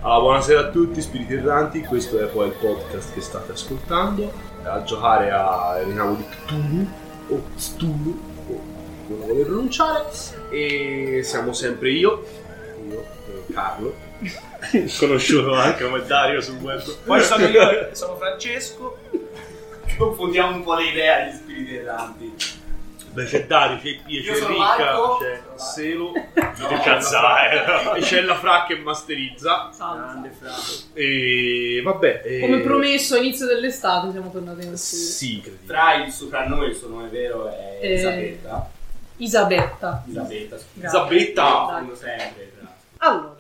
Allora, buonasera a tutti, spiriti erranti. Questo è poi il podcast che state ascoltando. A giocare a Rinavo di Cthulhu o Cthulhu, come vuole pronunciare. E siamo sempre io Carlo, conosciuto anche come Dario sul web. Poi sono io, sono Francesco. Confondiamo un po' le idee agli spiriti erranti. Beh, c'è Dario, c'è Pia, c'è Ricca, c'è Selo, No, e c'è la Fra che masterizza. Grande Fra. E vabbè. Come promesso, all'inizio dell'estate siamo tornati in studio. Sì, credo. Fra il soprannome, il suo nome vero è Isabetta. Isabetta. Isabetta. Fanno sempre. Allora,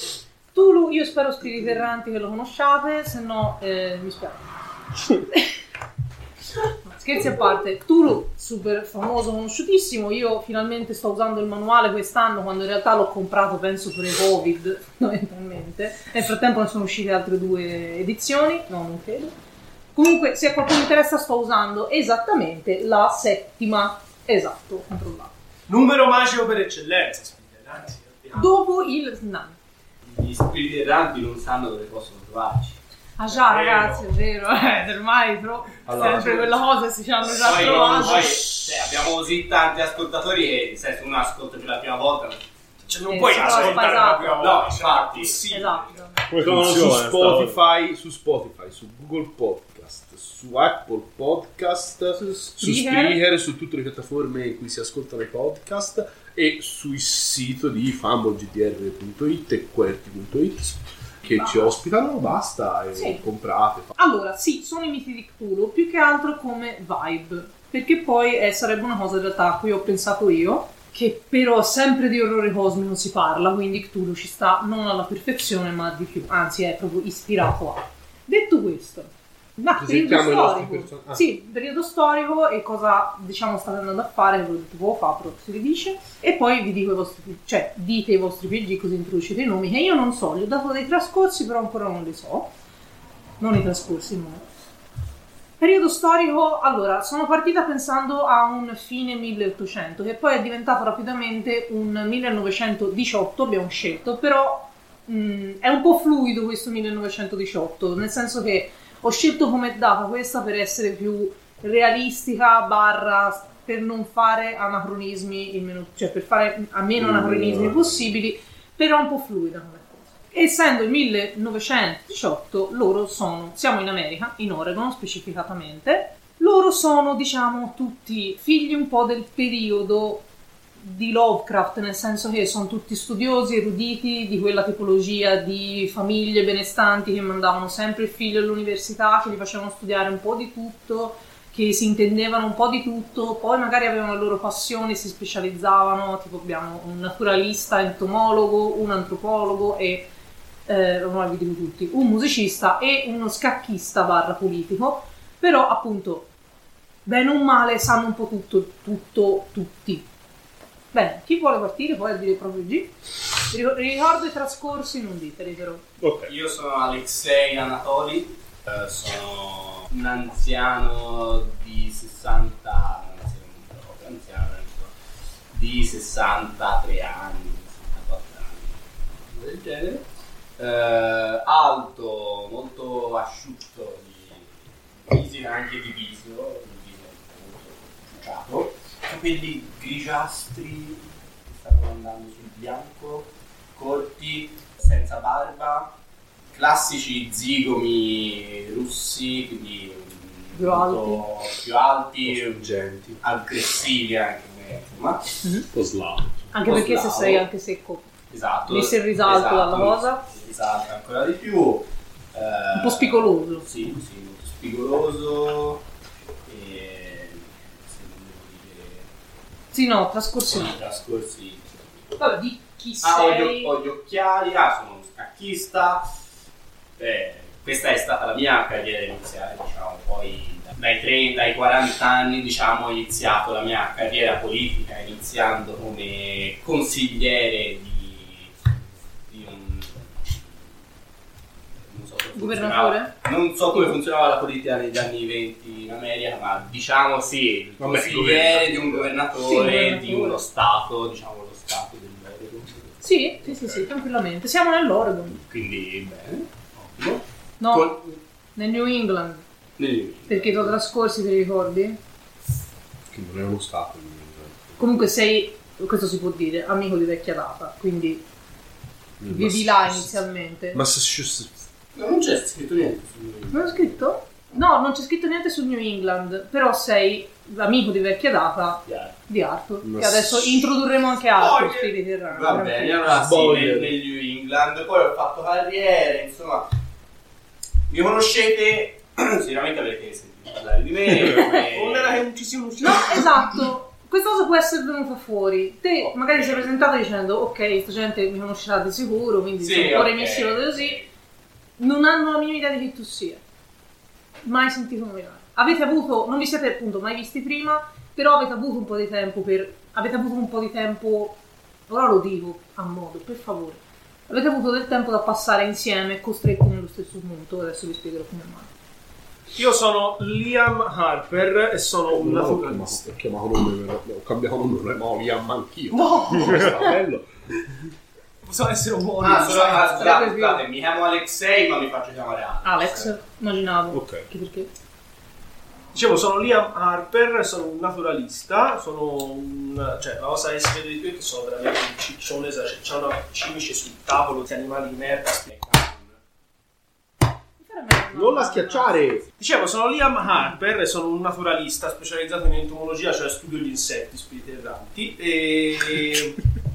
Tulu, io spero spiriti erranti che lo conosciate, se no mi spiace. Scherzi a parte, Cthulhu, super famoso, conosciutissimo. Io finalmente sto usando il manuale quest'anno, quando in realtà l'ho comprato penso pre-Covid, fondamentalmente. Nel frattempo ne sono uscite altre 2 edizioni, no, non credo. Comunque, se a qualcuno interessa, sto usando esattamente la 7ª. Esatto, controllato. Numero magico per eccellenza, spiriti erranti. Dopo il... No. Gli spiriti erranti non sanno dove possono trovarci. Ah già, ragazzi, è vero, ormai Allora, sempre quella cosa si ci hanno già Poi trovato. abbiamo così tanti ascoltatori che nel senso uno ascolta per la prima volta, cioè non puoi però ascoltare esatto. la prima volta. No, infatti, sì. Esatto. Sono su Spotify, su Google Podcast, su Apple Podcast, su Spreaker, su tutte le piattaforme in cui si ascoltano i podcast e sul sito di fumblegdr.it e QWERTY.it che ci ospitano, basta, e sì. comprate. Allora, sì, sono i miti di Cthulhu, più che altro come vibe, perché poi sarebbe una cosa in realtà a cui ho pensato io, che però sempre di orrore cosmico si parla, quindi Cthulhu ci sta non alla perfezione ma di più, anzi è proprio ispirato a. Detto questo, periodo storico, sì, periodo storico e cosa diciamo state andando a fare, ve l'ho detto poco fa, però si ridice, e poi vi dico i vostri, cioè dite i vostri PG così introducete i nomi che io non so, li ho dato dei trascorsi però ancora non li so, non i trascorsi, no. Periodo storico, allora, sono partita pensando a un fine 1800 che poi è diventato rapidamente un 1918, abbiamo scelto, però è un po' fluido questo 1918, nel senso che ho scelto come data questa per essere più realistica barra per non fare anacronismi, cioè per fare a meno anacronismi possibili, però un po' fluida come cosa. Essendo il 1918, siamo in America, in Oregon specificatamente, loro sono diciamo tutti figli un po' del periodo di Lovecraft, nel senso che sono tutti studiosi, eruditi, di quella tipologia di famiglie benestanti che mandavano sempre il figlio all'università, che gli facevano studiare un po' di tutto, che si intendevano un po' di tutto, poi magari avevano le loro passioni, si specializzavano, tipo abbiamo un naturalista, entomologo, un antropologo e non vi dico tutti, un musicista e uno scacchista barra politico, però appunto bene o male sanno un po' tutto tutti. Bene, chi vuole partire poi a dire proprio G? Ricordo i trascorsi, non diteli però. Okay. Io sono Alexei Anatoli, sono un anziano di 60, di 63 anni, 64 anni, del genere. Alto, molto asciutto, fisica anche diviso, molto ciucciato. Capelli grigiastri che stanno andando sul bianco, corti, senza barba, classici zigomi russi, quindi più alti, Urgenti. aggressivi anche, insomma. Un po' slavo. Anche perché se sei anche secco, esatto, messo in risalto dalla cosa, esatto, ancora di più, un po' spigoloso. Sì, molto spigoloso. Sì, no, trascorsi no. Trascorsi. Vabbè, di chi sei? Ho gli occhiali, sono uno scacchista. Questa è stata la mia carriera iniziale, diciamo, poi dai 30 ai 40 anni, diciamo, ho iniziato la mia carriera politica, iniziando come consigliere di un governatore? Non so come funzionava la politica negli anni 20 in America, ma diciamo sì, consigliere di un governatore, di uno stato, diciamo lo stato dell'Oregon. Sì, tranquillamente. Siamo nell'Oregon. Quindi, bene, ottimo. No, nel New England. Perché ti ho trascorsi, te li ricordi? Che non è uno stato. Comunque sei, questo si può dire, amico di vecchia data, quindi vivi là inizialmente. Massachusetts. No, non c'è scritto niente. Non è scritto? No, non c'è scritto niente su New England, però sei amico di vecchia data di Arthur. Che adesso introdurremo anche Arthur, Spiriti Erranti. Va bene, allora sì, nel New England, poi ho fatto carriera, insomma. Mi conoscete, sicuramente avete sentito parlare di me. Non era che non ci sia un No, esatto. Questa cosa può essere venuta fuori. Te magari sei presentato dicendo ok, sta gente mi conoscerà di sicuro, quindi Sì, sono un po' ok. remissivo così. Non hanno la minima idea di chi tu sia. Mai sentito nominare. Avete avuto, non vi siete appunto mai visti prima, però avete avuto un po' di tempo ora lo dico a modo, per favore. Avete avuto del tempo da passare insieme, costretti nello stesso punto, adesso vi spiegherò come mai. Io sono Liam Harper e sono un naturalista. Ho chiamato nome, però ho cambiato nome, ma Liam anch'io. No! Sta bello. Possono essere uomini. Scusate, mi chiamo Alexei, ma mi faccio chiamare Alex, immaginavo. Ok. Perché? Dicevo, sono Liam Harper, sono un naturalista, cioè la cosa che si vede di più è che sono veramente un ciccione, c'è una cimice sul tavolo di animali di merda. Non la schiacciare! Dicevo, sono Liam Harper e sono un naturalista specializzato in entomologia, cioè studio gli insetti, spiriti erranti, e...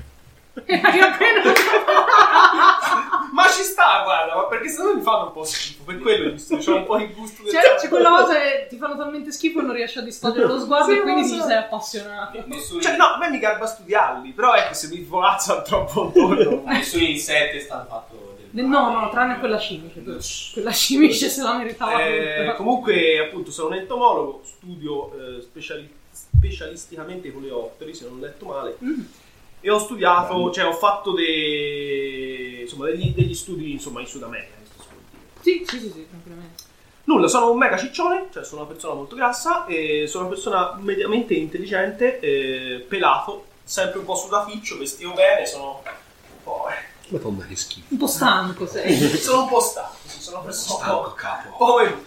Ma ci sta, guarda, ma perché sennò mi fanno un po' schifo, per quello c'ho un po' il gusto del C'è quella cosa che ti fanno talmente schifo e non riesci a distogliere lo sguardo Sì, e quindi lo ti so. sei appassionato. Cioè, no, a me mi garba studiarli, però ecco, se mi svolazzano troppo attorno... Nessun insetto è stato fatto del No, tranne quella cimice. Quella cimice se la meritava tutta. Comunque, appunto, sono un entomologo, studio specialisticamente con le coleotteri, se non ho detto male. E ho studiato, cioè ho fatto degli studi, insomma, in Sud America. Sì, tranquillamente. Nulla, sono un mega ciccione, cioè sono una persona molto grassa e sono una persona mediamente intelligente, pelato, sempre un po' sudaficcio, vestito bene, sono un po'... Madonna che schifo. Un po' stanco sei. sono un po' stanco, sono una persona un po'... capo. Poi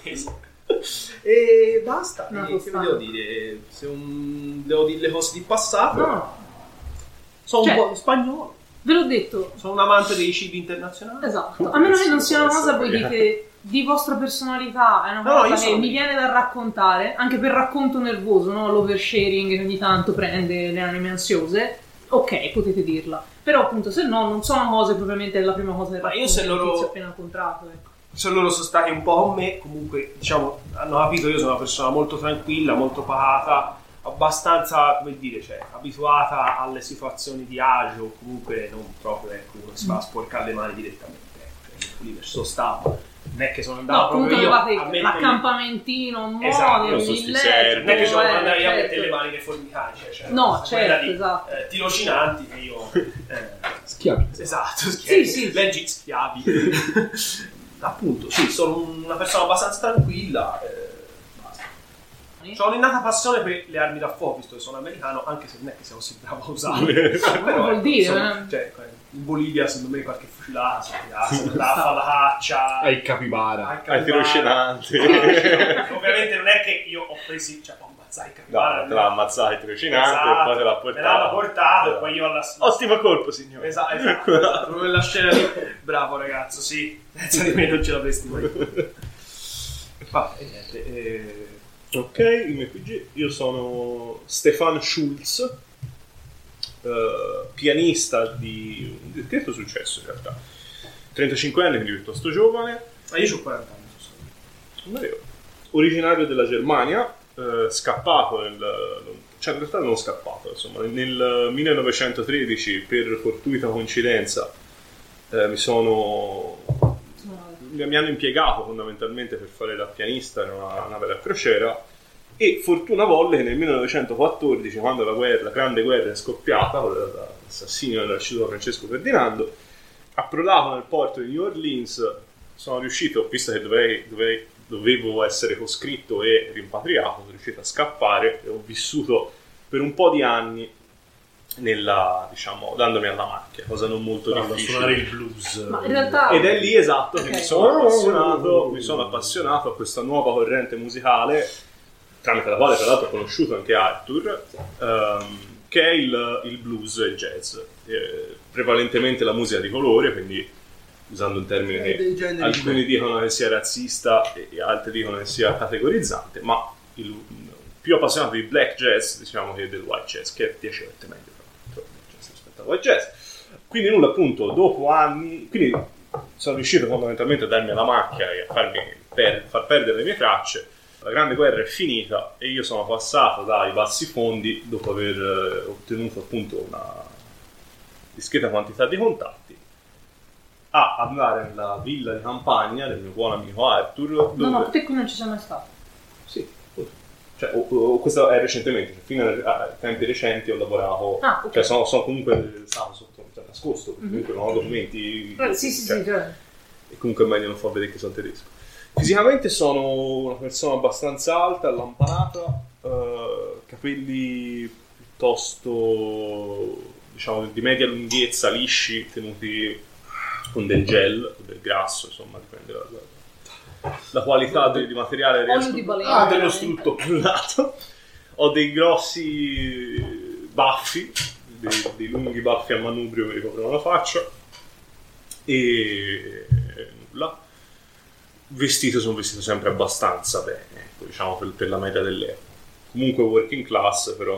e basta, No, che vi devo dire? Devo dire le cose di passato. No. Sono Cioè, un po' spagnolo, Ve l'ho detto. sono un amante dei cibi internazionali. Esatto. A meno che non sia una cosa voi dite di vostra personalità, è una No, cosa io che sono- mi viene da raccontare, anche per racconto nervoso, no? L'oversharing che ogni tanto prende le anime ansiose. Ok, potete dirla. Però appunto, se no, non sono cose propriamente la prima cosa che Ma io racconto se del loro- tizio appena incontrato, ecco. Se loro sono stati un po' con me, comunque, diciamo, hanno capito che io sono una persona molto tranquilla, molto pacata, abbastanza, come dire, cioè, abituata alle situazioni di agio, comunque non proprio, ecco, uno si va a sporcare le mani direttamente, ecco, cioè, lì verso stavo. Non è che sono andato No, comunque proprio io a avevate mettere... l'accammamentino, un modo, Esatto, io il sono sti letto, servi. Non è che sono andato io a certo. mettere le mani nei formicai, cioè, No, quella certo, di, esatto. tirocinanti che io... Schiavi. Esatto, Sì. leggi schiavi. Appunto, sì, sono una persona abbastanza tranquilla. Basta. Ho un'innata passione per le armi da fuoco, visto che sono americano, anche se non è che sia così bravo a usarle. Però, vuol dire, insomma, cioè, in Bolivia, secondo me, qualche fucilata, si andava a fare la caccia. Hai il capibara. Hai il Hai il tirocinante. Ovviamente non è che io ho preso, cioè, ho ammazzato il capibara. No, te l'ha ammazzato il tirocinante Esatto. e poi te l'ha Me portato. l'hanno portato e poi io alla Ottimo colpo, signore. Esatto, proprio la scena lì. Bravo ragazzo, sì, senza di me non ce l'avresti mai. Va, e niente. Ok, il mio PG. Io sono Stefan Schulz, pianista di un discreto successo in realtà. 35 anni, quindi piuttosto giovane. Ma io ho 40 anni. Non è vero. Originario della Germania, scappato cioè in realtà non scappato, insomma, nel 1913 per fortuita coincidenza mi hanno impiegato fondamentalmente per fare da pianista in una nave da crociera e fortuna volle che nel 1914, quando la grande guerra è scoppiata con l'assassinio dell'arciduca Francesco Ferdinando, approdato nel porto di New Orleans, sono riuscito, visto che dovevo essere coscritto e rimpatriato, sono riuscito a scappare e ho vissuto per un po' di anni diciamo, dandomi alla macchia, cosa non molto Provando a difficile. suonare il blues. Ma in realtà... Ed è lì esatto che Ok. mi sono appassionato a questa nuova corrente musicale, tramite la quale tra l'altro ho conosciuto anche Arthur, che è il blues e il jazz. Prevalentemente la musica di colore, quindi usando un termine dei che generi alcuni dicono che sia razzista e altri dicono che sia categorizzante, ma il più appassionato di black jazz, diciamo, che del white jazz, che è 10 volte meglio però, jazz rispetto al white jazz. Quindi nulla, appunto, dopo anni, quindi sono riuscito fondamentalmente a darmi alla macchia e a far perdere le mie tracce. La Grande Guerra è finita e io sono passato dai bassi fondi, dopo aver ottenuto appunto una discreta quantità di contatti, a andare nella villa di campagna del mio buon amico Arthur, dove... No, te qui non ci sei mai stato. Sì, cioè, questo è recentemente, cioè, fino a tempi recenti ho lavorato, Ok. cioè sono comunque stato sotto, cioè, nascosto, perché comunque non ho documenti, Sì, cioè, e comunque è meglio non far vedere che sono tedesco. Fisicamente sono una persona abbastanza alta, allampanata, capelli piuttosto, diciamo, di media lunghezza, lisci, tenuti con del gel, del grasso, insomma, dipende la qualità di materiale. Olio di balena. Dello strutto pullato. Ho dei grossi baffi, dei lunghi baffi a manubrio che ricoprono la faccia, e nulla. Sono vestito sempre abbastanza bene, ecco, diciamo, per la media dell'epoca. Comunque working class, però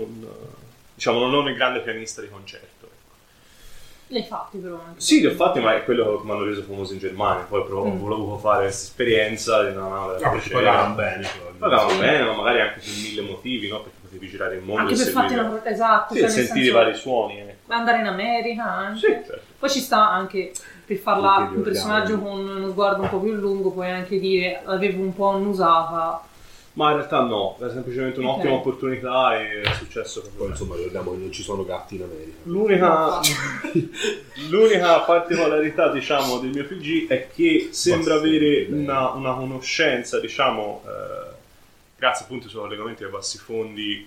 non il grande pianista di concerto. L'hai fatti però anche. Sì, li ho fatti, ma è quello che mi hanno reso famoso in Germania. Poi volevo fare questa esperienza e perché pagavano bene. Pagavano bene, ma magari anche per mille motivi, no? Perché potevi girare il mondo Anche per farti una... Esatto. sì, cioè, nel sentire i senso, vari suoni. Ecco. andare in America anche. Sì, certo. Poi ci sta anche, per farla Anche un personaggio con uno sguardo un po' più lungo, puoi anche dire avevo un po' annusata. Ma in realtà no, è semplicemente un'ottima Ok. opportunità e è successo proprio. Poi insomma ricordiamo che non ci sono gatti in L'unica America. particolarità, diciamo, del mio PG è che sembra avere una conoscenza, diciamo, grazie appunto ai suoi collegamenti ai bassi fondi,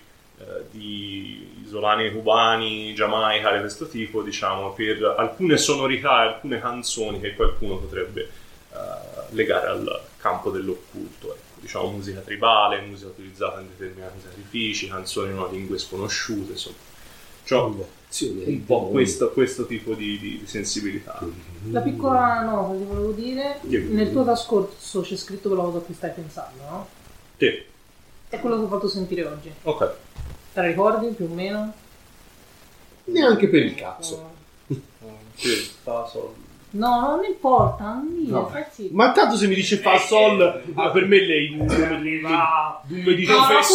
di isolani cubani, Giamaica di questo tipo, diciamo, per alcune sonorità e alcune canzoni che qualcuno potrebbe legare al campo dell'occulto, ecco. Diciamo musica tribale, musica utilizzata in determinati sacrifici, canzoni in una lingua sconosciuta, insomma. Cioè, un po' questo tipo di sensibilità. La piccola nota ti volevo dire, Dimmi. nel tuo trascorso c'è scritto quella cosa a cui stai pensando, no? Sì, È quello che ho fatto sentire oggi. ok. Te la ricordi più o meno? Neanche per il cazzo. Sì, fa sol. No, non importa, non dire, No. fai zitto. Ma tanto se mi dice fa sol, per me lei un nome di un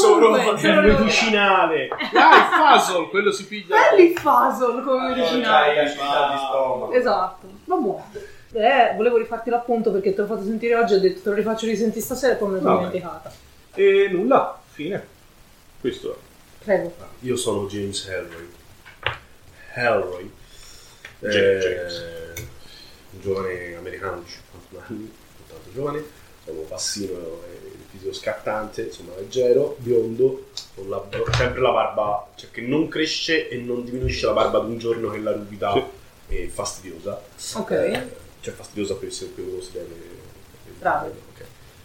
medicinale. Ah, il fasol, quello si piglia. Belli il puzzle come originale. acidità di stomaco. Esatto, va buono. Volevo rifarti l'appunto perché te l'ho fatto sentire oggi, ho detto te lo rifaccio risentire stasera e poi me ne sono Vabbè. dimenticata. E nulla, fine. Questo è. Prego. Io sono James Ellroy. James. Un giovane americano di 51 anni, tanto giovane, sono bassino e fisico scattante, insomma leggero, biondo, con sempre la barba, cioè che non cresce e non diminuisce la barba ad un giorno, che la ruvida è fastidiosa. Ok. Cioè fastidiosa per se uno si deve... Bravo. Ok.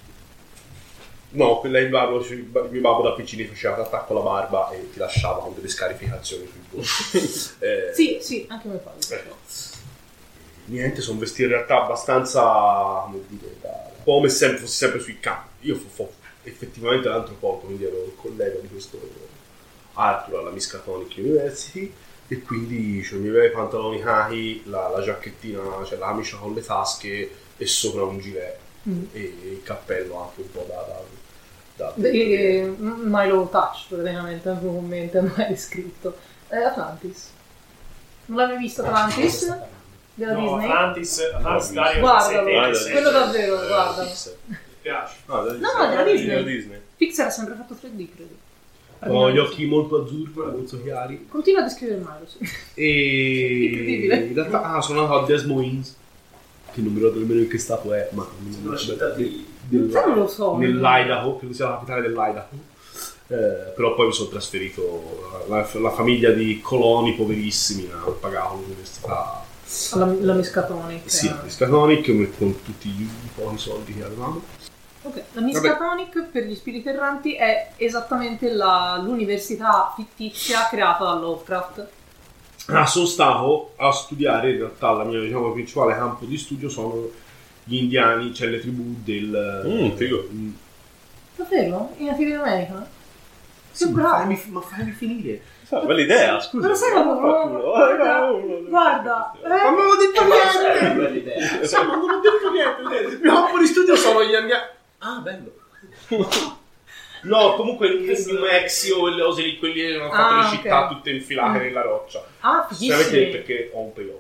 No, quella il mio babbo da piccini faceva l'attacco alla barba e ti lasciava con delle scarificazioni sul volto. Sì, anche mio padre. Niente, sono vestiti in realtà abbastanza, come dire, come se fossi sempre sui campi. Io fu effettivamente l'antropologo, quindi ero il collega di questo Arthur alla Miskatonic University, e quindi cioè, mi aveva i pantaloni khaki, la giacchettina, cioè la camicia con le tasche e sopra un gilet e il cappello anche un po' da My Low Touch praticamente, anche un commento mai scritto. Atlantis. Non l'avevi visto Atlantis? Della Disney? Atlantis Guardalo, Guarda, quello davvero, guarda. Mi piace. No, della Disney. Disney. Pixar ha sempre fatto 3D, credo. Ho gli occhi molto azzurri, molto chiari. Continua a descrivere Milo, sì. E Incredibile. in realtà sono andato a Des Moines, che non mi ricordo nemmeno in che stato è, ma Una città Non lo so. nell'Idaho, credo sia la capitale dell'Idaho. però poi mi sono trasferito, la famiglia di coloni poverissimi mi hanno pagato l'università. La Miskatonic. Sì, la Miskatonic con tutti i pochi soldi che avevamo. Ok, la Miskatonic per gli spiriti erranti è esattamente l'università fittizia creata da Lovecraft. Sono stato a studiare, in realtà la mia principale campo di studio sono gli indiani, cioè le tribù del... figo. Davvero? I nativi d'America? Sì, Che bravo! ma fammi finire. Bella idea, scusa. Ma lo sai guarda, Ma non ho detto niente! Bella idea. Insomma, non ho detto niente. Il mio campo di studio sono gli indiani. Ah, bello. No, comunque il New Mexico e le cose lì, quelli che hanno fatto le città tutte infilate nella roccia. Ah, Sapete fighissimi. perché ho un payoff.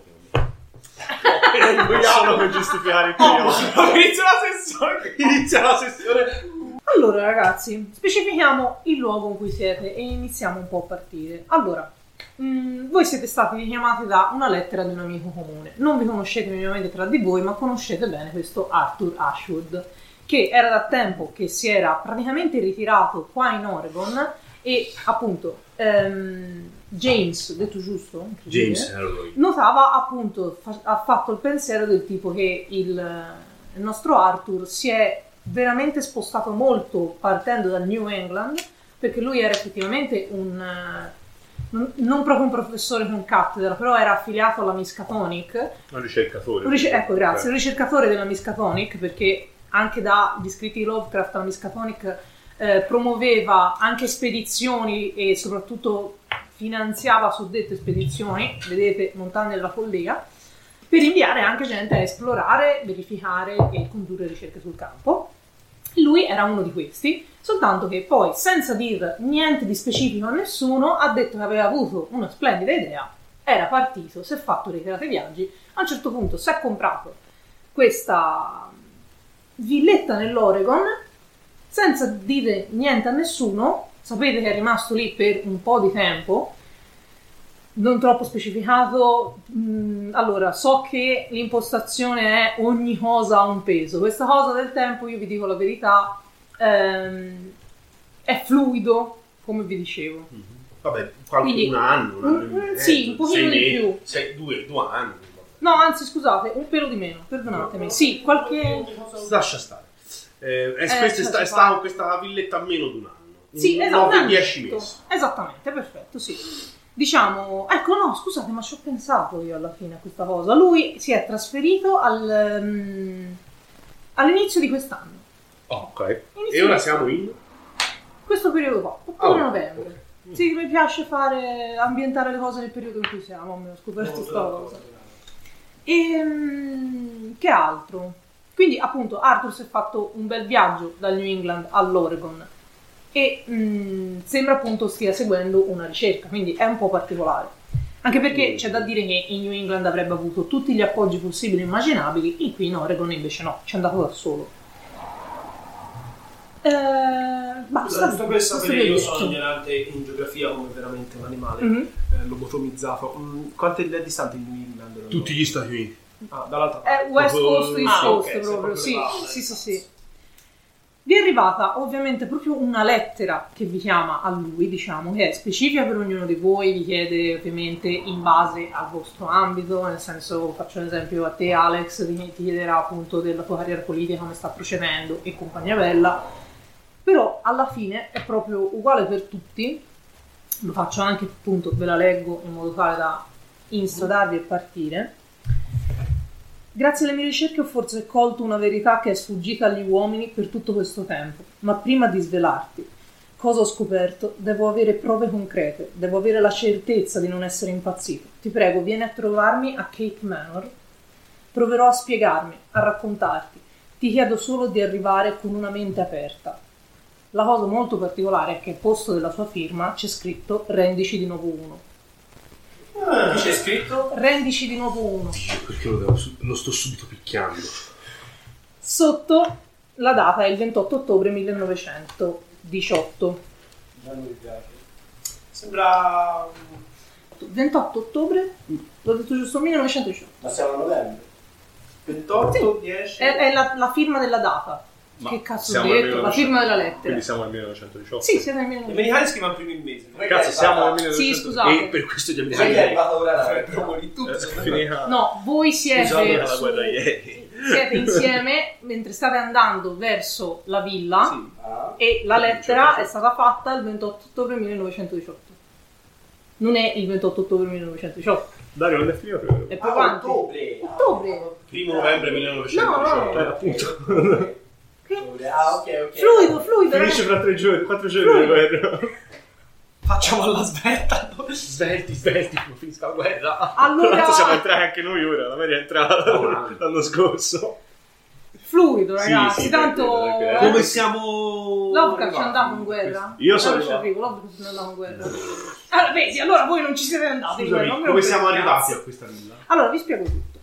Solo per giustificare il periodo. Inizia la sessione. Allora ragazzi, specifichiamo il luogo in cui siete e iniziamo un po' a partire. Allora, voi siete stati richiamati da una lettera di un amico comune. Non vi conoscete minimamente tra di voi, ma conoscete bene questo Arthur Ashwood, che era da tempo che si era praticamente ritirato qua in Oregon e appunto James, detto giusto? James Harrow. Notava appunto, ha fatto il pensiero del tipo che il nostro Arthur si è veramente spostato molto partendo dal New England, perché lui era effettivamente non proprio un professore con cattedra, però era affiliato alla Miskatonic. Un ricercatore. Ecco, grazie, un ricercatore della Miskatonic, perché anche dagli scritti di Lovecraft la Miskatonic promuoveva anche spedizioni e soprattutto finanziava suddette spedizioni, vedete, Montagne della Follia, per inviare anche gente a esplorare, verificare e condurre ricerche sul campo. Lui era uno di questi, soltanto che poi, senza dir niente di specifico a nessuno, ha detto che aveva avuto una splendida idea, era partito, si è fatto ritirati viaggi, a un certo punto si è comprato questa villetta nell'Oregon, senza dire niente a nessuno. Sapete che è rimasto lì per un po' di tempo, non troppo specificato. Allora, so che l'impostazione è ogni cosa ha un peso. Questa cosa del tempo, io vi dico la verità, è fluido, come vi dicevo. Vabbè, Quindi, un anno e mezzo, sì, un pochino di più. Due anni. No, anzi, scusate, un pelo di meno, perdonatemi. Sì, qualche... Lascia stare. Questa è stata questa villetta a meno di un anno. Sì, esatto, 9-10 mesi. Esattamente, perfetto, sì. Diciamo, ecco, no, scusate, ma ci ho pensato io alla fine a questa cosa. Lui si è trasferito all'inizio di quest'anno. Ok. Inizio E ora di siamo in... questo periodo qua, ottobre-novembre. Sì, mi piace ambientare le cose nel periodo in cui siamo, ho scoperto questa cosa. E che altro? Quindi, appunto, Arthur si è fatto un bel viaggio dal New England all'Oregon e sembra appunto stia seguendo una ricerca, quindi è un po' particolare. Anche perché c'è da dire che in New England avrebbe avuto tutti gli appoggi possibili e immaginabili, e qui in Oregon invece no, ci è andato da solo. Basta. Giusto per sapere, io sono ignorante in geografia come veramente un animale lobotomizzato. Quanto è distante il New England? Tutti gli Stati Uniti. Ah, dall'altra parte. È West Coast, East Coast okay, proprio, sì, là, sì. Vi è arrivata ovviamente proprio una lettera che vi chiama a lui, diciamo, che è specifica per ognuno di voi, vi chiede ovviamente in base al vostro ambito, nel senso, faccio un esempio a te Alex, ti chiederà appunto della tua carriera politica, come sta procedendo e compagnia bella, però alla fine è proprio uguale per tutti, lo faccio anche appunto, ve la leggo in modo tale da instradarvi e partire. Grazie alle mie ricerche ho forse colto una verità che è sfuggita agli uomini per tutto questo tempo, ma prima di svelarti cosa ho scoperto devo avere prove concrete, devo avere la certezza di non essere impazzito. Ti prego, vieni a trovarmi a Cape Manor, proverò a spiegarmi, a raccontarti, ti chiedo solo di arrivare con una mente aperta. La cosa molto particolare è che al posto della sua firma c'è scritto rendici di nuovo uno. C'è scritto? Rendici di nuovo uno. Perché lo sto subito picchiando. Sotto la data è il 28 ottobre 1918. Sembra 28 ottobre? L'ho detto giusto, 1918. Ma siamo a novembre. 28, Sì. 10. È la firma della data. Ma Che cazzo ho siamo nel detto? La 1900. firma della lettera. Quindi siamo nel 1918. Sì, siete nel gli 1918. americani scrivono prima in mese. Cazzo, siamo nel 1918. Sì, scusate. E per questo gli Poi è americani... arrivato ora la Proprio di tutto. Finiva... No, voi siete, Scusate la guerra ieri. siete insieme mentre state andando verso la villa Sì. e la lettera è stata fatta il 28 ottobre 1918. Non è il 28 ottobre 1918, Dario, non è finito? è più avanti. Ottobre. 1 novembre 1918. No. Appunto. Che? Ok. Fluido, Finisce fra 3 giorni, 4 giorni Fluido. di guerra. Facciamo la svelta. Svelti, come finisca la guerra. Tra Allora, l'altro siamo entrati anche noi ora, la media è entrata No, l'anno scorso. fluido ragazzi, sì, tanto... perché- Come siamo... Lovecraft ci è arrivati? andato in guerra. Io sono Allora ci arrivato. arrivo, Lovecraft è andato in guerra. Allora, vedi, allora voi non ci siete andati in guerra. non me lo Come siamo frega un arrivati cazzo. a questa villa? Allora, vi spiego tutto.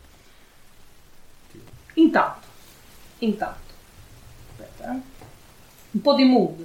Intanto. Aspetta, un po' di mood.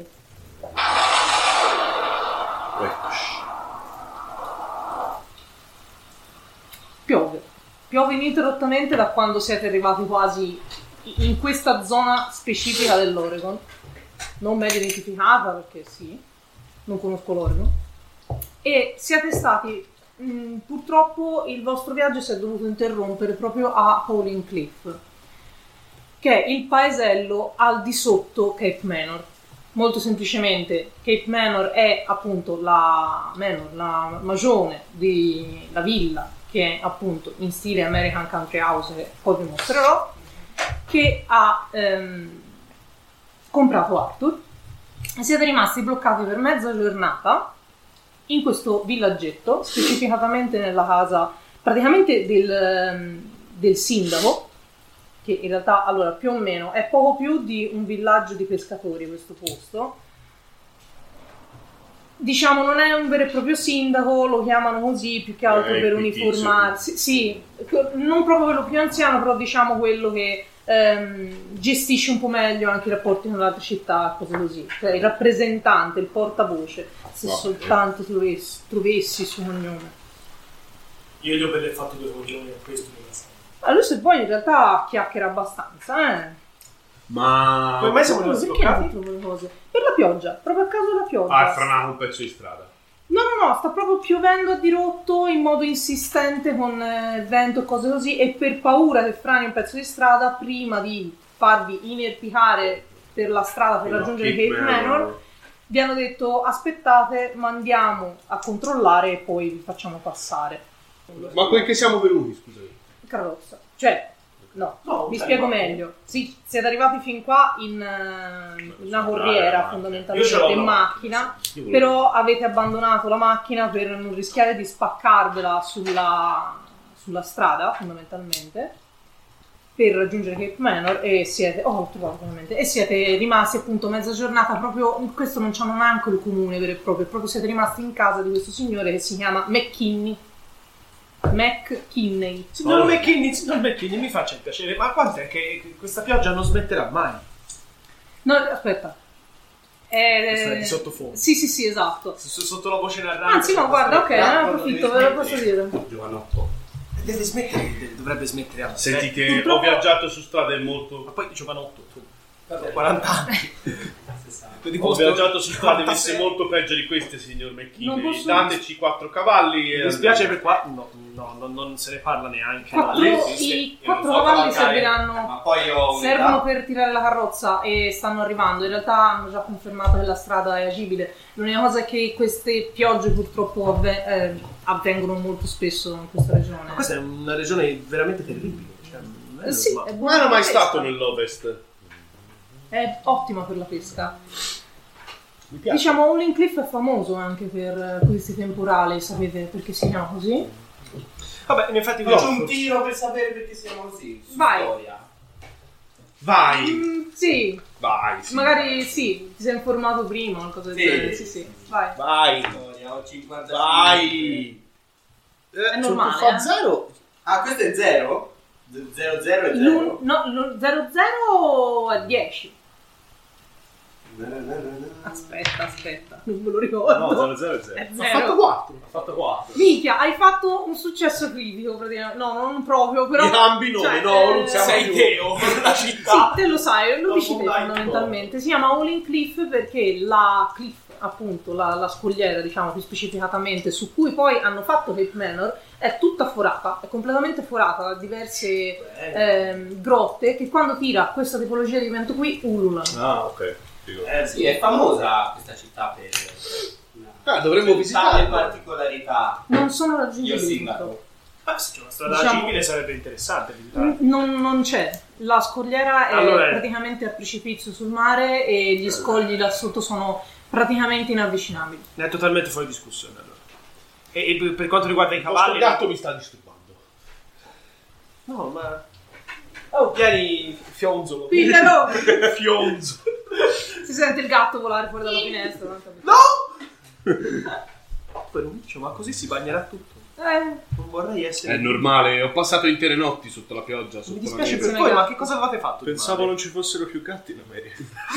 Piove ininterrottamente da quando siete arrivati quasi in questa zona specifica dell'Oregon. Non ben identificata perché sì, non conosco l'Oregon. E siete stati, purtroppo il vostro viaggio si è dovuto interrompere proprio a Howling Cliff, che è il paesello al di sotto Cape Manor. Molto semplicemente Cape Manor è appunto la magione la villa, che è appunto in stile American Country House, che poi vi mostrerò, che ha comprato Arthur. Siete rimasti bloccati per mezza giornata in questo villaggetto, specificatamente nella casa praticamente del sindaco, che in realtà allora più o meno è poco più di un villaggio di pescatori questo posto. Diciamo non è un vero e proprio sindaco, lo chiamano così più che altro per uniformarsi. Sì, non proprio quello più anziano, però diciamo quello che gestisce un po' meglio anche i rapporti con le altre città, cose così. Cioè il rappresentante, il portavoce, se soltanto trovessi il suo cognome. Io gli ho fatto 2 coglioni a questo. Allora se poi in realtà chiacchiera abbastanza, Ma... Come mai siamo rimasti perché non bloccati? trovo le cose? Per la pioggia, proprio a causa della pioggia. Ah, è franato un pezzo di strada. No, sta proprio piovendo a dirotto in modo insistente con vento e cose così, e per paura che frani un pezzo di strada, prima di farvi inerpicare per la strada per raggiungere Cape Manor, vi hanno detto aspettate, mandiamo a controllare e poi vi facciamo passare. Ma quel che siamo venuti, scusami. Carrozza, cioè no, vi spiego meglio. Sì, siete arrivati fin qua in una corriera fondamentalmente in macchina, però avete abbandonato la macchina per non rischiare di spaccarvela sulla strada fondamentalmente per raggiungere Cape Manor, e siete e siete rimasti appunto mezza giornata proprio. Questo non c'hanno neanche il comune vero e proprio siete rimasti in casa di questo signore che si chiama McKinney. Signor McKinney, mi faccia il piacere, ma quant'è che questa pioggia non smetterà mai? No, aspetta. Questa è di sottofondo. Sì, esatto. Sotto la voce narrante. Anzi, no, guarda, ok, ne approfitto, ve lo posso dire. Giovanotto. Deve smettere, dovrebbe smettere anche. Sentite, ho viaggiato su strade molto... Ma poi giovanotto, tu. 40 anni. Ho viaggiato su strade messe molto peggio di queste, signor McKinney. Dateci 4 cavalli e... Mi dispiace per qua. No, non se ne parla neanche. I 4 cavalli serviranno. Ma poi Servono per tirare la carrozza e stanno arrivando. In realtà hanno già confermato che la strada è agibile. L'unica cosa è che queste piogge purtroppo avvengono molto spesso in questa regione. Ma questa è una regione veramente terribile. Cioè, Sì, è Non buona ero per mai la pesca. stato nell'Ovest. È ottima per la pesca. Mi piace. Diciamo, Howling Cliff è famoso anche per questi temporali, sapete perché si chiama così? Vabbè, in effetti faccio un tiro per sapere perché siamo così. Vai. Storia. Vai! Sì, Vai, sì. magari sì, ti sei informato prima o qualcosa del genere. Sì, vai. Vai! Storia, ho 50. Vai! È normale. Fa 0. Ah, questo è 0? 0 è 0? No, 0-0 è 10. Aspetta, non me lo ricordo. No, 0-0. È Ha zero. fatto 4. Ha fatto 4. Minchia, hai fatto un successo critico praticamente. No, non proprio, però. I cambi nome, no, non siamo Sei più. Teo, la Sì, città. te lo sai, lo Dopo dici te un fondamentalmente. Si chiama All in Cliff perché la cliff, appunto, la scogliera, diciamo più specificatamente, su cui poi hanno fatto Cape Manor, è tutta forata, è completamente forata da diverse grotte che quando tira questa tipologia di vento qui ululano. Ah, ok. Figo. Sì, è famosa questa città per Dovremmo tale visitarla. particolarità. Non sono Io raggiungibili sindaco. purtroppo. Se c'è una strada Diciamo- agibile sarebbe interessante visitare. Non c'è. La scorliera è Allora- praticamente a precipizio sul mare e gli scogli là sotto sono praticamente inavvicinabili. È totalmente fuori discussione allora. E per quanto riguarda i Questo cavalli... gatto mi sta disturbando. No, ma... Oh, vieni fionzolo. Piglialo! Fionzo. Si sente il gatto volare fuori dalla finestra. non capito. Peruccio, ma così si bagnerà tutto. Non vorrei essere... È normale, ho passato intere notti sotto la pioggia. Sotto Mi la dispiace neve. per voi, ma che cosa avevate fatto? di Pensavo male? non ci fossero più gatti in America.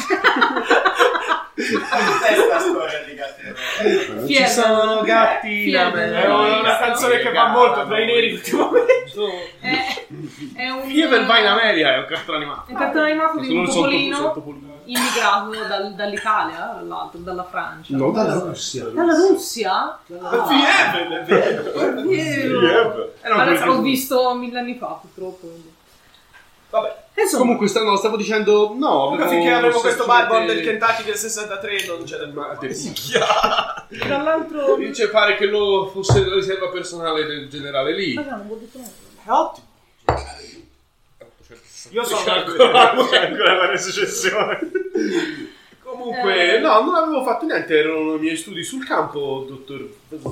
Questa storia di gatti. Non Chi è? ci sono gatti in Fier- America. È una canzone che va molto tra i neri ultimamente. È un Fievel va in America, è un cartone animato. È un cartone animato di un topolino sottopolino. immigrato dall'Italia, tra l'altro, dalla Francia. No, dalla Russia. Dalla Russia? Fievel, è vero. È vero. Erano Allora, quelli- l'ho visto 1000 anni fa, purtroppo. quindi. Vabbè. Insomma, Comunque stavo dicendo no, Comunque finché avremo questo barbon del Kentucky del 63 non c'è del male. tra l'altro... Dice pare che lo fosse la riserva personale del generale Lee. Ma non vuol dire niente. È ottimo. Io sono... C'è ancora la secessione. Comunque, no, non avevo fatto niente, erano i miei studi sul campo, dottor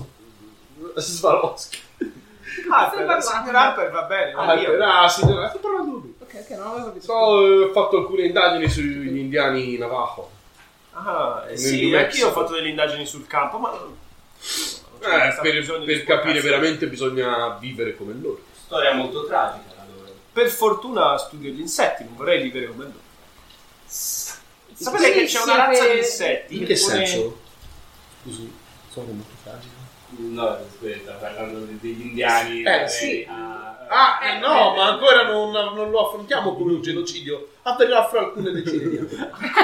Swarovski. Signor Harper va bene, va via. Signora, sto parlando lui. Ok, non avevo capito. Ho fatto alcune indagini sugli indiani Navajo. Ah, Nel sì, New anch'io Mexico. ho fatto delle indagini sul campo, ma... non c'è stato bisogno di Per capire sporcarsi. veramente bisogna vivere come loro. Storia molto tragica la loro. Per fortuna studio gli insetti, non vorrei vivere come loro. Sapete Sì, che c'è una razza di insetti In che pone- senso? Scusi, sono molto fragile. No, aspetta, parlando degli indiani. Sì. No, ma ancora non lo affrontiamo come un genocidio. Avverrà fra alcune decine di anni.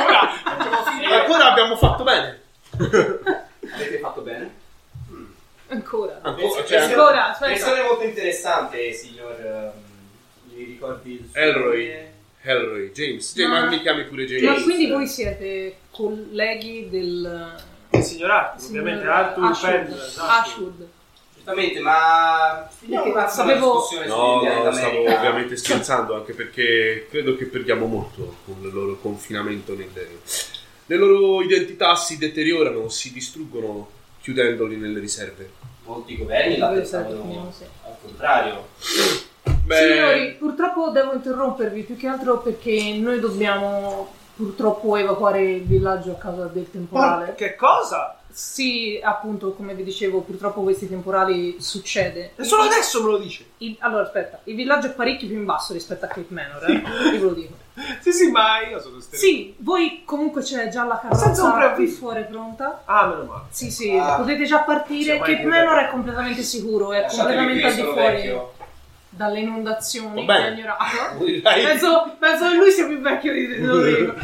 Ancora abbiamo fatto bene. Avete fatto bene? Ancora. Ancora, aspetta. Persone molto interessante, signor. Mi ricordi il suo Helroy, James. Ma- Mi chiami pure James. Ma quindi voi siete colleghi del... Il signor Harper, ovviamente Arthur Penn. Ashwood. Certamente, ma finiamo un attimo Sapevo- la discussione No, sugli indiani stavo d'America. ovviamente scherzando, anche perché credo che perdiamo molto con il loro confinamento le loro identità si deteriorano, si distruggono chiudendoli nelle riserve. Molti governi la pensavano Sì. al contrario. Signori, purtroppo devo interrompervi più che altro perché noi dobbiamo purtroppo evacuare il villaggio a causa del temporale. Che cosa? Sì, appunto, come vi dicevo, purtroppo questi temporali succede. E solo adesso me lo dice. Allora, aspetta, il villaggio è parecchio più in basso rispetto a Cape Manor, io ve lo dico. Sì, ma io sono stesso. Sì, voi comunque c'è già la Senza un carrozza qui preavviso. fuori pronta. Ah, meno male. Sì, potete già partire. Siamo Cape ai Manor è completamente sicuro, è Lasciatevi completamente qui, al di sono fuori vecchio. dalle inondazioni Va bene. di Agnorato. Dai. Penso che lui sia più vecchio di te, lo dico.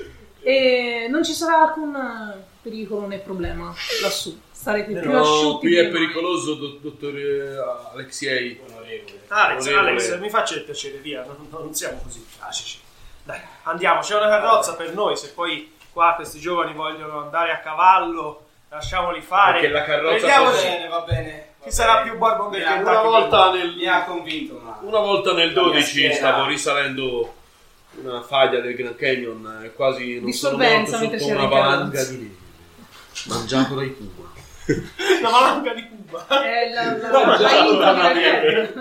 E non ci sarà alcun pericolo né problema lassù. Starete più No, asciutti qui di è mai. pericoloso, dottor Alexiei. Onorevole. Alex, mi faccia il piacere, via, non siamo così tragici. Dai, andiamo, c'è una carrozza per noi, se poi qua questi giovani vogliono andare a cavallo, lasciamoli fare. Perché la carrozza Vediamo Va fosse- bene, va bene. chi sarà più barbon del Mi ha- Kentucky. Una volta Mi ha convinto, ma... Una volta nel La mia 12 schiena. stavo risalendo una faglia del Grand Canyon e quasi non sono Dissolvenza morto mentre sotto c'era una in valanga carrozza. di neve mangiato dai puma. La valanga di Cuba. È la mangiato intro dalla di Red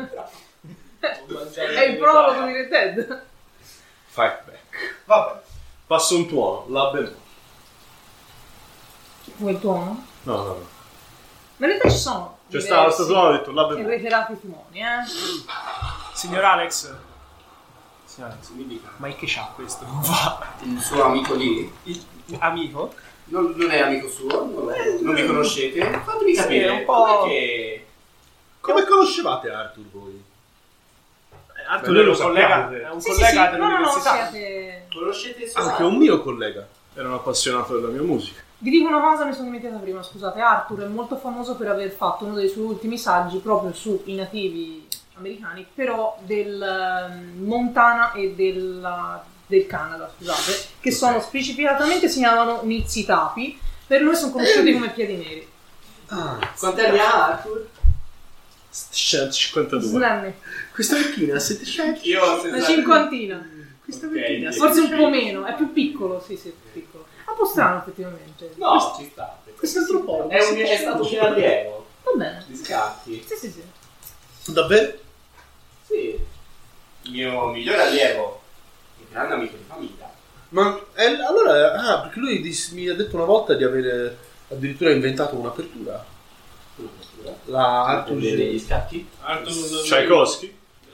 Dead. È il prologo di Red Dead. Fight back. Vabbè. Passo un tuono, la bevuto. Vuoi il tuono? No. Ma in realtà ci sono C'è stato questo diversi tuono, ho detto la e bevuto. reiterati timoni, Signor Alex, mi dica, ma che c'ha questo? Non va. Il suo amico lì. Amico? Non è amico suo? Non mi conoscete? Fatemi capire Sì, un po'. Come conoscevate Arthur voi? Arthur noi è lo un collega, sappiamo, è un Sì, collega sì, sì. No, dell'università. siete... Conoscete solo? Anche un mio collega. Era un appassionato della mia musica. Vi dico una cosa, mi sono dimenticata prima, scusate. Arthur è molto famoso per aver fatto uno dei suoi ultimi saggi proprio sui nativi americani, però del Montana e del Canada, scusate, che sono specificatamente si chiamano Nizitapi, per noi sono conosciuti come piedi neri. Quanti anni ha Arthur? 52. Slanne. Questa vecchina ha 700. Io Una cinquantina. Questa Ok, vecchina. Forse un po' meno, è più piccolo, sì, è più piccolo. Un po' strano effettivamente. No, ci sta. Questo è antropologo. È stato un mio allievo Va bene. di scacchi. Sì, sì, sì. Davvero? Sì. Il mio migliore allievo. Un grande amico di famiglia. Ma allora, perché lui mi ha detto una volta di avere addirittura inventato un'apertura. La Arthur Degli scacchi? Tchaikovsky?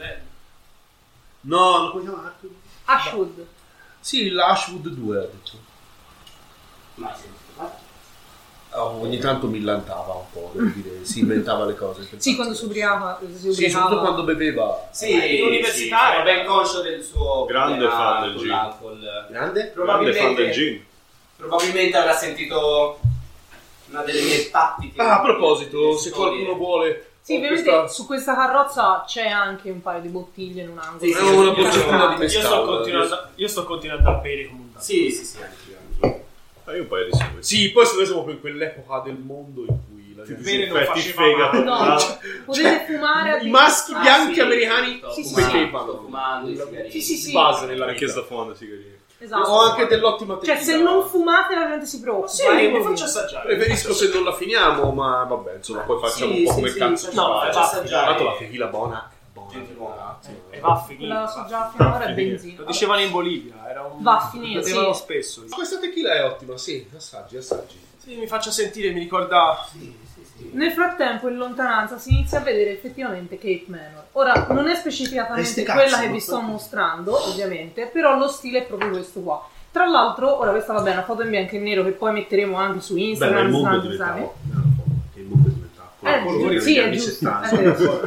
No, come si chiama Arthur? Ashwood. Sì, la Ashwood 2 ha detto. Ma sì. Ogni tanto mi lantava un po', devo dire, si inventava le cose. Sì, quando si ubriacava. Sì, soprattutto quando beveva. Sì, in università sono ben conscio del suo Grande problema fan del con gin. l'alcol. Grande? Grande fan del gin. Probabilmente avrà sentito una delle mie tattiche. Ah, a proposito, se Storie. qualcuno vuole... Sì, ho vedete, questa- su questa carrozza c'è anche un paio di bottiglie in un angolo. Sì, È una io boccettina di Io mescal. sto continuando a bere come un danno. Sì, anch'io. Io un paio di seguiti. Sì, poi noi siamo proprio in quell'epoca del mondo in cui la gente... Bene, non Infetti faceva fegato. No, potete fumare I maschi bianchi sì, americani sì, sì, mettevano. fumando i sigaretti. Sì, sì, sì. Base nella Anche vita. sta fumando sigarette. Esatto. Ho anche dell'ottima Cioè, tequila. se non fumate la gente si preoccupa. Sì, eh, mi quello faccio lì. assaggiare. Preferisco se non la finiamo, ma vabbè, insomma, poi facciamo Sì, un po' sì, come sì, cazzo ci no, pare. faccio assaggiare. Tanto la tequila buona. Buona. E va a finire. Quella so già fino ad ora è benzina. Lo dicevano in Bolivia, era un... Va a finire, lo dicevano sì. spesso. lì. Questa tequila è ottima, sì, assaggi. Sì, mi faccia sentire, mi ricorda... Nel frattempo, in lontananza, si inizia a vedere effettivamente Cape Manor. Ora, non è specificatamente Ste quella cazzo, che ma vi sto proprio. mostrando, ovviamente, però lo stile è proprio questo qua. Tra l'altro, ora questa va bene, una foto in bianco e nero che poi metteremo anche su Instagram. Sì, è giusto. È vero.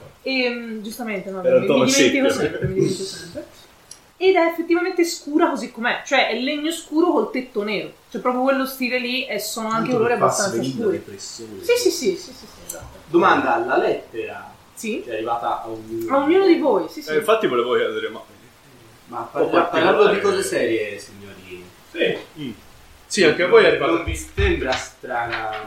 E giustamente, no, Era mi Thomas dimentico Shepard. sempre. Ed è effettivamente scura così com'è, cioè è legno scuro col tetto nero. Cioè proprio quello stile lì e sono anche colori abbastanza scuri. Sì, esatto. Domanda, la lettera Sì? è arrivata a un... A ognuno di voi, sì, sì. Infatti volevo chiedere, ma parlando di cose serie, signori. Sì. Sì, anche a voi è Non arrivato. vi sembra strana...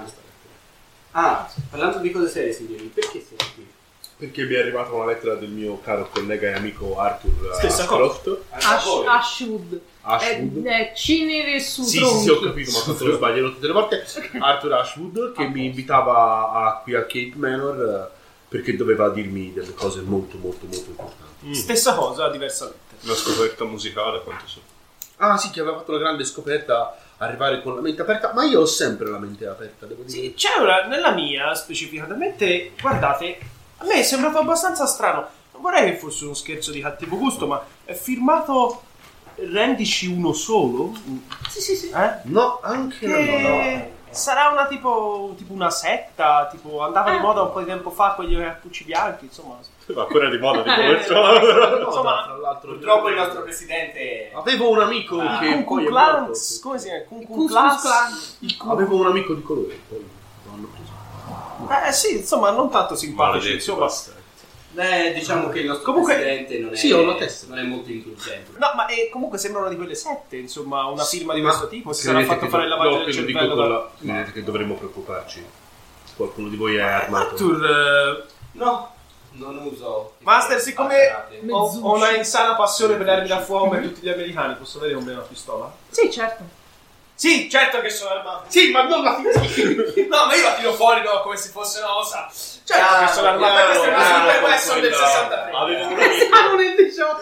Ah, parlando di cose serie, signori, perché siete qui? Perché mi è arrivata una lettera del mio caro collega e amico Arthur Stessa Ashcroft. Ashwood. Ashwood. È cenere su Sì, tronchi. sì, ho capito, ma tanto lo sbaglierò tutte le volte. Arthur Ashwood che mi invitava qui a Cape Manor perché doveva dirmi delle cose molto importanti. Stessa cosa, diversa lettera. una scoperta musicale, quanto so. Ah sì, che aveva fatto la grande scoperta, arrivare con la mente aperta, ma io ho sempre la mente aperta, devo dire. Sì, c'è una, nella mia specificatamente, guardate, a me è sembrato abbastanza strano. Non vorrei che fosse uno scherzo di cattivo gusto, ma è firmato Rendici uno solo? Sì. No, anche Che sarà una tipo una setta, tipo andava di moda un po' di tempo fa con gli cappucci bianchi, insomma. Ma ancora di moda di questo. Insomma, tra l'altro Purtroppo il nostro presidente... avevo un amico che poi è morto. Klans, come si chiama? Ku Klux Klan. Avevo un amico di colore, poi lo hanno preso. Sì, insomma, non tanto simpatici, Maledetti insomma. bastardi. diciamo che il nostro Comunque- presidente non è, Sì, ho la testa. non è molto intelligente. No, ma comunque sembra una di quelle sette, insomma, una firma di Ma questo tipo. Si sarà credete fatto che fare il lavaggio no, del che lo dico cervello. con da- la- credete che dovremmo preoccuparci? Qualcuno di voi è armato? Arthur, No, non uso... Master, siccome Sparate. ho una insana passione per le armi da fuoco come tutti gli americani, posso vedere con me una pistola? Sì, certo. Sì, certo che sono armato. Sì, ma non la No, ma io la tiro fuori no, come se fosse una cosa. Certo Ah, che sono armato. Questa è una Super Wesson del 63. Avevo un amico. Siamo nel 18.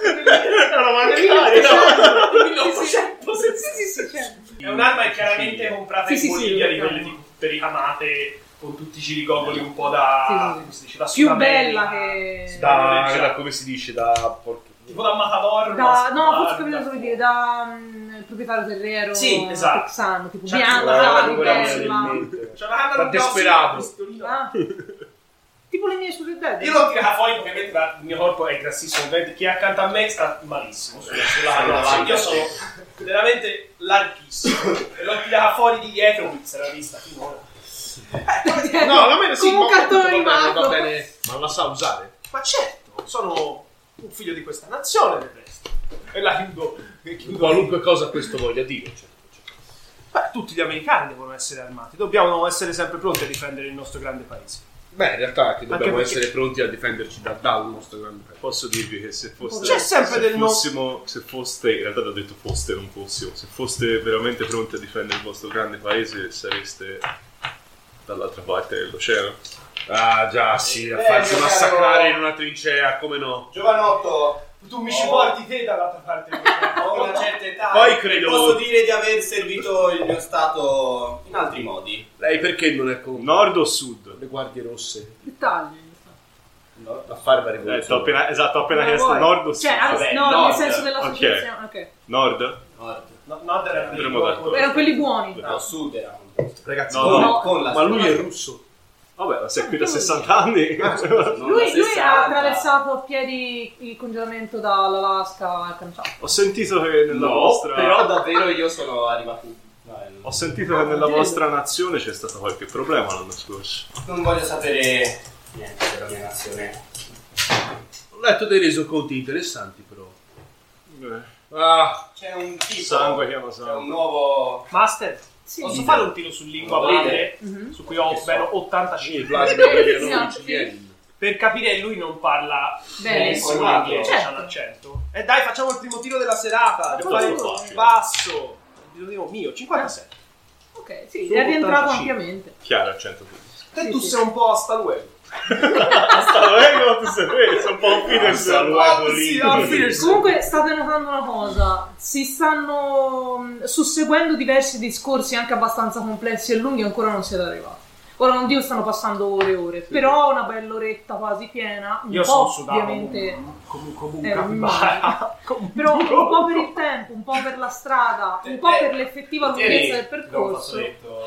Sì, certo. È un'arma che chiaramente comprata Sì, in Bolivia sì, di quelle tipo tutte ricamate con tutti i girigogoli un po' da... Sì. come si dice, da Più Sud America. bella che... da come si dice, da tipo da Matador. No, forse capito cosa vuoi dire, da proprietario terriero Sì, esatto. texano, tipo C'è bianca, tipo bella. C'è una canna Da disperato. Ah. Tipo le mie sulle dead. Io l'ho tirata fuori perché ovviamente il mio corpo è grassissimo, ovviamente chi è accanto a me sta malissimo sulla canna. Io sono veramente larghissimo e l'ho tirata fuori di dietro, quindi se l'ha vista finora. No, va bene, sì, come un cartone animato. va bene, ma la sa usare. Ma certo, sono un figlio di questa nazione del resto. E la chiudo. Qualunque cosa questo voglia dire, certo. Beh, tutti gli americani devono essere armati, dobbiamo essere sempre pronti a difendere il nostro grande paese. Beh, in realtà è che dobbiamo perché- essere pronti a difenderci dal nostro grande paese. Posso dirvi che se foste... C'è sempre se del fossimo, se foste, in realtà ho detto foste, non fossimo, se foste veramente pronti a difendere il vostro grande paese sareste dall'altra parte dell'oceano. Ah, già, sì, a farsi mio massacrare caro- in una trincea, come no? Giovanotto, Tu mi ci porti te dall'altra parte. ho una certa età. Poi credo- Posso dire di aver servito il mio stato in altri modi. Lei perché non è con Nord o sud? le guardie rosse? Dettagli. A fare varie T'ho appena Come chiesto vuoi. nord o sud? Cioè, Vabbè, no, nord. nel senso della Ok. associazione. Ok. Nord? Nord. No, era Andremo d'accordo. Erano quelli buoni. No, sud era. Ragazzi, No, no. Con la ma lui è sud. russo. Vabbè, ma sei qui da 60 anni. Non Lui da 60. ha attraversato a piedi il congelamento dall'Alaska al Kamchatka. Ho sentito che nella No, vostra... però davvero io sono arrivato. Ho sentito che nella vostra nazione c'è stato qualche problema l'anno scorso. Non voglio sapere niente della mia nazione. Ho letto dei resoconti interessanti, però. Eh, Ah, C'è un tipo. sangue chiama C'è un sangue. nuovo. Master, Sì. posso fare un tiro su lingua Volete? madre? Mhm. Su cui ho Che so. ben 85. Vladimir Sì. Velianovic Lenin. Per capire lui non parla Bene, benissimo informato. l'inglese, Certo. c'ha un accento. E dai, facciamo il primo tiro della serata. Devo fare Facciamo il basso. Il tiro mio, 57. Ok, sì, Sono è rientrato 85. ampiamente. Chiaro, accento tedesco. E Sì, tu sì. sei un po' hasta luego. Sta venendo, tu sei vero, sono un po' un Sta luego. Sì, no, fine. Comunque state notando una cosa, si stanno susseguendo diversi discorsi anche abbastanza complessi e lunghi e ancora non siete arrivati. Ora non dico stanno passando ore e ore, però una bella oretta quasi piena, un Io po' sono sudato ovviamente, come un Eh, capibara. però un po' per il tempo, un po' per la strada, un po' per l'effettiva lunghezza del percorso.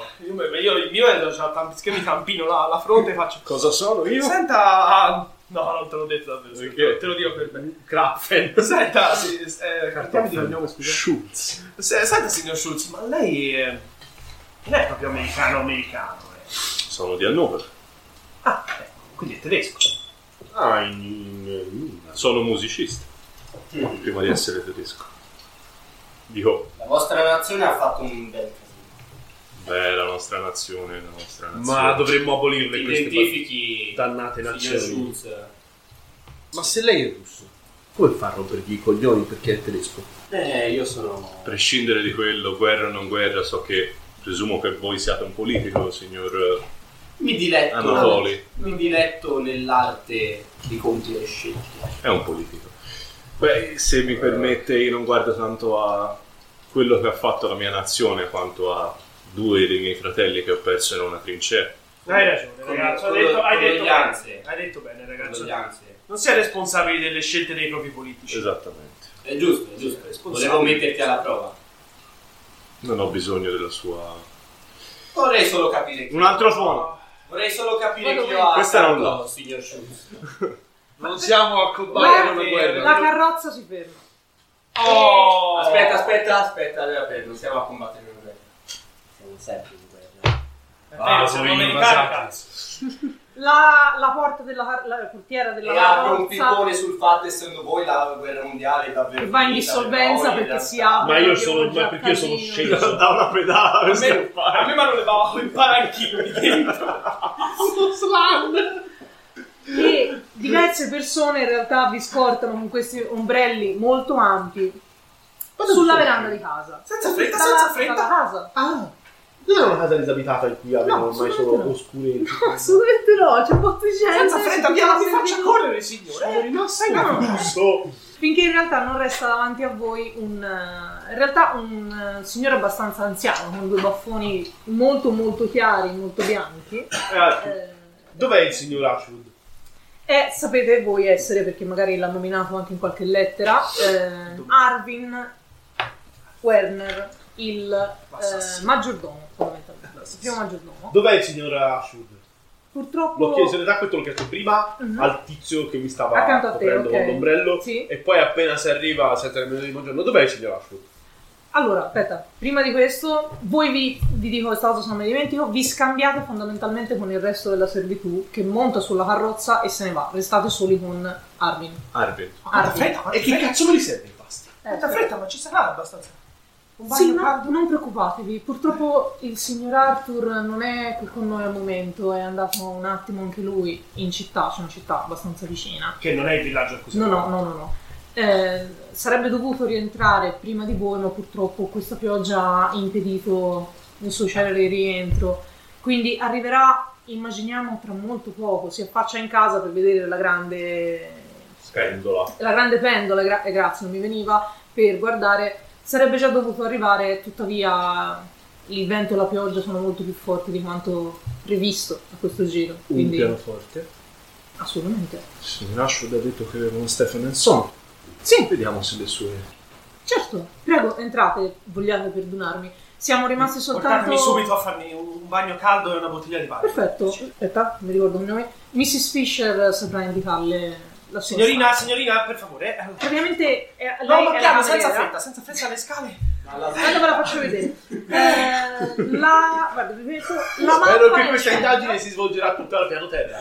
Io il mio è che mi tampino la fronte e faccio. Cosa sono io? Senta. No, non te l'ho detto davvero. Perché? Te lo dico per me. Krapfen. Senta, cambiamo di cognome, scusa. Schulz. Senta, signor Schulz, ma lei non è proprio americano. Sono di Hannover. Ah, quindi è tedesco. Ah, Sono musicista. Prima di essere tedesco. Dico, La vostra nazione ha fatto un bel casino. beh, la nostra nazione. ma dovremmo abolirle queste Identifichi. dannate signor nazioni. Schulz. Ma se lei è russo, come fa a rompergli i coglioni perché è tedesco? Io sono. A prescindere di quello, guerra o non guerra, so che presumo che voi siate un politico, signor Mi diletto. Anatoli. Mi diletto nell'arte di compiere scelte. È un politico. Beh, se mi permette, io non guardo tanto a quello che ha fatto la mia nazione quanto a due dei miei fratelli che ho perso in una trincea. Hai ragione, ragazzo. Hai detto condoglianze. bene. Hai detto bene, ragazzo. Condoglianze. Non si è responsabili delle scelte dei propri politici. Esattamente. È giusto, è giusto. Responsabile. Volevo metterti alla prova. Non ho bisogno della sua... Vorrei solo capire chi. Un altro fono. Vorrei solo capire Quello chi ho questo era un accanto, no. signor Schulz. Non siamo a combattere una guerra. La carrozza si ferma. Oh! Aspetta, non siamo a combattere una guerra. Siamo sempre in guerra. Siamo poverino, americani, basati. cazzo. La porta la portiera della E apre un carrozza pippone sul fatto, essendo voi la guerra mondiale è davvero che va in finita, dissolvenza però in perché realtà- si apre. Ma io abbiamo sono, già ma perché io sono casino. sceso? Da una pedala A per me scappare. mi hanno levato il paranchino di dentro. E diverse persone in realtà vi scortano con questi ombrelli molto ampi sulla veranda di casa. Senza fretta, Dalla- senza fretta. Dalla casa. Ah, non è una casa disabitata in cui abitano ormai solo assolutamente no. oscuretti. Assolutamente no, c'è un po' di gente. Senza fretta, via, non mi faccia correre, signore. Sono rimasto No. chiuso. Finché in realtà non resta davanti a voi un signore abbastanza anziano con due baffoni molto molto chiari, molto bianchi. Dov'è il signor Ashwood? sapete voi essere, perché magari l'ha nominato anche in qualche lettera, Arvin Werner, il maggiordomo, fondamentalmente. Il primo maggiordomo. Dov'è il signor Ashwood? Purtroppo... L'ho chiesto, questo l'ho chiesto prima al tizio che mi stava accanto a te, coprendo con l'ombrello. Sì. E poi appena si arriva, senza nemmeno di buongiorno, dov'è il signor Ashwood? Allora, aspetta, prima di questo, voi vi dico questa cosa, se non mi dimentico, vi scambiate fondamentalmente con il resto della servitù che monta sulla carrozza e se ne va. Restate soli con Arvin. Arvin. E che cazzo me li serve i pasti? Quanta fretta, ma ci sarà abbastanza. Un Sì, bagno caldo? non preoccupatevi, purtroppo il signor Arthur non è qui con noi al momento, è andato un attimo anche lui in città, c'è una città abbastanza vicina. Che non è il villaggio a cui siamo. No. Sarebbe dovuto rientrare prima di voi, ma purtroppo questa pioggia ha impedito il suo celere rientro. Quindi arriverà, immaginiamo, tra molto poco. Si affaccia in casa per vedere la grande Pendola. La grande pendola, grazie, non mi veniva, per guardare. Sarebbe già dovuto arrivare, tuttavia il vento e la pioggia sono molto più forti di quanto previsto a questo giro. Un pianoforte. Assolutamente. Il signor Ashwood ha detto che aveva una Stefan Son. Sì, Vediamo se le sue... certo, prego, entrate, vogliate perdonarmi. Siamo rimasti soltanto... Portatemi subito a farmi un bagno caldo e una bottiglia di pane. Perfetto, aspetta, mi ricordo il nome. Mrs. Fisher saprà indicarle la sua Signorina, per favore. Praticamente lei No, ma è piano, la senza cameriera. fretta le scale. Guarda, ve la faccio vedere. Guarda, vi metto la mappa. Spero che è questa scelta. indagine si svolgerà tutta al piano terra.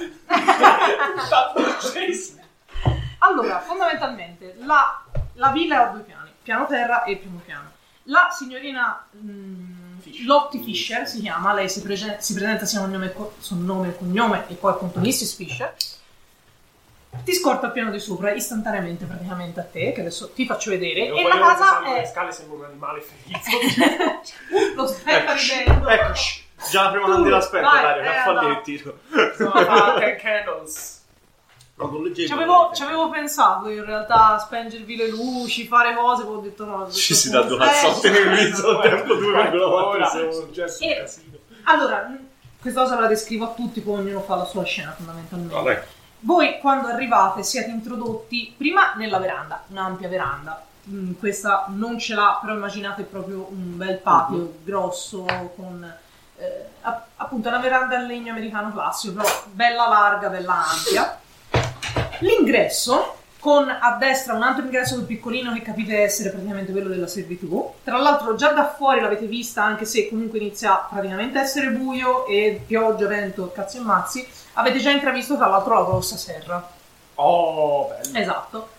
Allora, fondamentalmente, la villa ha 2 piani, piano terra e primo piano. La signorina Lottie Fisher si chiama, lei si presenta sia con nome e cognome e poi appunto Mrs. Fisher. Ti scorta al piano di sopra istantaneamente praticamente a te, che adesso ti faccio vedere. E la casa Le è... scale sembra un animale ferito. Lo aspetta ridendo. Eccoci. Già la prima candela spenta, vai, Dario, che falli il tiro. Candles. Ci avevo pensato in realtà a spengervi le luci, fare cose, poi ho detto no. Ci si dà 2 cazzotti nel viso, tempo 2,4 secondi. Allora, questa cosa ve la descrivo a tutti, poi ognuno fa la sua scena fondamentalmente. Vabbè. Voi quando arrivate siete introdotti prima nella veranda, un'ampia veranda. Questa non ce l'ha, però immaginate proprio un bel patio grosso con appunto una veranda in legno americano classico, però bella larga, bella ampia. L'ingresso con a destra un altro ingresso più piccolino che capite essere praticamente quello della servitù. Tra l'altro già da fuori l'avete vista, anche se comunque inizia praticamente a essere buio e pioggia, vento, cazzi e mazzi. Avete già intravisto tra l'altro la grossa serra. Oh, bello. Esatto.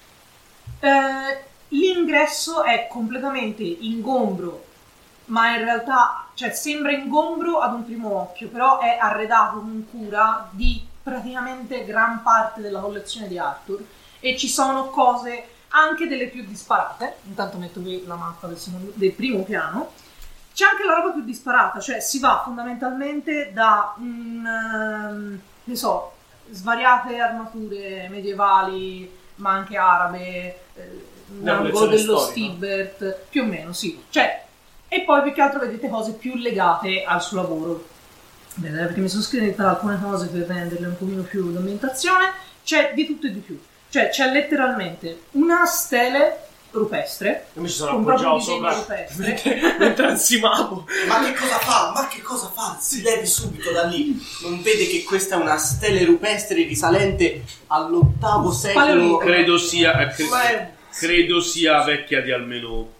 L'ingresso è completamente ingombro, ma in realtà, cioè, sembra ingombro ad un primo occhio, però è arredato con cura di praticamente gran parte della collezione di Arthur e ci sono cose anche delle più disparate. Intanto metto qui la mappa del primo piano. C'è anche la roba più disparata, cioè si va fondamentalmente da ne so, svariate armature medievali ma anche arabe, l'angolo dello Stibert, più o meno, sì. Cioè, e poi più che altro vedete cose più legate al suo lavoro. Bene, perché mi sono scritta alcune cose per renderle un pochino più d'ambientazione. C'è di tutto e di più. Cioè, c'è letteralmente una stele rupestre. Io mi ci sono con proprio appoggiato un disegno sopra rupestre. mentre ansimavo. Ma che cosa fa? Si levi subito da lì. Non vede che questa è una stele rupestre risalente all'8° secolo. Paleolitico. Credo sia vecchia di almeno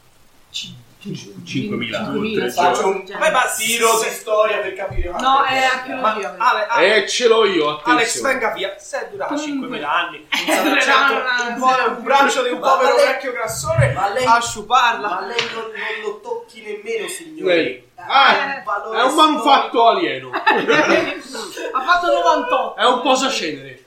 5.000. Faccio un Ma tiro di storia per capire. no, è archeologia. Ce l'ho io, attenzione. Alex, venga via. Se dura Comunque. 5.000 anni, No, un braccio di un povero vecchio grassone Ma lei- a sciuparla. Ma lei non lo tocchi nemmeno, signore. È un manufatto alieno. ha fatto 98. È un posacenere.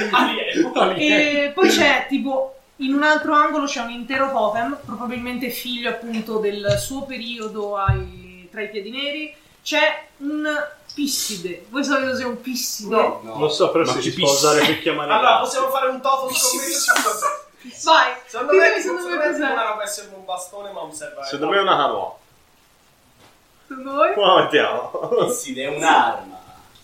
E poi c'è tipo in un altro angolo c'è un intero totem, probabilmente figlio appunto del suo periodo tra i piedi neri. C'è un pisside. Voi sapete cos'è un pisside? No. Non so però se si può usare per chiamare Allora, gatti. possiamo fare un totem scommesso? Vai. Secondo me cos'è? non può essere un bastone, ma un serve. Secondo me è una canoa. Secondo voi? Come la mettiamo? Sì, è un'arma.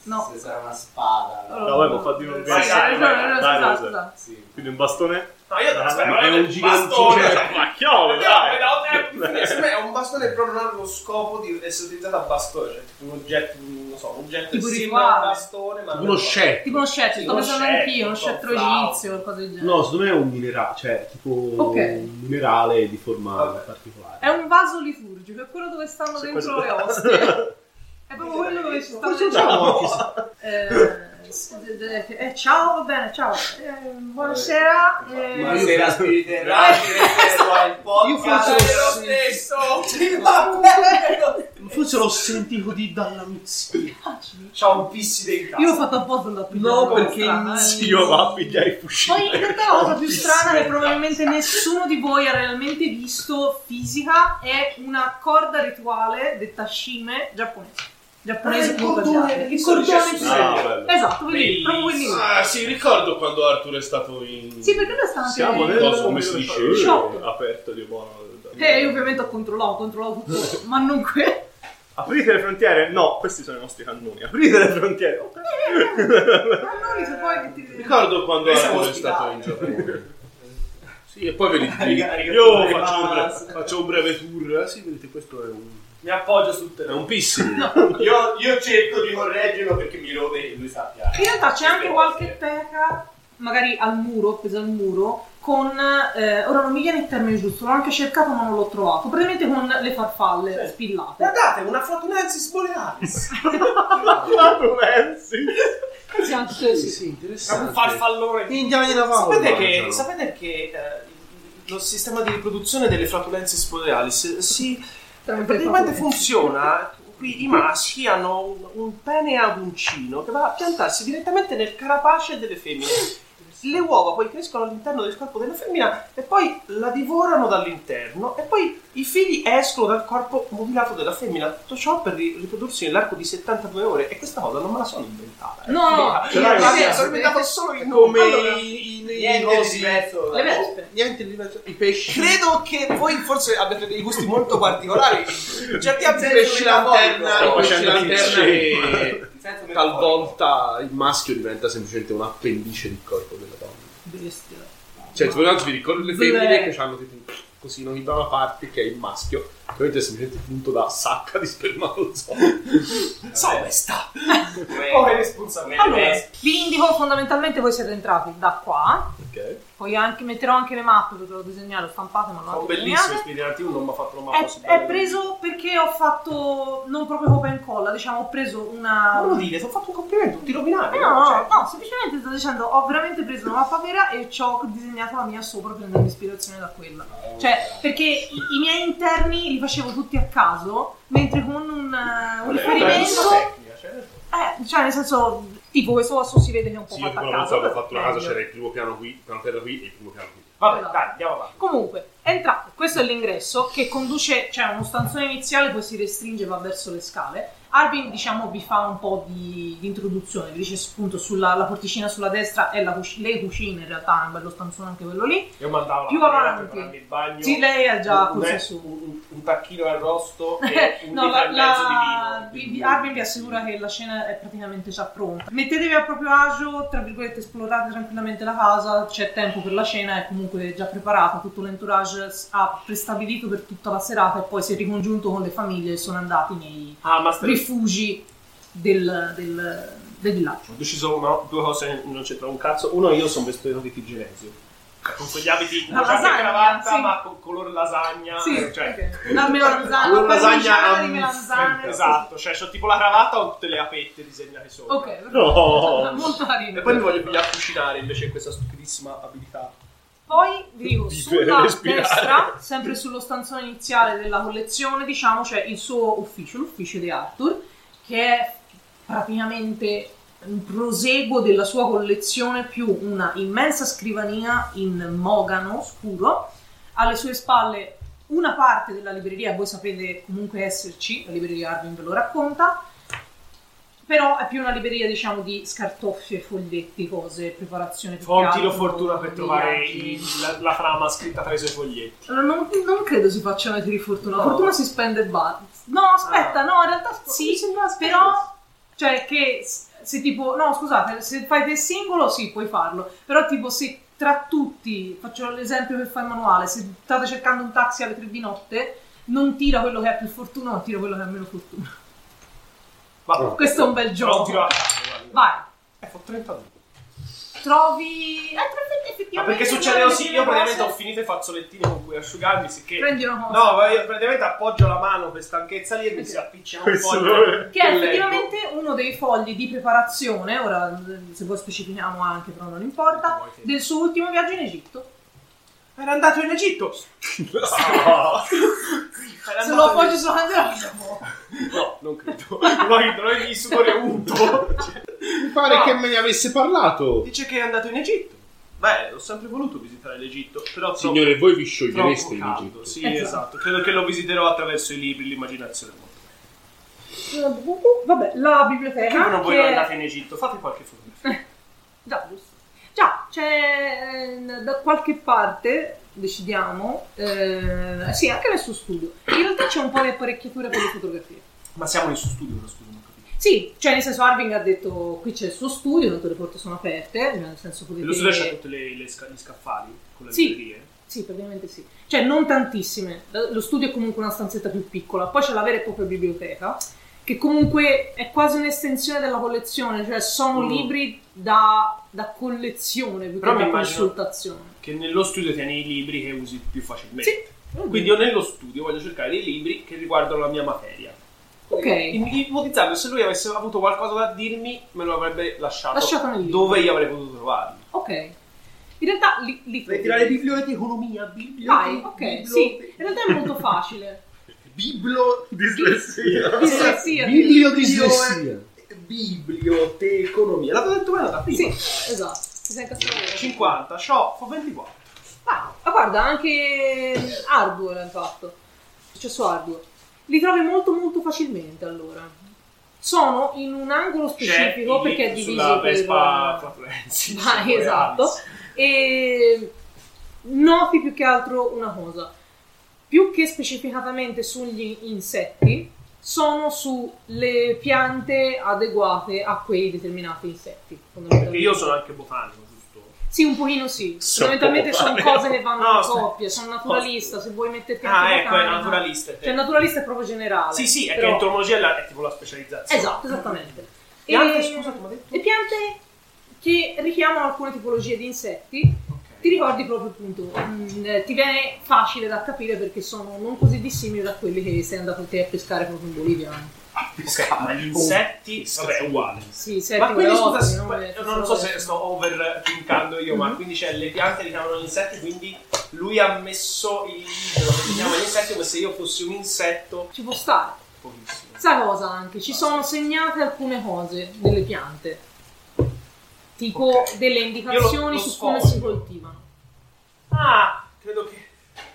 No. Se sarà una spada. No, vai, può far di nuovo. Sì, Dai, esatto. Sì. Quindi un bastone? No, io aspetta, ma è un bastone. Ma chiave, dai! È un bastone proprio non ha lo scopo di essere utilizzato a bastone, cioè tipo un oggetto, non so, un oggetto Tipo simile rituale. a bastone, ma Uno scettro. Tipo uno scettro, sto uno pensando scettro, anch'io, uno scettro egizio, qualcosa del genere. No, secondo me è un minerale, cioè tipo Ok. un minerale di forma Vabbè. particolare. È un vaso liturgico, è quello dove stanno Sì, dentro questo- le ostie. È proprio quello dove ci stanno Forse dentro. facciamo Ciao, va bene, ciao. Buonasera. Buonasera spiriti erranti, rispetto al Io forse podcast. lo È lo stesso. Ci va bene. Forse l'ho sentito di dalla mizia. c'ha un pisside in casa. Io ho fatto apposta da pigliare. No, una cosa perché strana, Io va a pigliare i fucili. Poi in realtà la cosa più strana che probabilmente nessuno di voi ha realmente visto fisica è una corda rituale detta shime giapponese. Giapponese il comunque cordone, asiatico. Il sono cordone successo. sì. Ah, bello. Esatto, quelli, proprio quelli. Ah, sì, ricordo quando Arthur è stato in... Sì, perché noi stiamo Siamo anche... nel, come si dice, Shop. aperto di buono. Io ovviamente ho controllato tutto, ma non quello. Aprite le frontiere? No, questi sono i nostri cannoni. Aprite le frontiere. Ok. Allora, se poi che ti... Ricordo quando Noi siamo Arthur è stato in Giappone. Sì, e poi ve li dico. Io faccio un breve tour. Sì, vedete, questo è un... Mi appoggio sul È telefono. un pissimo. Io cerco di correggerlo perché mi rode e lui sappia. In realtà c'è anche qualche peca, magari al muro, appesa al muro, con... ora non mi viene il termine giusto, l'ho anche cercato ma non l'ho trovato. Praticamente con le farfalle spillate. Guardate, una Flatulensis borealis. Esatto, Sì, sì. sì, È un interessante. farfallone. Indiani da Paolo. Sapete che lo sistema di riproduzione delle Flatulensis borealis praticamente funziona. Qui i maschi hanno un pene aduncino che va a piantarsi direttamente nel carapace delle femmine. Le uova poi crescono all'interno del corpo della femmina e poi la divorano dall'interno e poi i figli escono dal corpo mutilato della femmina. Tutto ciò per riprodursi nell'arco di 72 ore e questa cosa non me la sono inventata. No, Sono inventato solo in Come Allora, Niente di diverso. le vespe. Niente di mezzo. I pesci. credo che voi forse abbiate dei gusti molto particolari. Certi I pesci lanterna. Stiamo I pesci facendo lanterna il che talvolta il maschio diventa semplicemente un appendice del corpo della donna. Bestia. Cioè, tu oggi vi ricordi le Bleh. femmine che hanno tipo così da una parte che è il maschio, ovviamente è semplicemente punto da sacca di spermatozoo. Dove sta? Come Come responsabile. Allora, vi indico fondamentalmente voi siete entrati da qua, Ok. poi metterò anche le mappe perché l'ho disegnato, stampate ma non Sono ho bellissimi, spiriti, uno non mi ha fatto una mappa. è preso perché ho fatto non proprio copia e incolla, diciamo ho preso una... Non lo dire, ti ho fatto un complimento, ti rovinare. No, semplicemente sto dicendo, ho veramente preso una mappa vera e ci ho disegnato la mia sopra prendendo ispirazione da quella. Cioè, perché i miei interni li facevo tutti a caso, mentre con un riferimento... cioè nel senso, tipo questo osso si vede che è un po' Sì, io fatto a quando caso. ho fatto una casa meglio. c'era il primo piano qui, il piano terra qui e il primo piano qui. Vabbè, dai, andiamo avanti. Comunque, entrate, questo è l'ingresso che conduce, cioè uno stanzone iniziale, poi si restringe e va verso le scale. Arvin, diciamo, vi fa un po' di introduzione, vi dice appunto la porticina sulla destra è le cucine, in realtà è un bello stanzone anche quello lì. Io mandavo Più la camera avanti. per farmi il bagno. Sì, lei ha già un, corso su. un tacchino arrosto e un No, litro e mezzo di vino. Arvin vi assicura che la scena è praticamente già pronta. Mettetevi a proprio agio, tra virgolette, esplorate tranquillamente la casa, c'è tempo per la cena, è comunque già preparata, tutto l'entourage ha prestabilito per tutta la serata e poi si è ricongiunto con le famiglie e sono andati nei rifugi del villaggio. Ho deciso due cose non c'entrano un cazzo. Uno, io sono vestito di Tigenesio. Con quegli abiti, La giacca e lasagna, cravatta, sì. ma con colore lasagna. Sì, cioè, ok. La melanzana, Una la lasagna parmigiana di a- melanzane. esatto, cioè c'ho tipo la cravatta o tutte le apette disegnate sopra. Ok, No. molto carino. E poi mi voglio pigliare a cucinare invece questa stupidissima abilità. Poi vi dico, Vivere, sulla respirare. destra, sempre sullo stanzone iniziale della collezione, diciamo, c'è il suo ufficio, l'ufficio di Arthur, che è praticamente un proseguo della sua collezione più una immensa scrivania in mogano scuro. Alle sue spalle una parte della libreria, voi sapete comunque esserci, la libreria Arvin ve lo racconta, però è più una libreria, diciamo, di scartoffie, foglietti, cose, preparazione. più che Fontilo altro fortuna per di trovare viaggi. la trama scritta tra i suoi foglietti. Allora, non credo si facciano i tiri fortuna. La fortuna si spende e basta. No, aspetta, no, in realtà sì, però cioè che se tipo, no scusate, se fai del singolo sì puoi farlo, però tipo se tra tutti, faccio l'esempio che fa il manuale, se state cercando un taxi alle 3 di notte, non tira quello che ha più fortuna, ma tira quello che ha meno fortuna. Questo è un bel gioco. Vai. Fa 32. Trovi... effettivamente... Ma perché succede così? Io praticamente ho finito i fazzolettini con cui asciugarmi, sicché... Prendi una cosa. No, io praticamente appoggio la mano per stanchezza lì e mi si appiccica un Questo foglio. Che è effettivamente uno dei fogli di preparazione, ora se poi specifichiamo anche, però non importa, del suo ultimo viaggio in Egitto. Era andato in Egitto! Se lo appoggi sulla bandiera... No, non credo. Non è il sudore unto. Mi pare che me ne avesse parlato. Dice che è andato in Egitto. Beh, ho sempre voluto visitare l'Egitto, però Signore, voi vi sciogliereste in caldo. Egitto. Sì, esatto. Credo che lo visiterò attraverso i libri, l'immaginazione è molto bella. Vabbè, la biblioteca... Perché non voi non che... andate in Egitto? Fate qualche fotografia. Già, giusto. Già, c'è da qualche parte, decidiamo, sì, anche nel suo studio. In realtà c'è un po' di apparecchiatura per le fotografie. Ma siamo nel suo studio, ora scusa, non capisco. Sì, cioè nel senso Arving ha detto qui c'è il suo studio, tanto le porte sono aperte, nel senso potete... E lo studio c'ha tutti gli scaffali con le Sì. librerie? Sì, praticamente sì. Cioè non tantissime, lo studio è comunque una stanzetta più piccola, poi c'è la vera e propria biblioteca, che comunque è quasi un'estensione della collezione, cioè sono libri da collezione più che Però mi da immagino consultazione. che nello studio tieni i libri che usi più facilmente. Sì. Quindi io nello studio voglio cercare dei libri che riguardano la mia materia. Ok. Ipotizzando se lui avesse avuto qualcosa da dirmi, me lo avrebbe lasciato Lasciato nel libro. dove io avrei potuto trovarlo. Ok. In realtà li biblioteconomia, vai, ok, sì. In realtà è molto facile. Dislessia. Dislessia. Bibliodislessia. Biblioteconomia. L'avevo detto bene da prima. Sì, esatto. Ti sei incastrato. 50, ciò, fa 24. Ma guarda, anche Hardware l'ha fatto. Successo Hardware. Li trovi molto molto facilmente allora. Sono in un angolo specifico perché è diviso sulla per... Vespa Flatulensi. Esatto. E noti più che altro una cosa. Più che specificatamente sugli insetti, sono sulle piante adeguate a quei determinati insetti. Perché io sono anche botanico, giusto? Sì, un pochino sì. Fondamentalmente sono cose che vanno in coppia. Sono naturalista, se vuoi metterti anche ecco, è naturalista. Cioè, naturalista è proprio generale. Sì, sì, è però... che entomologia è tipo la specializzazione. Esatto, esattamente. Piante, scusa, come hai detto? E piante che richiamano alcune tipologie di insetti. Ti ricordi proprio appunto, ti viene facile da capire perché sono non così dissimili da quelli che sei andato te a pescare proprio in Bolivia. Ok, ma gli insetti, vabbè, è uguale. Sì, insetti, Ma quindi veloci, scusa, non so se veloci. sto overthinkando io, ma quindi c'è le piante che chiamano gli insetti, quindi lui ha messo il libro che chiama gli insetti come se io fossi un insetto. Ci può stare. Pochissimo. Sai cosa anche? Ci sono segnate alcune cose delle piante. Tipo delle indicazioni lo su come sfoglio. si coltivano. Ah, credo che...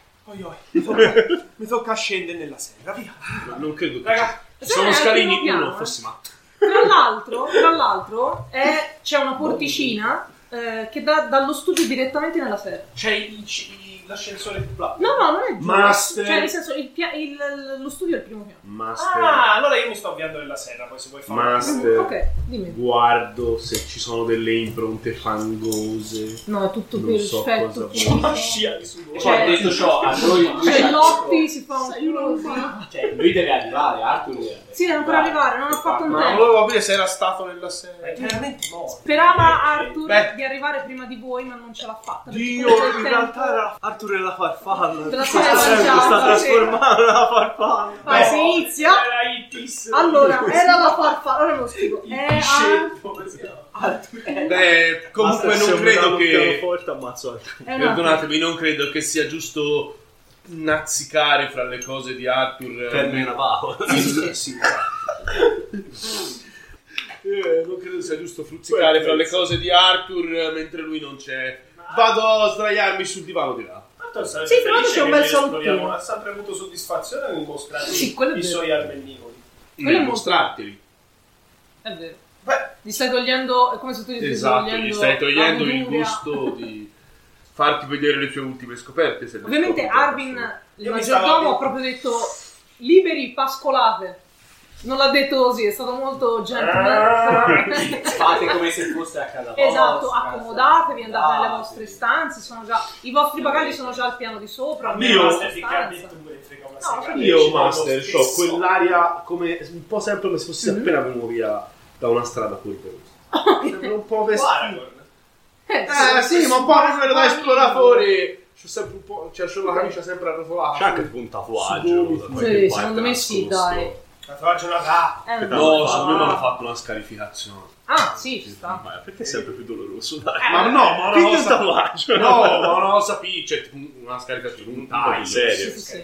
mi tocca scendere nella serra, via. Non credo che Raga, sono al scalini primo piano, uno, fossi matto. Tra l'altro c'è una porticina che dà dallo studio direttamente nella serra. c'è l'ascensore più là. No, non è giù. Master. Cioè, nel senso, lo studio è il primo piano. Master, Ah, allora io mi sto avviando nella serra, poi se vuoi fare... Master. Ok, dimmi. Guardo se ci sono delle impronte fangose. No, è tutto Non so perfetto. cosa pulito. Una scia di sudore. Cioè, detto ciò, a noi lui Cioè, ci- Lotti si fa un culo così. cioè, lui deve arrivare, Arthur deve Sì, deve ancora arrivare, non ha fatto un Ma non tempo. volevo capire se era stato nella serra. È chiaramente morto. Sperava Arthur Beh. di arrivare prima di voi, ma non ce l'ha fatta. perché Dio, comunque il in tempo- realtà era Arthur era la farfalla. Te la Sto sei lanciata, sta sì. trasformando nella farfalla. Vai, si inizia. Era Itis. Allora, era la farfalla. Ora lo scrivo. Il È piscetto. Arthur. Beh, comunque non credo che... forte ammazzo è una- Perdonatemi, non credo che sia giusto nazzicare fra le cose di Arthur. Navajo. Sì. Non credo sia giusto fruzzicare fra le cose di Arthur mentre lui non c'è. Vado a sdraiarmi sul divano di là. Arthur sarebbe Sì, tra l'altro felice c'è un che bel noi esploriamo. salottino. Ha sempre avuto soddisfazione nel mostrare Sì, quello è i vero. suoi armellivoli. Quello è Nel molto- mostrarteli. È vero. Beh, Gli stai togliendo. È come se tu gli stessi Esatto, togliendo. gli stai togliendo la il goduria. gusto di farti vedere le tue ultime scoperte. Se le Ovviamente scopri, Arvin, il Io mi maggiordomo, stavo- ha proprio detto: liberi, pascolate. Non l'ha detto così, è stato molto gentleman. Fate come se fosse a casa vostra. Esatto, accomodatevi, andate nelle vostre stanze, i vostri bagagli sono già al piano di sopra. Io- Io, Master, ho quell'aria come un po' sempre come se fossi appena venuto via da una strada fuori. Sembra un po' vestito. Sì, ma un po' come da esploratore. C'ho sempre un po'. Cioè, c'ho la camicia sempre arrotolata. C'è anche un tatuaggio. Sì, secondo me sì, dai. Tatuaggio una gatta. No, secondo me mi hanno fatto una scarificazione. Ah, sì, ci sta. Ma perché è sempre più doloroso? Dai. Ma no, ma Quindi una un cosa... tatuaggio. No, ma una cosa cioè tipo una scaricazione, un taglio. serio. Sì.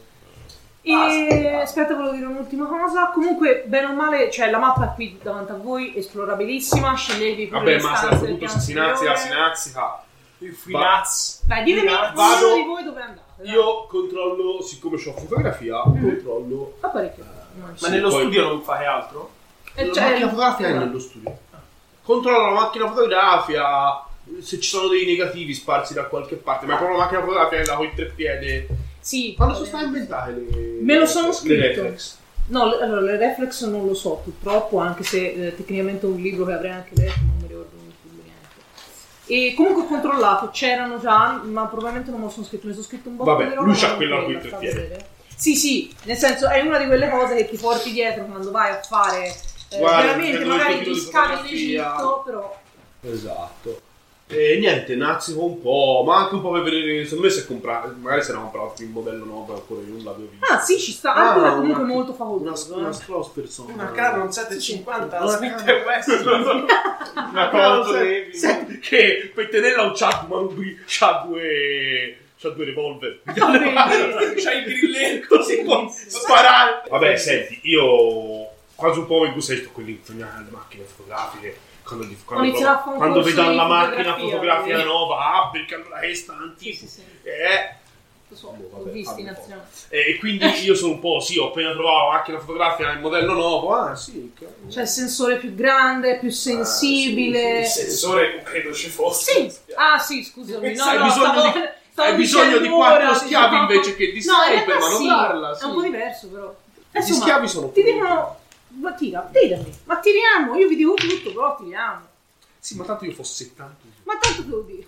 E aspetta, volevo dire un'ultima cosa. Comunque, bene o male, cioè la mappa è qui davanti a voi, esplorabilissima. Sceglievi pure Vabbè, le ma se stanze del appunto piano sinazzica. Il finaz. Vai, ditemi Vado. uno di voi dove andate. dai. Io controllo, siccome ho fotografia, controllo. Apparecchio. Ma nello studio non fate altro? E La cioè, macchina fotografica è nello studio. Controllo la macchina fotografica, se ci sono dei negativi sparsi da qualche parte, ma proprio la macchina fotografica è là con il treppiede. sì. Quando sono state inventate le... Me lo sono le scritto. reflex? No, allora le reflex non lo so purtroppo, anche se tecnicamente è un libro che avrei anche letto, non mi ricordo più niente. E comunque ho controllato, c'erano già, ma probabilmente non me lo sono scritto, mi sono scritto un po' Vabbè, di roba. lui c'ha non quella quella, qui per sta a piede. vedere. Sì, nel senso è una di quelle cose che ti porti dietro quando vai a fare Guarda, veramente prendo magari il gli titolo di scavi in fotografia. Egitto, però... Esatto. E niente, nazzico un po', ma anche un po' per vedere, secondo me se comprare, magari se ne comprato il modello nuovo, ancora io non l'avevo visto. Ah sì, ci sta, anche Ah, comunque una- molto Una favoloso. Cross persona. Una Canon 750 Una Smith Canon. Wesson. Una cosa che per tenerla un chat, ma lui c'ha due revolver. C'hai il grilletto. Si può sparare. Vabbè, senti, io quasi un po' mi gusto sto quelli che le macchine fotografiche. Ho iniziato a fare un Quando corso vedo di la macchina fotografia, fotografia quindi. nuova, perché allora è sta antica. Sì. Lo so, Vabbè, l'ho visto in fammi un po'. azione. E quindi io sono un po', sì, ho appena trovato la macchina fotografica nel modello nuovo. Ah, sì, C'è il sensore più grande, più sensibile. Il sensore non credo ci fosse. Sì. Ah sì, scusami. No, Hai no, bisogno stavo- di- stavo hai bisogno di dicendo 4 ora, schiavi diciamo. invece che di No, in 6 per realtà sì, manovrarla. è un po' diverso però. Gli Insomma, schiavi sono ti pure- dicono, ma tirami, ma tiriamo, io vi dico tutto, però tiriamo. Sì, ma tanto io fossi 70. Ma tanto te lo dico.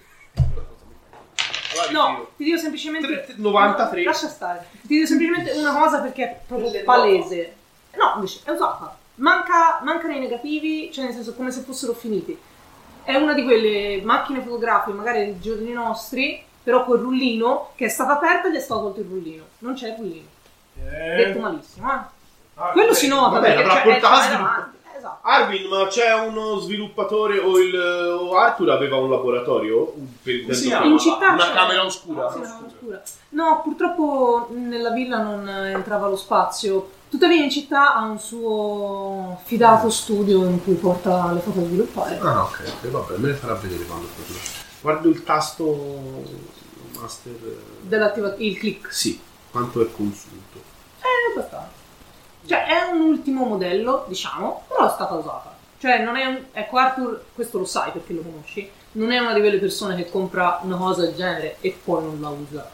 Allora, No, ritiro. ti dico semplicemente 93. No, lascia stare. Ti dico semplicemente una cosa perché è proprio Quelle palese. No, invece è usata. Mancano i negativi, cioè nel senso come se fossero finiti. È una di quelle macchine fotografiche, magari dei giorni nostri, però col rullino che è stata aperta e gli è stato tolto il rullino. Non c'è il rullino. Detto malissimo, Quello si nota vabbè, perché l'avrà cioè, portato è a sviluppare. davanti. Esatto. Arvin, ma c'è uno sviluppatore o Arthur aveva un laboratorio? Sì, In città una c'è- camera oscura? Sì, una camera oscura. No, purtroppo nella villa non entrava lo spazio. Tuttavia in città ha un suo fidato studio in cui porta le foto da sviluppare. Ah, ok, vabbè, me le farà vedere quando torno. Guardo il tasto master. Il click. Sì, quanto è consunto. Abbastanza. Cioè è un ultimo modello, diciamo, però è stata usata. Cioè non è un... Ecco Arthur, questo lo sai perché lo conosci, non è una di quelle persone che compra una cosa del genere e poi non la usa.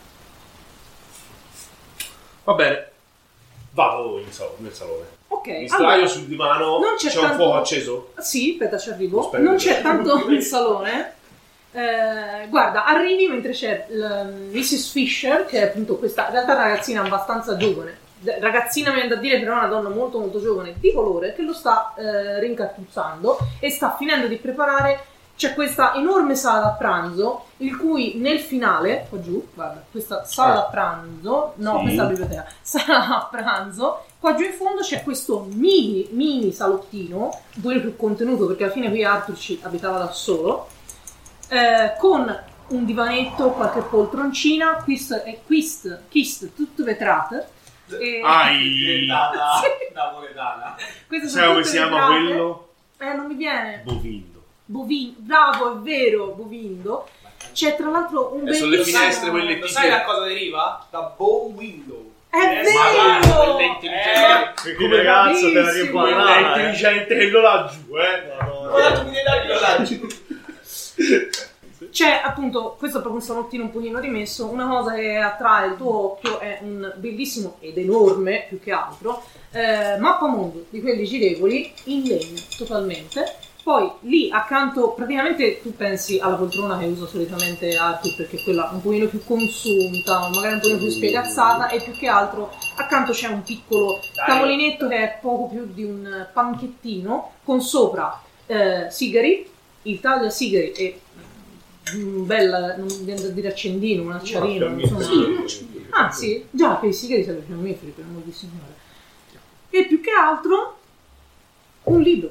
Va bene, vado nel salone. Ok, Mi sdraio sul divano, non c'è c'è un tanto- fuoco acceso? Sì, aspetta, ci arrivo. Aspetta. Non c'è tanto nel salone. Guarda, arrivi mentre c'è Mrs. Fisher, che è appunto questa, in realtà una ragazzina abbastanza giovane. Ragazzina mi viene da dire, però è una donna molto molto giovane, di colore, che lo sta rincartuzzando e sta finendo di preparare. C'è questa enorme sala da pranzo, il cui nel finale, qua giù, guarda, questa sala da pranzo, no, Sì. questa è la biblioteca, sala da pranzo, qua giù in fondo c'è questo mini salottino, pure più contenuto perché alla fine qui Arthur ci abitava da solo, con un divanetto, qualche poltroncina, kist tutto vetrato. E... Diventata Sì. napoletana. Queste Sai sono come tutte si chiama vetrate. quello? Non mi viene. Bovindo. Bravo, è vero, bovindo. C'è tra l'altro un Sono le bellissimo... finestre quelle Lo tipiche. sai da cosa deriva? Da bow window. È Ma vero! quella intelligente. Come ragazzo te la bravissimo. riempolare. Quella è intelligente che lo laggiù, Guarda, tu mi devi dare quello là. Sì. C'è appunto, questo è proprio un salottino un pochino rimesso, una cosa che attrae il tuo occhio è un bellissimo ed enorme, più che altro, mappamondo di quelli girevoli in legno totalmente. Poi lì accanto, praticamente tu pensi alla poltrona che uso solitamente Arthur, perché è quella un pochino più consunta, magari un pochino più spiegazzata, e più che altro accanto c'è un piccolo tavolinetto che è poco più di un panchettino con sopra sigari, il taglio sigari e un bel, non viene da dire accendino, un acciarino, insomma. Ah sì, già per i sigari serve più mammiferi, per amor di signore. E più che altro un libro.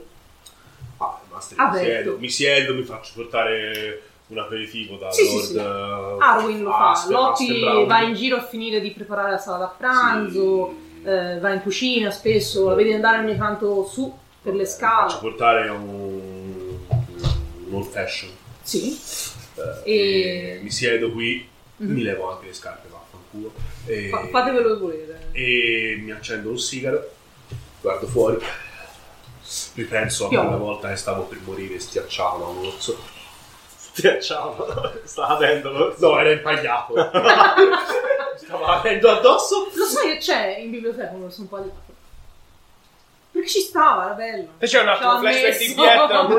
Mi siedo, mi faccio portare un aperitivo da Lord. Arwen lo fa. Lotti Brown. va in giro a finire di preparare la sala da pranzo, va in cucina spesso, la vedi andare ogni tanto su per le scale. Faccio portare un old fashion. Sì. E mi siedo qui, mi levo anche le scarpe, vaffanculo. Fate quello che volete. E mi accendo un sigaro, guardo fuori. Ripenso a quella volta che stavo per morire stiacciato da un orso. Stiacciato? Stava avendo l'orso? No, era impagliato. Stava avendo addosso. Lo sai che c'è in biblioteca un orso impagliato? Perché ci stava, era bello. E c'è un attimo flashback di Vietnam.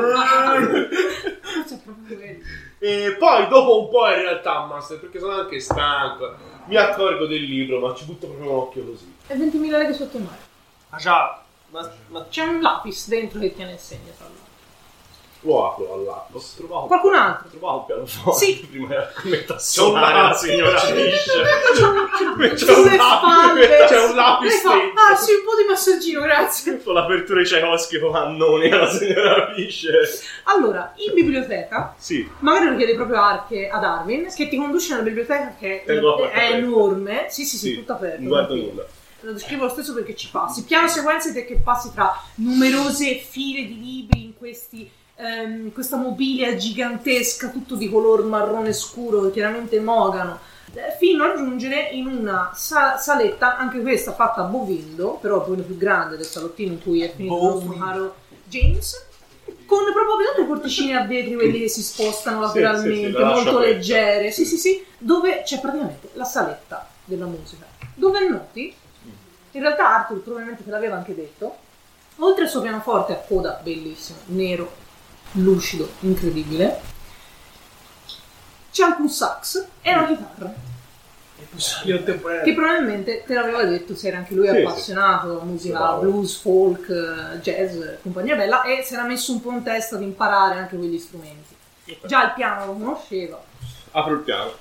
C'è proprio quello. E poi dopo un po' in realtà, Master, perché sono anche stanco, mi accorgo del libro, ma ci butto proprio un occhio così. È 20.000 leghe sotto il mare. Ah già, ma C'è un lapis dentro che tiene il segno, tra l'altro. Lo apro all'atto. Qualcun altro? Trovavo un pianoforte Sì. prima era metta a suonare la signora Fish. Sulle spalle. C'è un lapis Lei fa, dentro. ah sì, un po' di massaggino, grazie. Con l'apertura di Tchaikovsky con Annoni alla signora Fish. Allora, in biblioteca, Sì. magari lo chiede proprio ad Arvin, che ti conduce nella biblioteca che Tengo la porta è aperta. enorme. Sì, tutta aperta. Non guardo tranquillo. nulla. Lo descrivo lo stesso perché ci passi. Piano sequenze te che passi tra numerose file di libri in questa mobilia gigantesca, tutto di color marrone scuro, che chiaramente mogano, fino a giungere in una saletta, anche questa fatta a bovindo, però poi più grande del salottino in cui è finito il nostro caro James, con proprio vedete le porticine a vetri, quelli che si spostano lateralmente, la lascio molto aperta. leggere, sì, dove c'è praticamente la saletta della musica, dove noti, in realtà Arthur probabilmente te l'aveva anche detto, oltre al suo pianoforte a coda bellissimo, nero, lucido, incredibile, c'è anche un sax e una chitarra che probabilmente te l'aveva detto, se era anche lui appassionato a musica blues, folk, jazz, compagnia bella, e si era messo un po' in testa di imparare anche quegli strumenti. Già il piano lo conosceva. Apro il piano.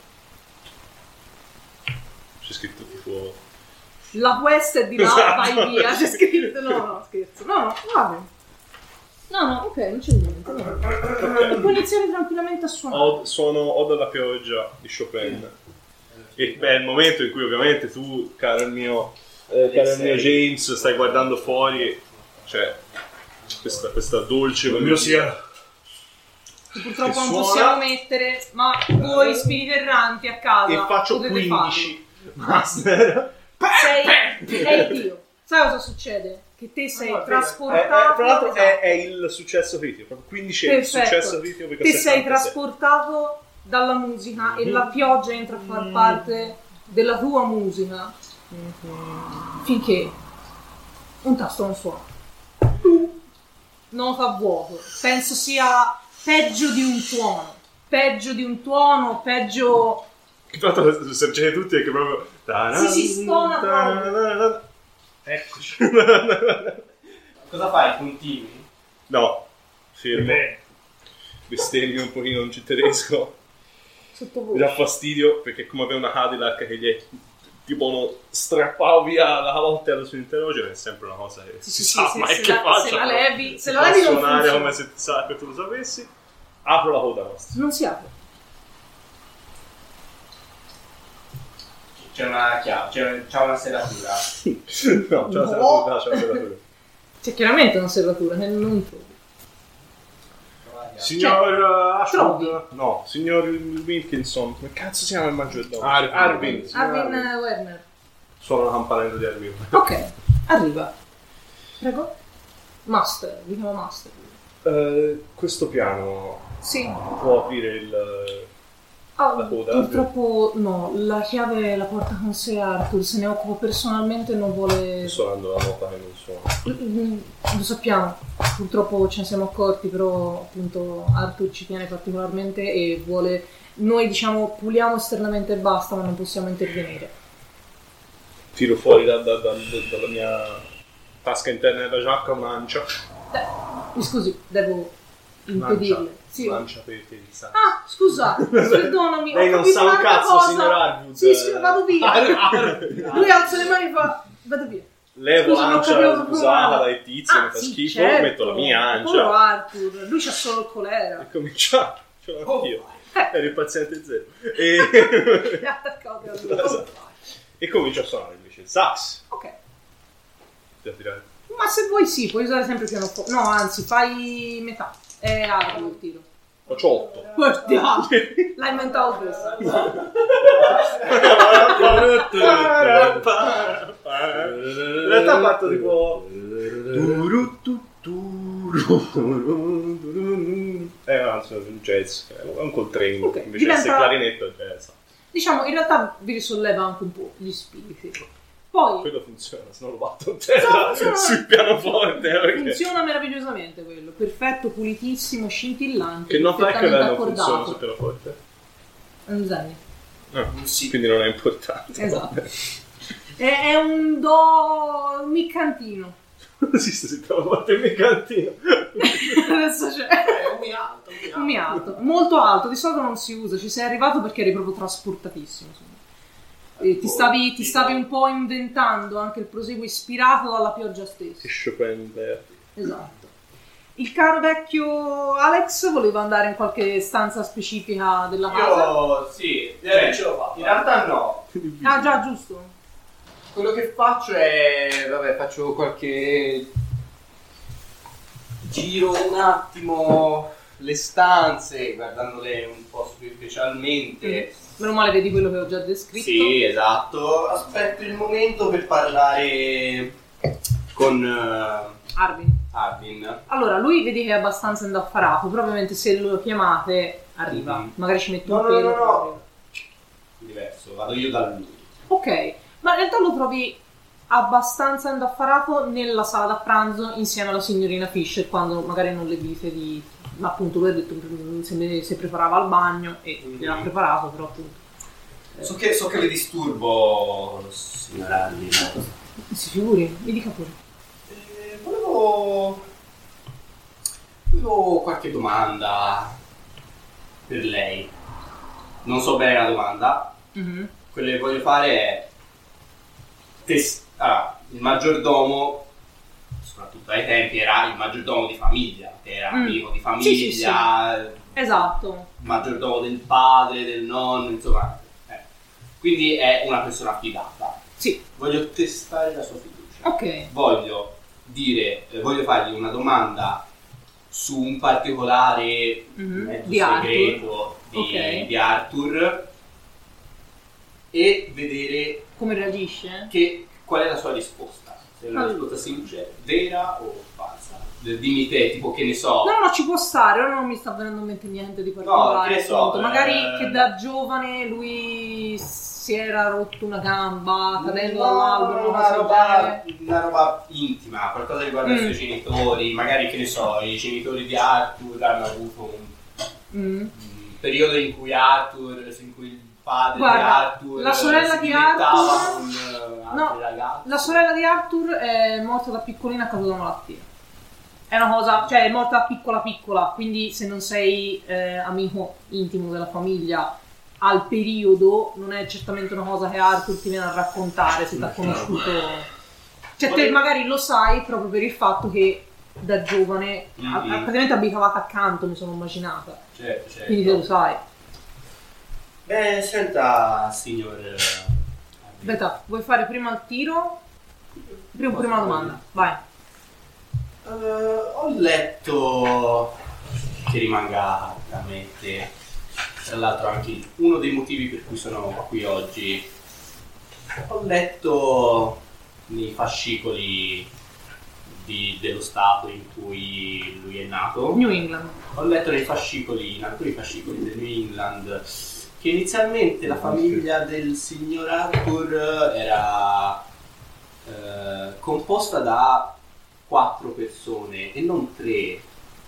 C'è scritto tipo La quest è di là, Esatto. vai via, c'è scritto. No, scherzo. No, va bene. No, ok, non c'è niente. No. Puoi iniziare tranquillamente a suonare. suono Oda alla pioggia di Chopin. E beh, è il momento in cui ovviamente tu, caro il mio James, stai guardando fuori, cioè questa dolce Il mio sia. Purtroppo che non suona. possiamo mettere, ma voi spiriti erranti a casa e faccio potete 15 master. sei Dio. Sai cosa succede? Che te sei no, trasportato. Tra l'altro esatto. è il successo critico, proprio 15 è il Perfetto. successo critico perché Te ho sei 77. trasportato dalla musica e la pioggia entra a far parte della tua musica finché un tasto non suona. Nota vuoto. Penso sia peggio di un tuono. Peggio. Tra l'altro lo sergete tutti perché proprio Sì, stona proprio. eccoci. Cosa fai? Continui? No, fermo. Bestemmio un pochino in tedesco. Mi Sottovoce. dà fastidio perché come aveva una Cadillac che gli è tipo strappavo via la volta allo suo interrogeno, è sempre una cosa che si sa mai che faccia. Se la levi si non fa suonare funziona. come se che tu lo sapessi. Apro la coda nostra. Non si apre. C'è una chiave, c'è una serratura. No, c'è la No. serratura, c'è la serratura. C'è chiaramente una serratura che non trovi. Signor trovi. Ashwood? No, signor Wilkinson. Come cazzo si chiama il maggiordomo? Arvin. Signor Arvin Werner. Suona la campanella di Arvin. Ok, arriva. Prego. Master, vi chiamo Master. Questo piano Sì. Può aprire la coda? Purtroppo no, la chiave la porta con sé Arthur, se ne occupa personalmente e non vuole... Sto suonando la nota che non suona. Lo sappiamo, purtroppo ce ne siamo accorti, però appunto Arthur ci tiene particolarmente e vuole... Noi diciamo puliamo esternamente e basta, ma non possiamo intervenire. Tiro fuori dalla mia tasca interna della giacca un'ancia. Mi scusi, devo impedirle. Sì. Lancia per te. Ah, scusa, perdonami. Lei ho non capito sa un un'altra cazzo, cosa. signor Harwood. Sì, vado via. Lui alza le mani e fa, vado via. Levo Scusa, non l'ancia capivo proprio usata male. dai tizi, mi fa sì, schifo, certo. metto la mia Povero ancia Arthur, lui c'ha solo il colera. e cominciamo. Ce l'ho anch'io. Ero il paziente zero. Mi ha attaccato a lui. E comincio a suonare invece il sax. Ok. Da tirare. Ma se vuoi sì, puoi usare sempre il pianoforte. No, anzi, fai metà. È Arthur il tiro. Faccio 8. Guardiamo. L'hai inventato questo. In realtà parto tipo un jazz, è un coltrane, Ok, invece diventa- se clarinetto è jazz. Diciamo, in realtà vi risolleva anche un po' gli spiriti. Poi Quello funziona, se no lo batto a terra funziona. sul pianoforte perché... funziona meravigliosamente quello. Perfetto, pulitissimo, scintillante. Che nota è che perfettamente non funziona accordato. sul pianoforte? Un segno. Sì. Quindi non è importante. Esatto. È un do miccantino. Non esiste se pianoforte il mercantino. Adesso c'è È un mi alto. un mi alto, molto alto. Di solito non si usa. Ci sei arrivato perché eri proprio trasportatissimo. Insomma. E ti stavi un po' inventando anche il proseguo ispirato dalla pioggia stessa. Che Chopin verde. Esatto. Il caro vecchio Alex voleva andare in qualche stanza specifica della casa. Io sì, ce l'ho fatta. In realtà no. Ah già, giusto. Quello che faccio è, vabbè, faccio qualche giro un attimo le stanze, guardandole un po' superficialmente. Meno male vedi quello che ho già descritto. Sì, esatto. Aspetto il momento per parlare con Arvin. Allora, lui vedi che è abbastanza indaffarato, probabilmente se lo chiamate arriva. Mhm. Magari ci metti No, un no, pelo. no, no. però arriva. Diverso, vado io da lui. Ok, ma in realtà lo trovi abbastanza indaffarato nella sala da pranzo insieme alla signorina Fisher, quando magari non le dite di... Ma appunto lui ha detto se preparava al bagno e gliel'ha preparato, però appunto... So che le disturbo, signora Arvin. Si figuri, mi dica pure. Volevo qualche domanda per lei. Non so bene la domanda. Mhm. Quello che voglio fare è il maggiordomo, soprattutto ai tempi, era il maggiordomo di famiglia, che era amico di famiglia, Sì. Esatto. il maggiordomo del padre, del nonno, insomma. Quindi è una persona affidata. Sì, Voglio testare la sua fiducia. ok. Voglio fargli una domanda su un particolare mezzo Di Arthur. segreto Ok. di Arthur e vedere Come reagisce? qual è la sua risposta. Se la risposta sincera, vera o falsa. Dimmi te, tipo, che ne so. No, ci può stare, ora non mi sta venendo in mente niente di particolare. che ne so, appunto. Magari che da giovane lui si era rotto una gamba cadendo dall'albero, una roba intima, qualcosa riguardo ai suoi genitori, magari, che ne so, i genitori di Arthur hanno avuto un periodo in cui il padre Guarda, di Arthur la sorella si di dilettava Arthur- con altri No, ragazzi. la sorella di Arthur è morta da piccolina a causa di una malattia. È una cosa, cioè è morta piccola, quindi se non sei amico intimo della famiglia al periodo, non è certamente una cosa che Arthur ti viene a raccontare se ti ha conosciuto. Cioè te magari lo sai proprio per il fatto che da giovane praticamente abitavate accanto, mi sono immaginata. Certo. Quindi te lo sai. Beh, senta, signor. Aspetta, vuoi fare prima il tiro? Prima la domanda, vai. Ho letto che rimanga a mente, tra l'altro anche uno dei motivi per cui sono qui oggi. Ho letto nei fascicoli dello stato in cui lui è nato. New England. Ho letto in alcuni fascicoli del New England che inizialmente la famiglia del signor Arthur era composta da 4 persone e non 3.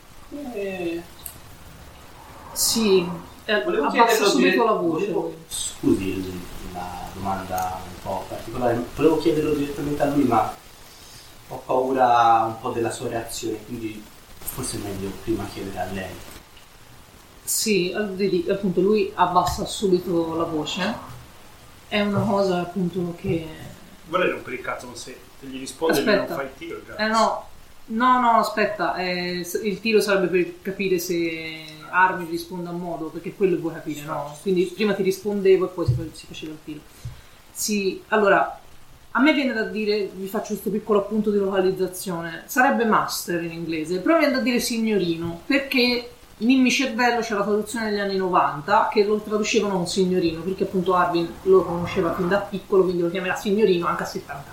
Sì, Volevo abbassa chiederlo subito la voce. Scusi la domanda un po' particolare, volevo chiederlo direttamente a lui, ma ho paura un po' della sua reazione, quindi forse è meglio prima chiedere a lei. Sì, vedi, appunto lui abbassa subito la voce. È una cosa appunto che... Vorrei rompere il cazzo, se gli risponde lui non fa il tiro già. No, aspetta, il tiro sarebbe per capire se Armin risponde a modo, perché quello vuoi capire, no? Quindi prima ti rispondevo e poi si faceva il tiro. Sì, allora, a me viene da dire, vi faccio questo piccolo appunto di localizzazione, sarebbe master in inglese, però viene da dire signorino, perché nel mio cervello c'è la traduzione degli anni 90 che lo traducevano un signorino, perché appunto Armin lo conosceva fin da piccolo, quindi lo chiamerà signorino anche a 70 anni.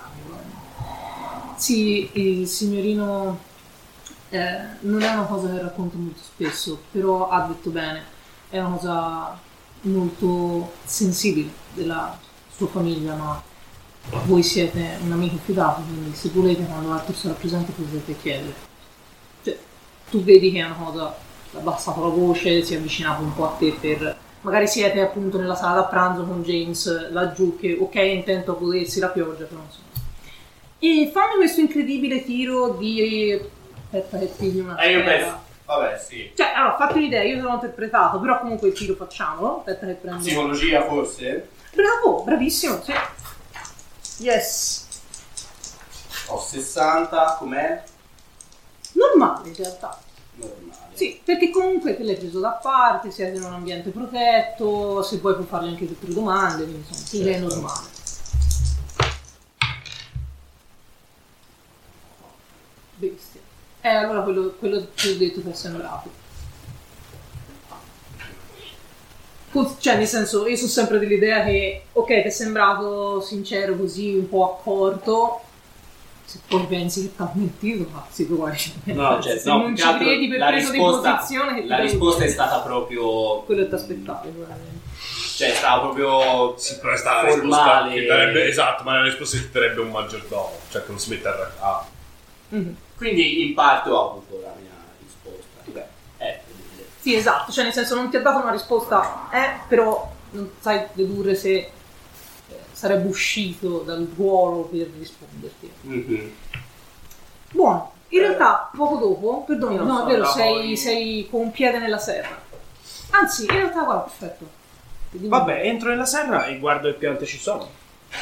Sì, il signorino non è una cosa che racconto molto spesso, però ha detto bene, è una cosa molto sensibile della sua famiglia, ma voi siete un amico fidato, quindi se volete quando l'altro sarà presente potete chiedere. Cioè, tu vedi che è una cosa, ha abbassato la voce, si è avvicinato un po' a te per... Magari siete appunto nella sala da pranzo con James laggiù che ok è intento a godersi la pioggia, però insomma. E fammi questo incredibile tiro di... Aspetta che piglio una Io terra. penso... Vabbè, sì. Cioè, allora, fatti un'idea, io sono interpretato, però comunque il tiro facciamolo. Aspetta che prendo... Psicologia forse? Bravo, bravissimo, sì. Yes. Ho 60, com'è? Normale in realtà. Normale. Sì, perché comunque te l'hai preso da parte, siete in un ambiente protetto, se vuoi puoi fargli anche tutte le domande, quindi insomma, è normale. Bestia. Allora quello che ho detto ti è sembrato. Cioè, nel senso, io sono sempre dell'idea che, ok, ti è sembrato sincero così, un po' accorto, se poi pensi che ti ha mentito, cazzi, probabilmente. No, cioè, se no, non più ci che altro credi per la preso di risposta- posizione che ti La devo risposta è dire. stata proprio... Quello che ti aspettavi, probabilmente. Cioè, stava proprio... Sì, però è stata la risposta formale. che darebbe, esatto, ma è una risposta che darebbe un maggiordomo, cioè che non si mette a Mhm. Quindi in parte ho avuto la mia risposta. Beh, Sì, esatto, cioè nel senso non ti ha dato una risposta, però non sai dedurre se sarebbe uscito dal ruolo per risponderti. mhm. Buono, in realtà poco dopo, perdoni, non no so, è vero, no, sei con un piede nella serra. Anzi, in realtà guarda, perfetto. Vabbè, entro nella serra e guardo che piante ci sono.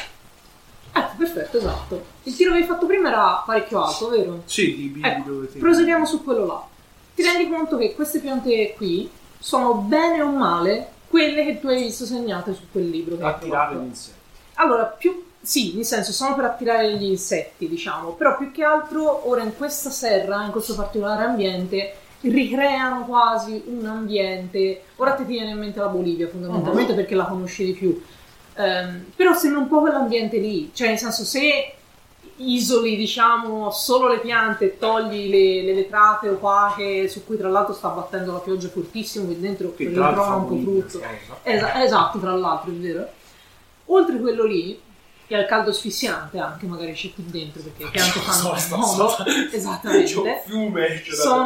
Perfetto, esatto. Il tiro che hai fatto prima era parecchio alto, vero? Sì, di Ecco, dove ti... proseguiamo su quello là. Ti rendi conto che queste piante qui sono bene o male quelle che tu hai visto segnate su quel libro che hai attirare trovato. gli insetti. Allora, sì, nel senso sono per attirare gli insetti, diciamo, però più che altro ora in questa serra, in questo particolare ambiente, ricreano quasi un ambiente. Ora ti viene in mente la Bolivia fondamentalmente perché la conosci di più. Però sembra un po' quell'ambiente lì, cioè nel senso se isoli diciamo solo le piante e togli le vetrate opache su cui tra l'altro sta battendo la pioggia fortissimo, qui dentro Che tra l'altro ritrova fa un po' Bolivia, frutto. cosa. Esatto, tra l'altro, è vero. Oltre quello lì, che ha il caldo asfissiante anche, magari c'è qui dentro perché le piante fanno modo. C'è un Esattamente. fiume.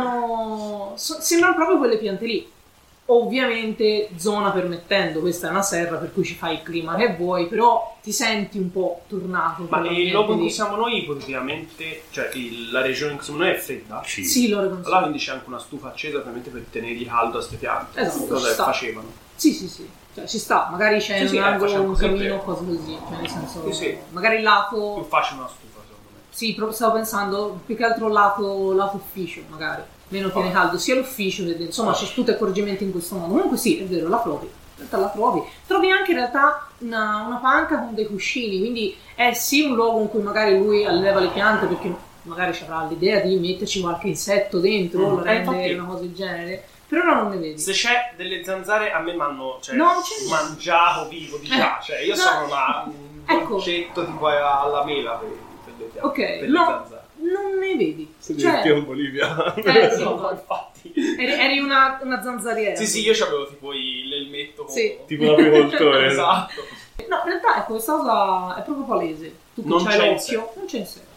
Sembrano proprio quelle piante lì. Ovviamente zona permettendo, questa è una serra per cui ci fai il clima che vuoi, però ti senti un po' tornato. Ma il luogo in cui lì. siamo noi ipoteticamente, cioè la regione in cui siamo noi è fredda? Sì, lo riconosco. Allora quindi c'è anche una stufa accesa ovviamente per tenergli caldo a queste piante. Esatto, Cosa ci che sta. facevano? Sì. Cioè, ci sta, magari c'è Sì, un sì, angolo, facciamo un così, camino, ok. cose così. Cioè, nel senso, Sì. magari Più lato. facile una stufa secondo me. Sì, proprio stavo pensando più che altro lato ufficio, magari. Meno tiene caldo, sia l'ufficio che dentro. Insomma, c'è tutti accorgimenti in questo modo. Comunque sì, è vero, la trovi. In realtà la trovi. Trovi anche in realtà una panca con dei cuscini, quindi è sì un luogo in cui magari lui alleva le piante perché magari ci avrà l'idea di metterci qualche insetto dentro, lo rende infatti. una cosa del genere. Per ora non ne vedi. Se c'è delle zanzare a me mi hanno No, non c'è niente. mangiato vivo di già, cioè io no, sono un ecco. concetto tipo alla mela per le piante, Ok, per le no, zanzare. non ne vedi. Se Cioè- divertivo in Bolivia. Sì, infatti. eri una zanzariera. Sì, io c'avevo tipo l'elmetto con... Sì. Tipo l'apicoltore. Esatto. No, in realtà ecco, questa cosa è proprio palese. Tu che Non c'hai c'è in l'occhio, non c'è in sé.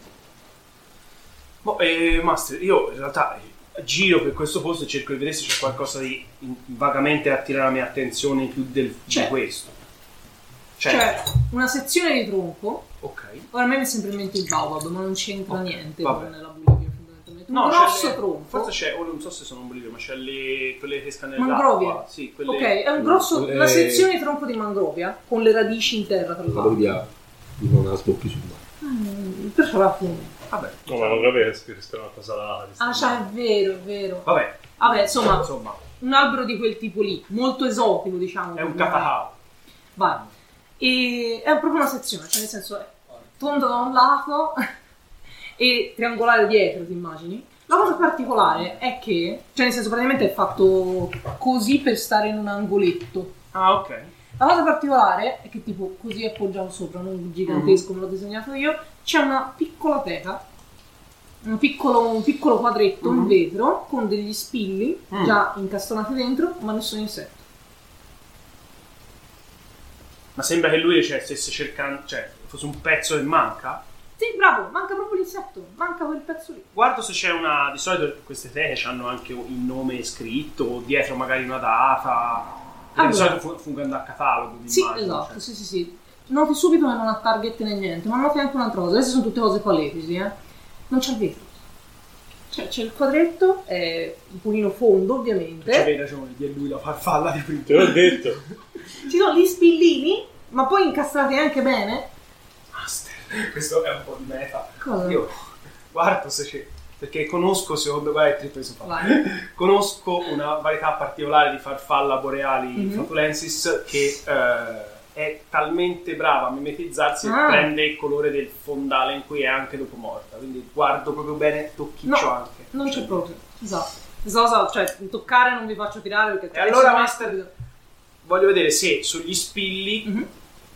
Master, io in realtà giro per questo posto e cerco di vedere se c'è qualcosa di vagamente attira la mia attenzione in più di questo. C'è una sezione di tronco. Ok. Ora a me mi è sempre in mente il baobab, ma non c'entra niente vabbè. con la Bolivia fondamentalmente. Un grosso tronco. Forse c'è, non so se sono in Bolivia, ma c'è quelle che escano nell'acqua. Mangrovie. Sì, quelle... Ok, è un grosso, quelle- una sezione di tronco di mangrovia con le radici in terra tra La l'altro. Bolivia vive una sbocchi sul mare. Perciò alla fine. Vabbè. No, ma non capisco che sia una cosa là. Ah, cioè, è vero, è vero. Vabbè, Vabbè, insomma, insomma, un albero di quel tipo lì, molto esotico, diciamo. è un cacao. Vai. E è proprio una sezione, cioè nel senso è tondo da un lato e triangolare dietro, ti immagini? La cosa particolare è che, cioè nel senso praticamente è fatto così per stare in un angoletto. Ah, ok. La cosa particolare è che tipo così appoggiato sopra, non gigantesco come l'ho disegnato io, c'è una piccola teca, un piccolo quadretto in vetro con degli spilli già incastonati dentro, ma nessun insetto. Ma sembra che lui stesse cercando, cioè, fosse un pezzo che manca. Sì, bravo, manca proprio l'insetto, manca quel pezzo lì. Guardo se c'è una... Di solito queste teche hanno anche il nome scritto, o dietro magari una data. Perché Allora. di solito fungono a catalogo. Sì, immagino, esatto, cioè. sì. Noti subito che non ha target né niente, ma noti anche un'altra cosa. Queste sono tutte cose palesi, Non c'è il vetro. Cioè, c'è il quadretto, è un pochino fondo, ovviamente. C'avevi ragione, di lui la farfalla di prima. Te l'ho detto. Ci sono gli spillini, ma poi incastrati anche bene. Master, questo è un po' di meta. Cosa? Io guardo se c'è, perché conosco, secondo me, Vai. conosco una varietà particolare di farfalla boreali flatulensis che è talmente brava a mimetizzarsi che prende il colore del fondale in cui è anche dopo morta. Quindi guardo proprio bene, tocchiccio anche. Non c'è proprio. Esatto. Cosa, cioè, toccare non vi faccio tirare perché... E allora, Master, voglio vedere se sugli spilli...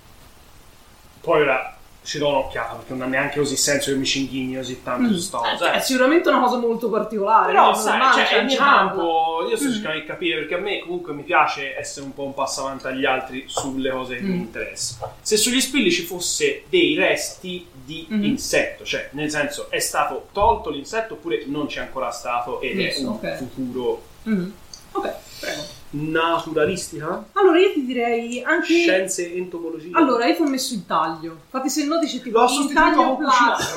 Poi ora ci do un'occhiata perché non ha neanche così senso che mi cinghini così tanto su sta cosa. È sicuramente una cosa molto particolare. Però non sai, normale, cioè, è in niente. campo, io sto cercando di capire perché a me comunque mi piace essere un po' un passo avanti agli altri sulle cose che mi interessano. Se sugli spilli ci fosse dei resti di insetto, cioè nel senso è stato tolto l'insetto oppure non c'è ancora stato ed è un futuro Ok, prego. naturalistica? Allora io ti direi anche... Scienze entomologie? Allora io ti ho messo il taglio. Infatti se noti c'è tipo L'ho il sostituito taglio con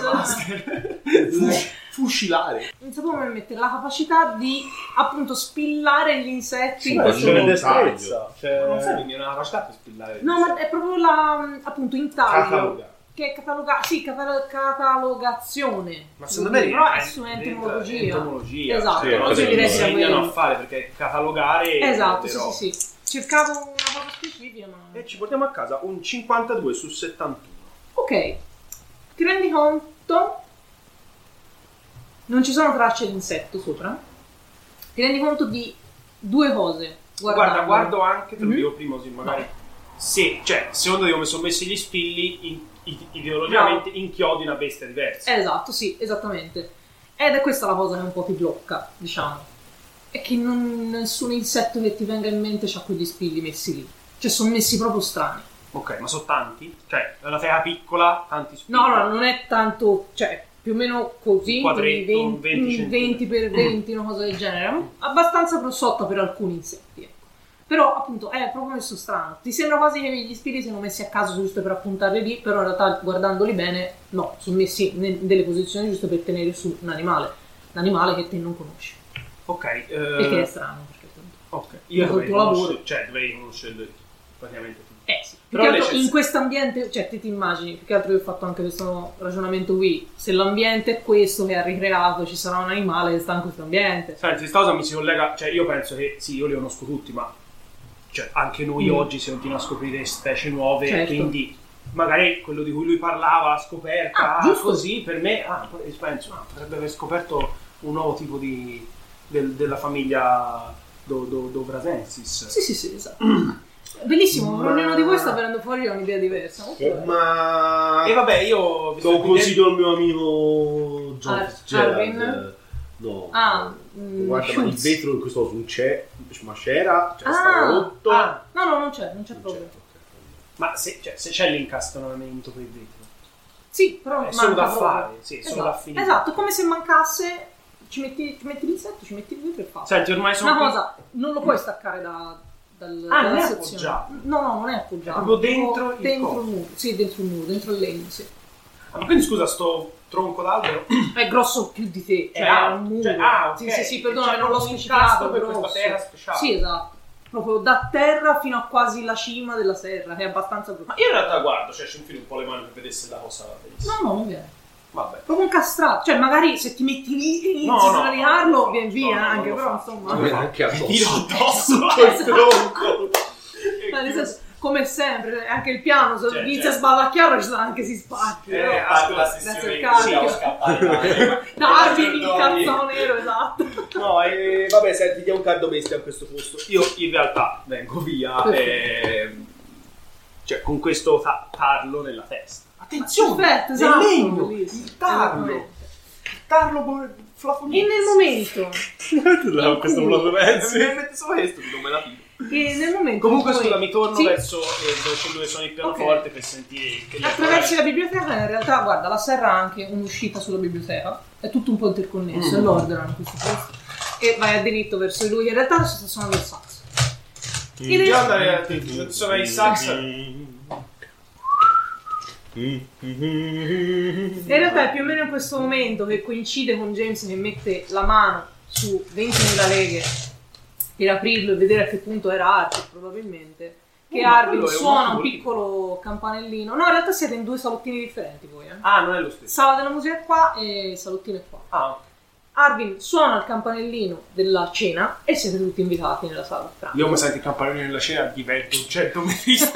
plus. Fucilare. Non sapevo come mettere la capacità di appunto spillare gli insetti in Ma questo c'è modo. destrezza. Non sai, quindi è una capacità per spillare. No, ma è proprio la appunto in taglio. Cataloga. Che è catalogazione. Ma secondo me però è su entomologia. Entomologia. Esatto, Sì, oggi direi sia insegnano quello. a fare perché catalogare Esatto, però. sì. Cercavo una cosa specifica, ma... E ci portiamo a casa un 52 su 71. Ok, ti rendi conto? Non ci sono tracce di insetto sopra. Ti rendi conto di due cose. Guarda, guardo anche, te lo dico prima così magari. Se, cioè, secondo te come sono messi gli spilli, ideologicamente inchiodi una bestia diversa. Esatto, sì, esattamente. Ed è questa la cosa che un po' ti blocca, diciamo. È che nessun insetto che ti venga in mente c'ha quegli spilli messi lì. Cioè, sono messi proprio strani. Ok, ma sono tanti? Cioè, è una teca piccola, tanti spilli. No, allora, non è tanto... Cioè, più o meno così, Quadretto, 20 20 per 20, una cosa del genere. Abbastanza grossotta per alcuni insetti, ecco. Però appunto è proprio messo strano. Ti sembra quasi che gli spilli siano messi a caso giusto per appuntarli lì, però in realtà guardandoli bene, no, sono messi in delle posizioni giuste per tenere su un animale che te non conosci. Ok. Perché è strano, perché appunto. Ok, io Dopo il dovrei tuo lavoro. conoscere, cioè dovrei conoscere praticamente tutti. Sì. Però Perché altro, lei c'è- in quest'ambiente, cioè te ti immagini, più che altro io ho fatto anche questo ragionamento qui, se l'ambiente è questo che ha ricreato, ci sarà un animale che sta in questo ambiente. Senti, questa cosa mi si collega, cioè io penso che sì, io li conosco tutti, ma cioè, anche noi oggi si continua a scoprire specie nuove, Certo. quindi magari quello di cui lui parlava, la scoperta, giusto. così per me, poi penso, potrebbe aver scoperto un nuovo tipo della famiglia Dobrasensis. Sì, esatto. Bellissimo, per ognuno di voi sta venendo fuori un'idea diversa. Ma E vabbè, io do un consiglio al mio amico Arvin? No. Guarda, ma il vetro in questo caso non c'è, ma c'era, stava rotto. No, non c'è proprio. Ma se c'è l'incastronamento per il vetro. Sì, però è solo da manca fare, proprio. sì, è solo da finire. Esatto, come se mancasse, ci metti l'insetto, ci metti il vetro e fa. Senti, ormai sono Una cosa, non lo puoi staccare dalla non è sezione. appoggiato? No, non è appoggiato. Proprio dentro il muro. Sì, dentro il muro, dentro il legno, sì. Ma quindi scusa, sto tronco d'albero? È grosso più di te, cioè è un muro. ok. Sì, perdona, C'è non l'ho proprio un specificato, incastro per grosso. questa terra speciale. Sì, esatto. Proprio da terra fino a quasi la cima della serra, è abbastanza grosso. Ma io in realtà guardo, cioè ci infilo un po' le mani per vedere se la cosa va benissimo. No, non viene. Vabbè. Proprio incastrato, cioè magari se ti metti lì e inizi a sradicarlo, viene via anche, però insomma. Anche addosso. Tiro addosso Col tronco. Nel senso, come sempre, anche il piano, se Cioè, inizia a sbavacchiarlo, anche si spacca. la Grazie sessione al in cazzo. cui siamo scappati. Darwin il cazzone nero, esatto. No, vabbè, senti, dia un caldo bestia a questo posto. Io in realtà vengo via cioè con questo tarlo nella testa. Attenzione! Perfetto, esatto. Nel legno! Bellissimo. Il tarlo! Il tarlo flafonese. E nel momento questo Florenzi. Solo questo, non me la pido. E nel momento Comunque in cui- scusa, mi torno Sì. verso dove sono il pianoforte per sentire che attraversi la biblioteca. In realtà, guarda, la serra ha anche un'uscita sulla biblioteca, è tutto un po' interconnesso, è l'ordine in questo posto. E vai a diritto verso di lui. In realtà adesso sta suonando il sax. Io andare a suonare il sax. In realtà è più o meno in questo momento che coincide con James che mette la mano su 20.000 leghe per aprirlo e vedere a che punto era Arthur, probabilmente, che ma Arvin quello è un suona un ottimo piccolo campanellino. No, in realtà siete in due salottini differenti voi, Non è lo stesso. Sala della musica è qua e salottino è qua. Arvin suona il campanellino della cena e siete tutti invitati nella sala da pranzo. Io mi sento il campanello nella cena, divento un certo metista.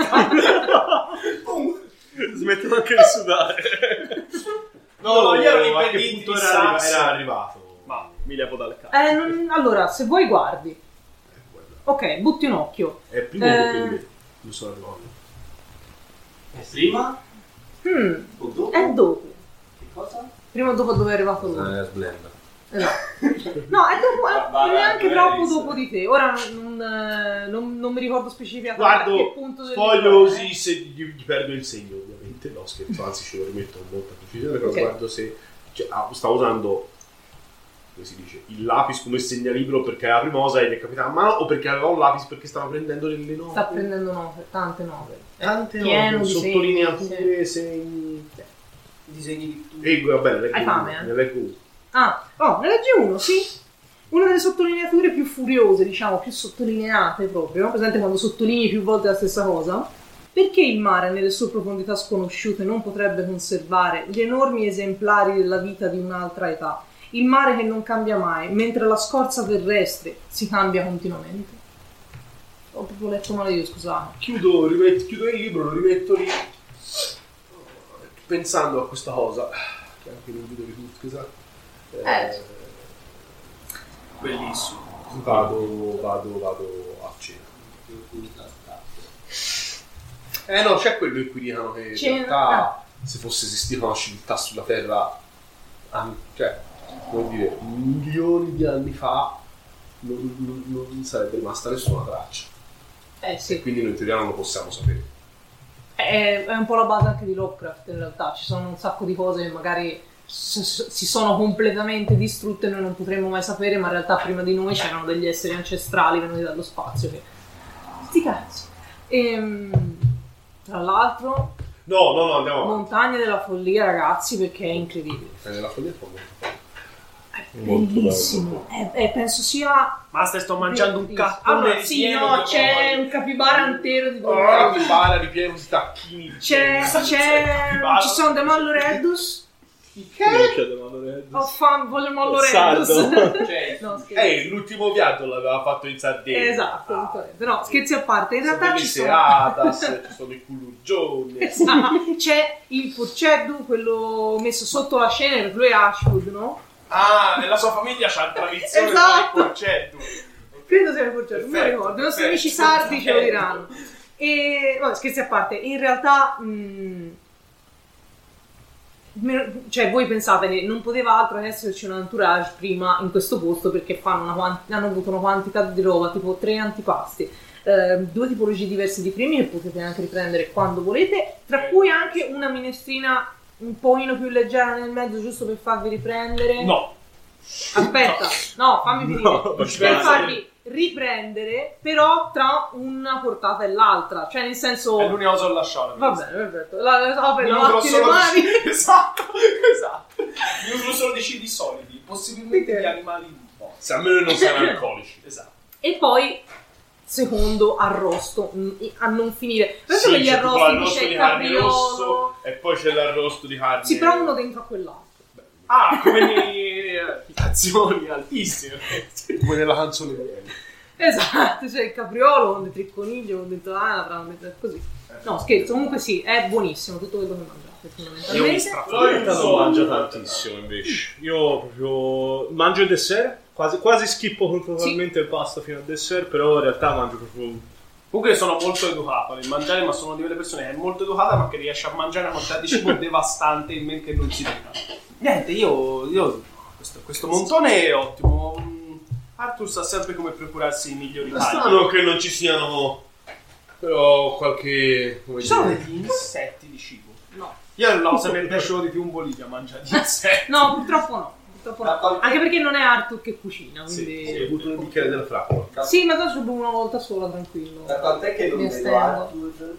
Smetto anche di sudare. No, io ero a che impedito punto di era sax. arrivato? Ma mi levo dal caso. Allora, se vuoi guardi. Ok, butti un occhio. È prima o dopo di me? Non so arrivato. È prima? O dopo? È dopo. Che cosa? Prima o dopo dove è arrivato lui. Splenda. No, è dopo, Va, neanche va, troppo visto. dopo di te. Ora non mi ricordo specificatamente a che Guardo, punto del sfoglio libro è. così se gli perdo il segno, ovviamente. No, scherzo, anzi ce lo rimetto con molta precisione, però Ok. guardo se... Cioè, stavo usando, come si dice, il lapis come segnalibro perché era la primosa e gli è capitata a mano o perché aveva un lapis perché stava prendendo delle note. Sta prendendo note, tante note. Tante pieno note, di sottolineature, segni... Disegni di tutto. E va bene, leggo Hai fame, uno, eh? ne leggo uno. Ne leggi uno, sì. Una delle sottolineature più furiose, diciamo, più sottolineate proprio. Presente quando sottolinei più volte la stessa cosa? Perché il mare nelle sue profondità sconosciute non potrebbe conservare gli enormi esemplari della vita di un'altra età? Il mare che non cambia mai, mentre la scorza terrestre si cambia continuamente. Ho proprio letto male io, scusate. Chiudo il libro, lo rimetto lì. Pensando a questa cosa, che è anche nel video di Kutzke, Bellissimo. vado a cena. No, c'è quello in cui dicono che in Cena, realtà se fosse esistita una civiltà sulla Terra, cioè, vuol dire, milioni di anni fa non sarebbe rimasta nessuna traccia. E Sì. quindi noi in teoria non lo possiamo sapere. È un po' la base anche di Lovecraft in realtà, ci sono un sacco di cose che magari si sono completamente distrutte e noi non potremmo mai sapere, ma in realtà prima di noi c'erano degli esseri ancestrali venuti dallo spazio che... Sti cazzi! Tra l'altro, No, andiamo avanti. Montagne della Follia, ragazzi, perché è incredibile. Nella follia è È molto bellissimo. Penso sia... Basta, sto mangiando un bellissimo. cappone Allora, sì, pieno no, di c'è cavoli. un capibara intero di Oh, che bara ripieno di tacchini. Ci sono dei Malloreddus. Ho fame, voglio il Malloreddus. Cioè, No, scherzo. L'ultimo viaggio l'aveva fatto in Sardegna. Esatto, esattamente. No, scherzi a parte, in Sono realtà degli ci sono... Seatas, ci sono i culurgioni. Esatto. C'è il Porceddu, quello messo sotto la scena, perché lui è Ashwood, no? Nella sua famiglia c'ha la tradizione Esatto. del concetto. Credo sia il Porceddu, non mi ricordo. I nostri amici sardi ce lo diranno. E vabbè, scherzi a parte, in realtà cioè voi pensate, non poteva altro che esserci un entourage prima in questo posto, perché hanno avuto una quantità di roba, tipo 3 antipasti, 2 tipologie diverse di primi che potete anche riprendere quando volete, tra cui anche una minestrina un pochino più leggera nel mezzo, giusto per farvi riprendere. No. Aspetta, no, fammi finire. No, Per farvi riprendere, però tra una portata e l'altra, cioè nel senso. È l'unica cosa che ho lasciato. Va bene, perfetto. Mi Lavati le mani. Esatto. Mi uso solo dei cibi solidi, possibilmente di animali un po'. Se almeno non saranno alcolici. Esatto. E poi secondo arrosto a non finire. Vedete Sì, gli c'è tipo arrosti l'arrosto c'è di il carne capriolo. rosso e poi c'è l'arrosto di carne. Si però uno dentro a quell'altro. Ah, come azioni altissime. Come nella canzone di Elio. Esatto, c'è il capriolo con dentro il coniglio, con dentro l'anatra, così. No, scherzo, comunque sì, è buonissimo tutto quello che mangiate, fondamentalmente. Non mangia tantissimo invece. Io proprio mangio il dessert, quasi schippo totalmente il pasta fino al dessert, però in realtà mangio proprio. Comunque sono molto educato nel mangiare, ma sono una di quelle persone che è molto educata ma che riesce a mangiare una quantità di cibo devastante in men che non si veda. Niente, io questo montone è ottimo. Arthur sa sempre come procurarsi i migliori È tagli. strano che non ci siano però qualche... Ci sono degli insetti di cibo. No. Io la cosa che mi piacevo di più in Bolivia mangiare gli insetti. No, purtroppo no. Anche perché non è Arthur che cucina, quindi. Sì, hai avuto un bicchiere della frappola. Sì, ma adesso bevo una volta sola, tranquillo. Da quant'è che non Mi vedo estendo. Arthur?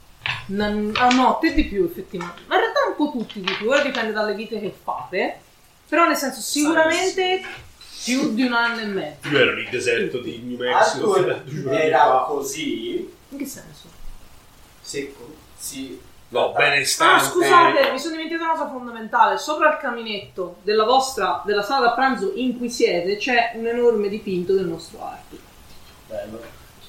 No, te di più effettivamente. Ma in realtà un po' tutti di più, ora dipende dalle vite che fate. Però nel senso sicuramente più di 1 anno e mezzo. Io ero nel deserto di New Mexico. Arthur era così In che senso? secco? Sì. No, benestante. Ah, scusate, mi sono dimenticata una cosa fondamentale. Sopra il caminetto della sala da pranzo in cui siete c'è un enorme dipinto del nostro Arthur. Bello.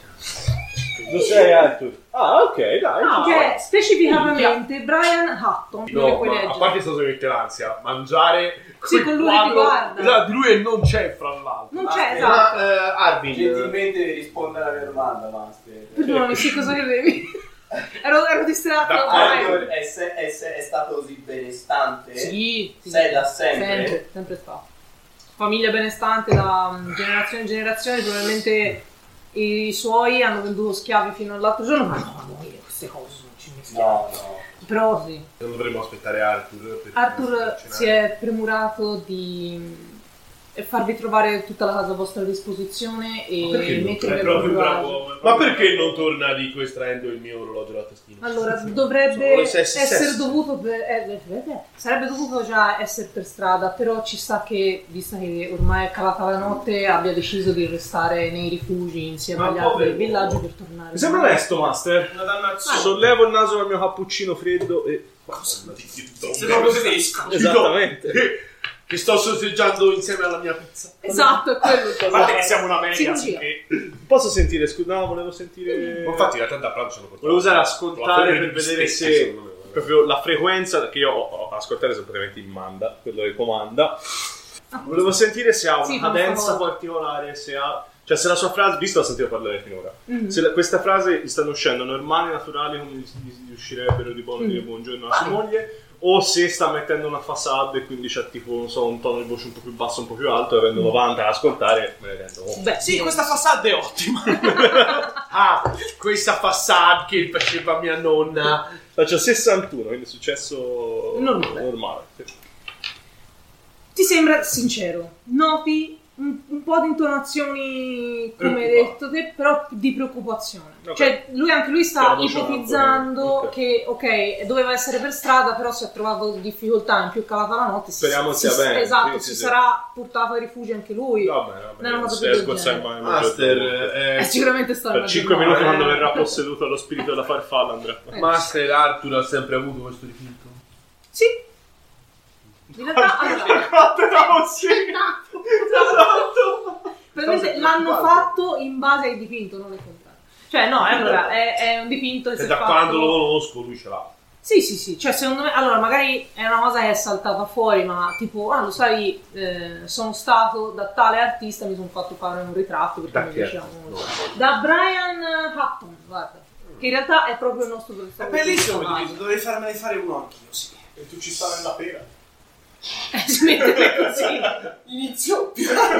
Lo sei Arthur? Ah, ok, dai. Che è specificamente Brian Hutton. Non che No, puoi ma leggere. a parte stato mette l'ansia, mangiare Sì, con lui che ti guarda. Esatto, di lui e non c'è fra l'altro. Non c'è, Ma- esatto. Ma Arvin, Gentilmente devi rispondere alla mia domanda, Master. Perdonami, sì, cosa credevi? ero distratto. Arthur è stato così benestante? Sì, Sei da sempre? Sempre stato. Famiglia benestante da generazione in generazione, probabilmente i suoi hanno venduto schiavi fino all'altro giorno, ma no, queste cose non ci mischiamo. No. Però sì. non dovremmo aspettare Arthur. per Arthur cenare. si è premurato di farvi trovare tutta la casa a vostra disposizione Perché e non? mettervi È a proprio proprio agio. bravo. Ma perché non torna di qui estraendo il mio orologio dalla tastiera? Allora, Sono dovrebbe le 6:06. essere dovuto sarebbe dovuto già essere per strada, però ci sta che, vista che ormai è calata la notte, abbia deciso di restare nei rifugi insieme agli altri del villaggio per tornare. Mi sembra onesto, Master. Una dannazione. Sollevo il naso dal mio cappuccino freddo e... Sei proprio tedesco. Esattamente. Che sto sorseggiando insieme alla mia pizza. Esatto, è quello. A parte che siamo una Sì, media, sì. che Posso sentire? Scusa, no, volevo sentire... Infatti in realtà da pranzo sono portato. Volevo usare ascoltare La per vedere bistecca, se secondo me. proprio la frequenza, perché io ho ascoltare semplicemente il manda, quello che comanda. Volevo sentire se ha una Sì, cadenza per favore. particolare, se ha... Cioè se la sua frase, visto la sentito parlare finora, Mhm. se questa frase gli stanno uscendo normali, naturali, come gli uscirebbero di buono dire buongiorno a sua moglie, o se sta mettendo una facade e quindi c'è tipo, non so, un tono di voce un po' più basso, un po' più alto, e avendo 90 ad ascoltare, me ne rendo conto. Beh, sì, questa façade è ottima. Ah, questa façade che faceva mia nonna. Faccio 61, quindi è successo Normale. Sì. ti sembra sincero. Noti un po' di intonazioni, come hai detto te, però di preoccupazione. Ok. Cioè, anche lui sta C'era voce ipotizzando alta, che, ok, doveva essere per strada, però si è trovato difficoltà in più calata la notte. Speriamo sia bene. Esatto, Sì, si sì, sarà portato ai rifugi anche lui. Va bene, Non è una cosa se più esco del a genere. salvare Master, Sicuramente sta per 5 minuti no, quando verrà posseduto dallo spirito della farfalla andrà. Master Arthur ha sempre avuto questo dipinto. Sì. In realtà, allora, probabilmente l'hanno fatto in base ai dipinto, non al contrario. Cioè, no, allora, è un dipinto che si E è da fatto... quando lo conosco lui ce l'ha. Sì, cioè secondo me, allora magari è una cosa che è saltata fuori, ma tipo, lo sai, sono stato da tale artista, mi sono fatto fare un ritratto perché Da mi chi piaceva artista? molto. No. Da Brian Hutton, guarda. Che in realtà è proprio il nostro È professore. bellissimo, dovrei farmene fare uno anch'io, sì. E tu ci sta nella pera? Smettete così. Inizio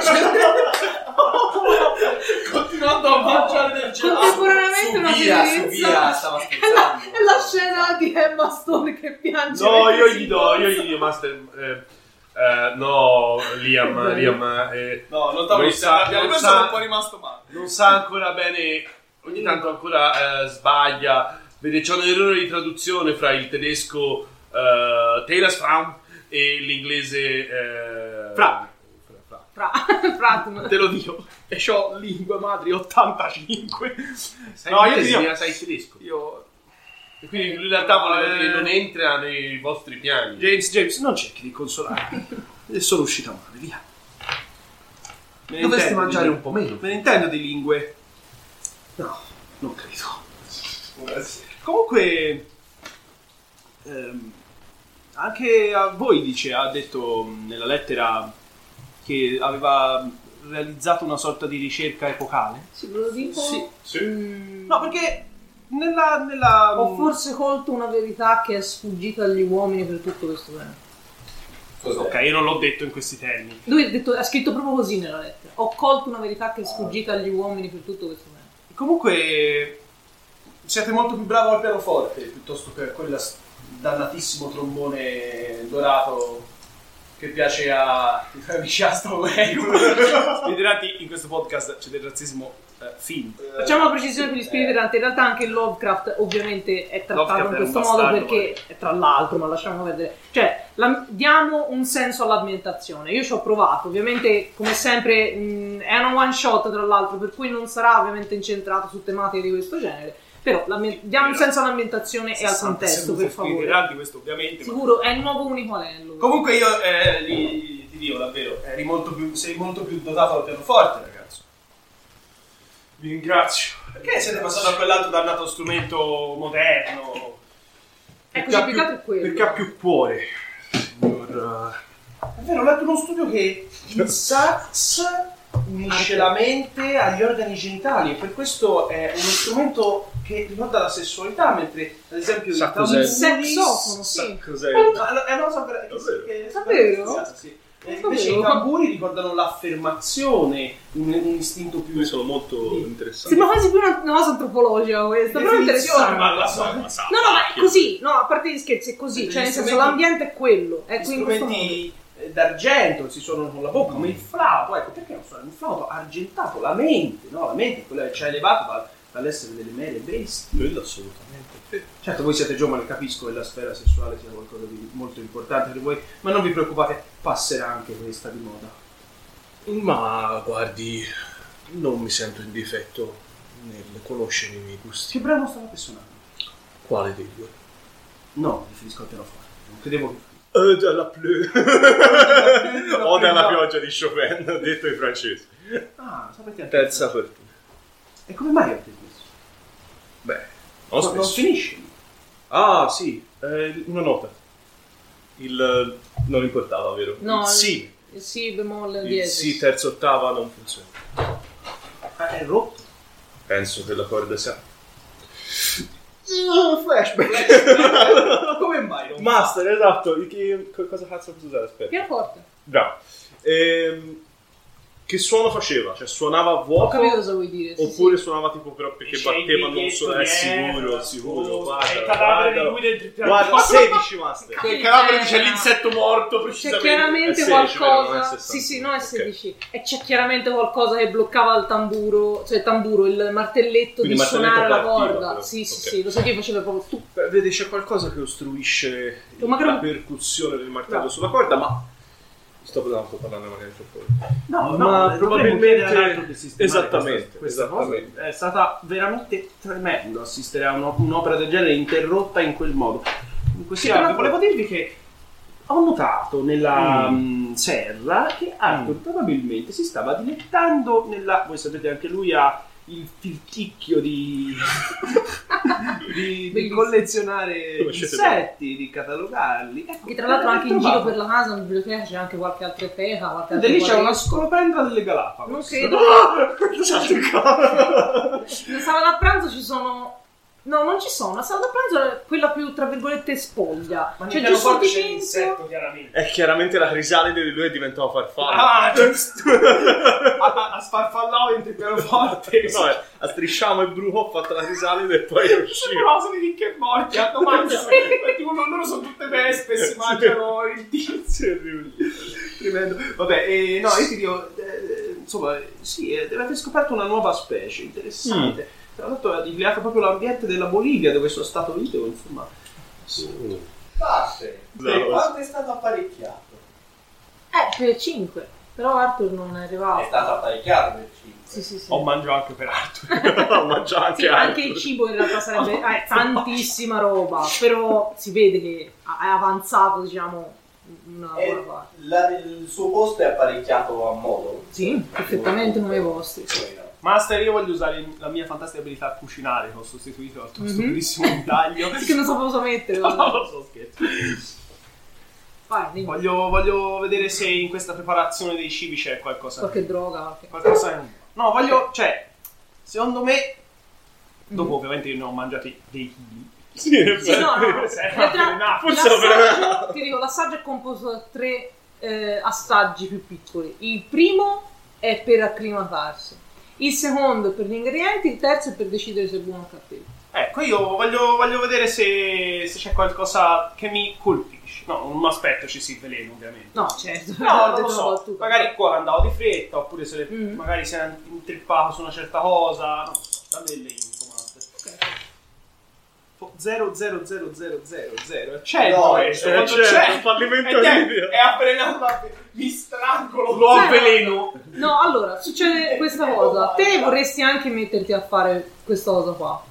Continuando a mangiare del gelato. Contemporaneamente una Via, tenerezza. stava scherzando. È la scena di Emma Stone che piange. No, io mentre gli si do, pozza. Master. No, Liam. No, non stavo Non sa- iniziando, non questo sa- è un po' rimasto male. non sa ancora bene, ogni tanto ancora sbaglia. Vede, c'è un errore di traduzione fra il tedesco Taylor's Frown e l'inglese Fra. Fratman. Te lo dico, e c'ho lingue madri 85. Sai No, inglese, io sai tedesco. Io E quindi lui in realtà voleva dire non entra nei vostri piani. James, non cerchi di consolarmi. È solo uscita male, via. Me ne Dovresti intendo mangiare di- un po' meno. Me ne intendo di lingue. No, non credo. Comunque, anche a voi ha detto nella lettera che aveva realizzato una sorta di ricerca epocale. Sì, ve lo dico. Sì. No, perché nella Ho forse colto una verità che è sfuggita agli uomini per tutto questo tempo. Ok, io non l'ho detto in questi termini. Lui ha scritto proprio così nella lettera. Ho colto una verità che è sfuggita agli uomini per tutto questo tempo. Comunque siete molto più bravo al pianoforte piuttosto che a quella dannatissimo trombone dorato che piace a amici Spiritanti. In questo podcast c'è del razzismo film. Facciamo una precisione per gli spiritanti. In realtà anche Lovecraft ovviamente è trattato Lovecraft in è questo un modo bastardo, perché tra l'altro, ma lasciamo vedere, cioè diamo un senso all'ambientazione. Io ci ho provato, ovviamente come sempre è una one shot tra l'altro, per cui non sarà ovviamente incentrato su tematiche di questo genere, però diamo un senso all'ambientazione e al contesto, per favore. Spiritanti, questo ovviamente. Sicuro è il nuovo unico anello. Comunque io ti dico davvero, sei molto più dotato al pianoforte, ragazzo. Vi ringrazio. Perché siete passati a quell'altro dannato strumento moderno? Ecco, complicato è quello. Perché ha più cuore, signor. È vero, ho letto uno studio che il sax unisce la mente agli organi genitali e per questo è uno strumento che ricorda la sessualità, mentre ad esempio Sa i cos'è? Il tamburi- sessofono, sì. Cos'è? No, è una cosa che Davvero? sì. Invece i tamburi ricordano l'affermazione, un istinto più Io sono molto interessato. Sembra quasi più una cosa antropologica questa, però è interessante. ma No, ma è così, no, a parte gli scherzi, è così, cioè nel senso l'ambiente è quello, è gli qui in questo modo. strumenti d'argento si suonano con la bocca, come il flauto, ecco, perché non suonare un flauto argentato? La mente, no? La mente è quella che ci ha elevato dall'essere delle mere bestie. Quello assolutamente. Certo, voi siete giovani, capisco che la sfera sessuale sia qualcosa di molto importante per voi, ma non vi preoccupate, passerà anche questa di moda. Ma guardi, non mi sento in difetto nel conoscere i miei gusti. Che brano stavate suonando? Quale dei due? No, riferisco al pianoforte. Non credevo che... Della pleu. O dalla pioggia di Chopin, detto in francese. Ah, sapete anche... Terza apertura. E come mai avete questo? Beh, Non finisce. Ah, sì, una nota. Non importava, vero? No, il sì. Il si bemolle Il diesis. sì terza ottava non funziona. È rotto. Penso che la corda sia... flashback. Come mai? Non... Master, esatto. Cosa cazzo posso usare? Aspetta. Pianoforte. Bravo. Che suono faceva? Cioè suonava Ho vuoto? capito cosa vuoi dire. Sì, Oppure sì. suonava tipo però perché C'è il batteva non biglietto so, dietro, sicuro, è il cadavere di lui dentro il piano. guarda, 16 master. Sì, cadavere c'è dice l'insetto morto C'è precisamente. chiaramente È 16, vero, non è qualcosa. 60. Sì, sì, non è Ok. 16. E c'è chiaramente qualcosa che bloccava il tamburo, cioè il tamburo, il martelletto Quindi di il martelletto suonare la partiva, corda. però. Sì, sì, Ok. sì, lo sentivo faceva proprio tu. Vedi, c'è qualcosa che ostruisce Ma la percussione del martello No. sulla corda, ma sto parlando magari troppo. No, Ma probabilmente esattamente questa cosa. è stata veramente tremendo assistere a un'opera del genere interrotta in quel modo. Comunque sia, Sì, però- volevo dirvi che ho notato nella serra che Arthur probabilmente si stava dilettando nella... Voi sapete, anche lui ha il firticchio di Bellissimo. collezionare Conoscete insetti, di catalogarli. Ecco, Che tra l'altro anche in giro trovato. per la casa, in biblioteca c'è anche qualche altra teca, qualche Ed altro lì c'è una quadretto. scolopendra delle Galapagos. Non credo. Stavo da pranzo ci sono No, non ci sono. La sala da pranzo è quella più, tra virgolette, spoglia. Ma Cioè, nel giusto pianoforte di c'è dentro. l'insetto, chiaramente. È chiaramente la crisalide di lui è diventata farfalla. Ah, giusto! a sfarfallare dentro il pianoforte. No, a strisciamo e bruco, ho fatto la crisalide e poi è Sono uscito. rose di ricchi e morti, hanno mangiato. Tipo, loro sono tutte vespe e si mangiano il tizio. Tremendo. Vabbè, no, io ti dico, insomma, sì, avete scoperto una nuova specie interessante. Tra l'altro ha ricreato proprio l'ambiente della Bolivia dove sono stato io, insomma. Parte. Quanto è stato apparecchiato? Per 5. Però Arthur non è arrivato. È stato apparecchiato per 5. Sì. Ho mangiato anche per altro. Ho mangiato anche Sì, anche altro. il cibo in realtà sarebbe tantissima roba, però si vede che è avanzato, diciamo, una buona parte. Il suo posto è apparecchiato a modo? Sì, perfettamente come i vostri. Master, io voglio usare la mia fantastica abilità a cucinare, che ho sostituito al tuo bellissimo taglio. Che non sapevo cosa mettere. No, lo so, scherzo. Vai, dimmi. Voglio vedere se in questa preparazione dei cibi c'è qualcosa. Qualche droga. Qualcosa. No, secondo me, dopo ovviamente io ne ho mangiati dei chili. Sì, No. Forse Ti dico, l'assaggio è composto da 3 assaggi più piccoli. Il primo è per acclimatarsi, il secondo è per gli ingredienti, il terzo è per decidere se è buono o cattivo. Ecco, io voglio vedere se c'è qualcosa che mi colpisce. No, non mi aspetto ci si veleno, ovviamente. No, certo. No, non lo so. Magari qua andavo di fretta, oppure se magari si è intrippato su una certa cosa. Non so, dammi delle info, Master. Ok. 00000 c'è No, questo, quando certo, c'è un fallimento ed video. è avvelenato, mi strangolo, Lo avveleno. No, allora, succede questa cosa. Te vorresti anche metterti a fare questa cosa qua.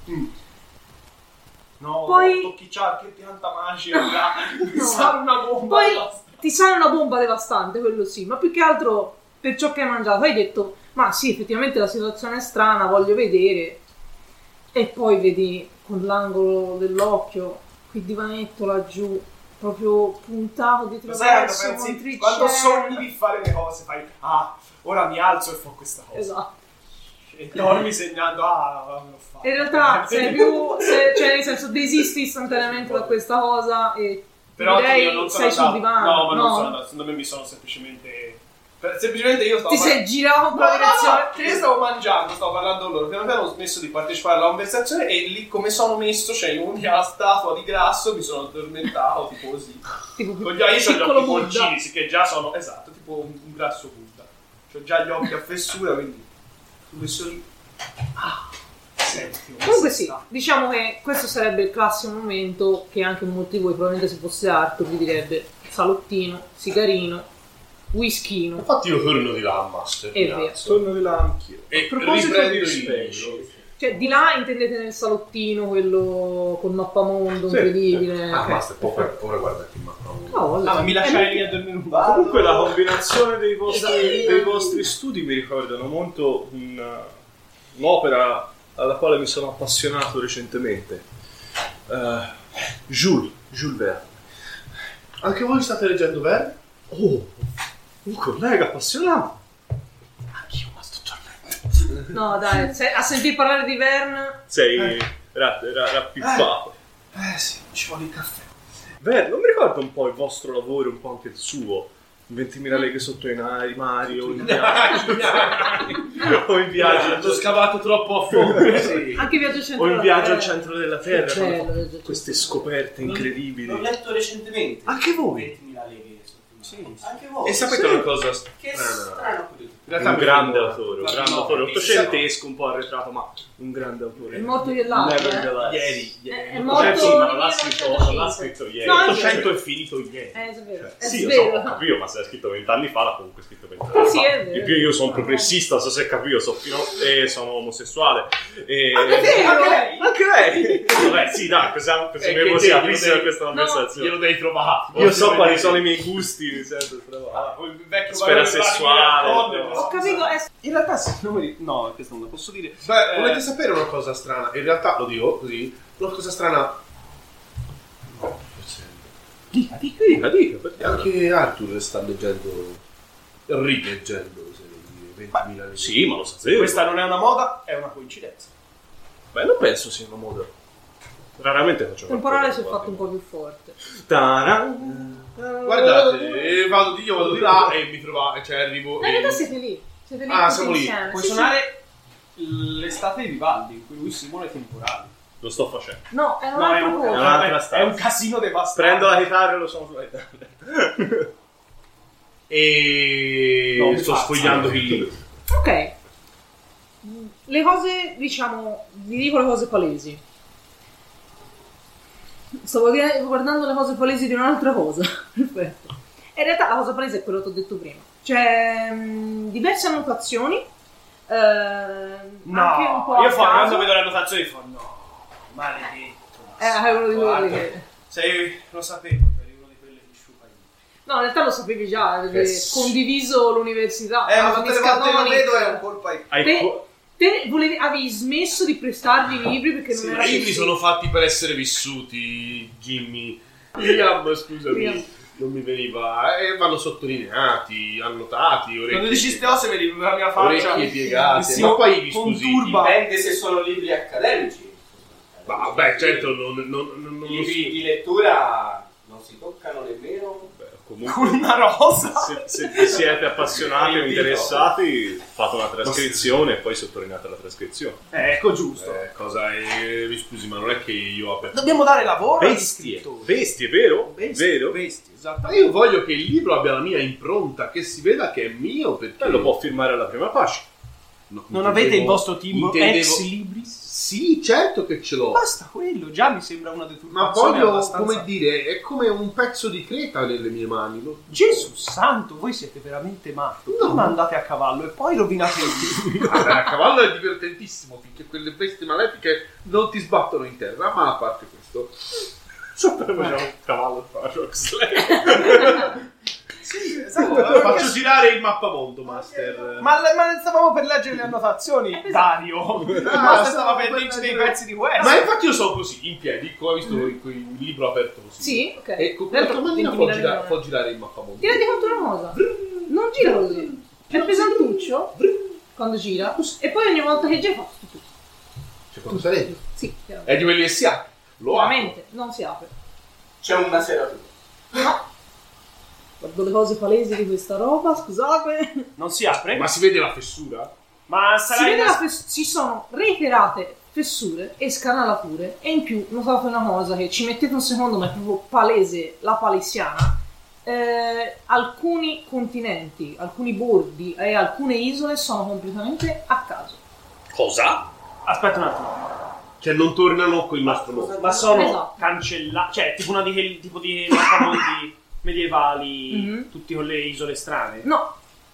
No, Poi- tocchi che pianta magica, mi No. sa una bomba. Poi ti sale una bomba devastante, quello sì, ma più che altro per ciò che hai mangiato hai detto, ma sì, effettivamente la situazione è strana, voglio vedere. E poi vedi con l'angolo dell'occhio quel divanetto laggiù, proprio puntato dietro Lo sai, verso, con pensi, quando trincea. sogni di fare le cose fai, ora mi alzo e fa questa cosa. Esatto. E dormi segnando, l'ho fatto. In realtà sei più, cioè nel senso desisti istantaneamente da questa cosa e Però direi io non sono sei sul andato. divano. No, ma non sono andato, secondo me mi sono semplicemente io stavo Ti sei girato per la direzione. che io stavo mangiando, stavo parlando con loro, piano piano ho smesso di partecipare alla conversazione e lì come sono messo, cioè in una statua di grasso mi sono addormentato tipo così. Tipo Con gli occhi, io ho gli piccolo occhi Buddha. porcini, sì, che già sono, esatto, tipo un grasso Buddha. C'ho già gli occhi a fessura, quindi sono messo lì. Senti, Comunque sì, diciamo che questo sarebbe il classico momento che anche molti di voi, probabilmente se fosse Arthur, vi direbbe salottino, sigarino, whiskino. Infatti io torno di là, Master. È vero. Torno di là anch'io. E A proposito riprendo di i special. Cioè di là intendete nel salottino, quello col mappamondo Sì. incredibile. Ah, Master, ora guarda che mappa. No, allora. ma mi lasciai lì a dormire un po'. Comunque la combinazione dei vostri studi mi ricordano molto un'opera alla quale mi sono appassionato recentemente. Jules Verne. Anche voi state leggendo Verne? Oh, un collega appassionato. Anch'io, ma sto giornando. No, dai, a sentire parlare di Verne. Sei rappippato. Sì, ci vuole il caffè. Verne, non mi ricordo un po' il vostro lavoro, un po' anche il suo. 20.000 leghe sotto i mari o in viaggio. O in viaggio. L'ho scavato troppo a fondo. Sì. Anche Viaggio Centro O in della viaggio al Terra. centro della Terra. Che quando bello, fa Viaggio al queste centro. scoperte incredibili. L'ho letto recentemente. Anche voi? 20.000 leghe sotto il Sì. mare. Anche voi. E sapete una cosa Che strana? strano curiosità. In realtà Un mi grande fermo- autore, un No, grande no, autore, perché ottocentesco, un po' arretrato, ma un grande autore. Il morto dell'arte. Never the less. Ieri. È Cioè, morto sì, ma non nel l'ha scritto 1905. ieri. No, è 800 vero. è finito ieri. È vero. È Sì, lo vero. so, ho capito, ma se è scritto 20 anni fa, l'ha comunque scritto 20 anni Sì, fa. è vero. In più io sono progressista, non so se capito, sono omosessuale. E... Anche te, Anche lei! Vabbè, sì, dai, possiamo che così te, aprissimo io questa conversazione. Glielo devi trovare. Io so quali sono i miei gusti, nel senso, Il vecchio Sfera valore sessuale, Vladimir Ho capito, In realtà secondo me no, questo non lo posso dire. Beh, volete sapere una cosa strana? In realtà lo dico così. Una cosa strana. No, forse. Dica, perché Anche Arthur sta leggendo. Rileggendo, se devo dire, 20.000 legge. Sì, ma lo sapevo. Questa non è una moda, è una coincidenza. Beh, non penso sia una moda. Raramente faccio Temporale si è fatto un po' più forte. Guardate, io vado di là e mi trovo, cioè arrivo. In realtà siete lì Ah, tutti siamo lì. insieme. Puoi Sì, suonare l'estate di Vivaldi, in cui lui simula i temporali. Lo sto facendo. sì. No, è No, un'altra è un, cosa. un'altra è stanza. un casino devastante. Prendo la chitarra e lo suono sulla chitarra. E No, sto pazzo. sfogliando il libro. Ok. Le cose, diciamo, vi dico le cose palesi. Stavo guardando le cose palesi di un'altra cosa. Perfetto. In realtà la cosa palese è quello che ti ho detto prima. C'è diverse annotazioni. No, anche un po' io a quando caso. vedo le annotazioni fa no, maledetto. È uno di Guarda, quelli che... sei, lo sapevo, eri uno di quelli che sciupa io. No, in realtà lo sapevi già, avevi condiviso l'università. Ma tutte le volte lo vedo è un colpo ai... Avevi smesso di prestargli i libri perché non era I libri possibile. sono fatti per essere vissuti, Jimmy. Liam, scusami, Liam. non mi veniva. E vanno sottolineati, annotati, Quando orecchie. dici ste cose vedi la mia faccia. Orecchie piegate, si ma poi vi scusi. conturba. Dipende se sono libri accademici. Vabbè, certo, non I libri di lettura non si toccano nemmeno. Comunque, Con una rosa. se vi siete appassionati o interessati, fate una trascrizione e poi sottolineate la trascrizione. Ecco, giusto. Cosa mi scusi, ma non è che io abbia. Dobbiamo dare lavoro agli Bestie. scrittori. Bestie, vero? Vero? Bestie, Ma esattamente. io voglio che il libro abbia la mia impronta, che si veda che è mio, perché Lo può firmare alla prima pagina. No, Non avete il vostro team intendevo- ex libris? Sì, certo che ce l'ho. Basta quello, già mi sembra una Ma deturpazione voglio, abbastanza... come dire, è come un pezzo di creta nelle mie mani. Gesù santo, voi siete veramente matti. No. Prima andate a cavallo e poi rovinate il libro. A cavallo è divertentissimo finché quelle bestie malefiche non ti sbattono in terra, ma a parte questo. Facciamo un cavallo Slay. Sì, esatto. Faccio girare il mappamondo, Master. Ma stavamo per leggere le annotazioni, Dario. Ma stava per leggere dei pezzi di West. Ma infatti io sono così, in piedi, come hai visto il libro aperto così. Sì, ok. E con Tanto questa manina 20.000 può girare il mappamondo. Ti rendi conto una cosa? Non gira così. È pesantuccio quando gira e poi ogni volta che gira fa tutto. Cioè, quando sarete? Sì, È di quelli che si apre. Lo apre. veramente, non si apre. C'è una serratura. No. Guardo le cose palesi di questa roba, scusate. Non si apre? Ma si vede la fessura? Ma Si sarà vede ci sono reiterate fessure e scanalature e in più notate una cosa che ci mettete un secondo ma è proprio palese, la palesiana. Alcuni continenti, alcuni bordi e alcune isole sono completamente a caso. Cosa? Aspetta un attimo. Cioè non tornano con il nostro nome. Ma sono Esatto. cancellati, cioè tipo una di tipo di mappamondi medievali, Mhm. tutti con le isole strane. No.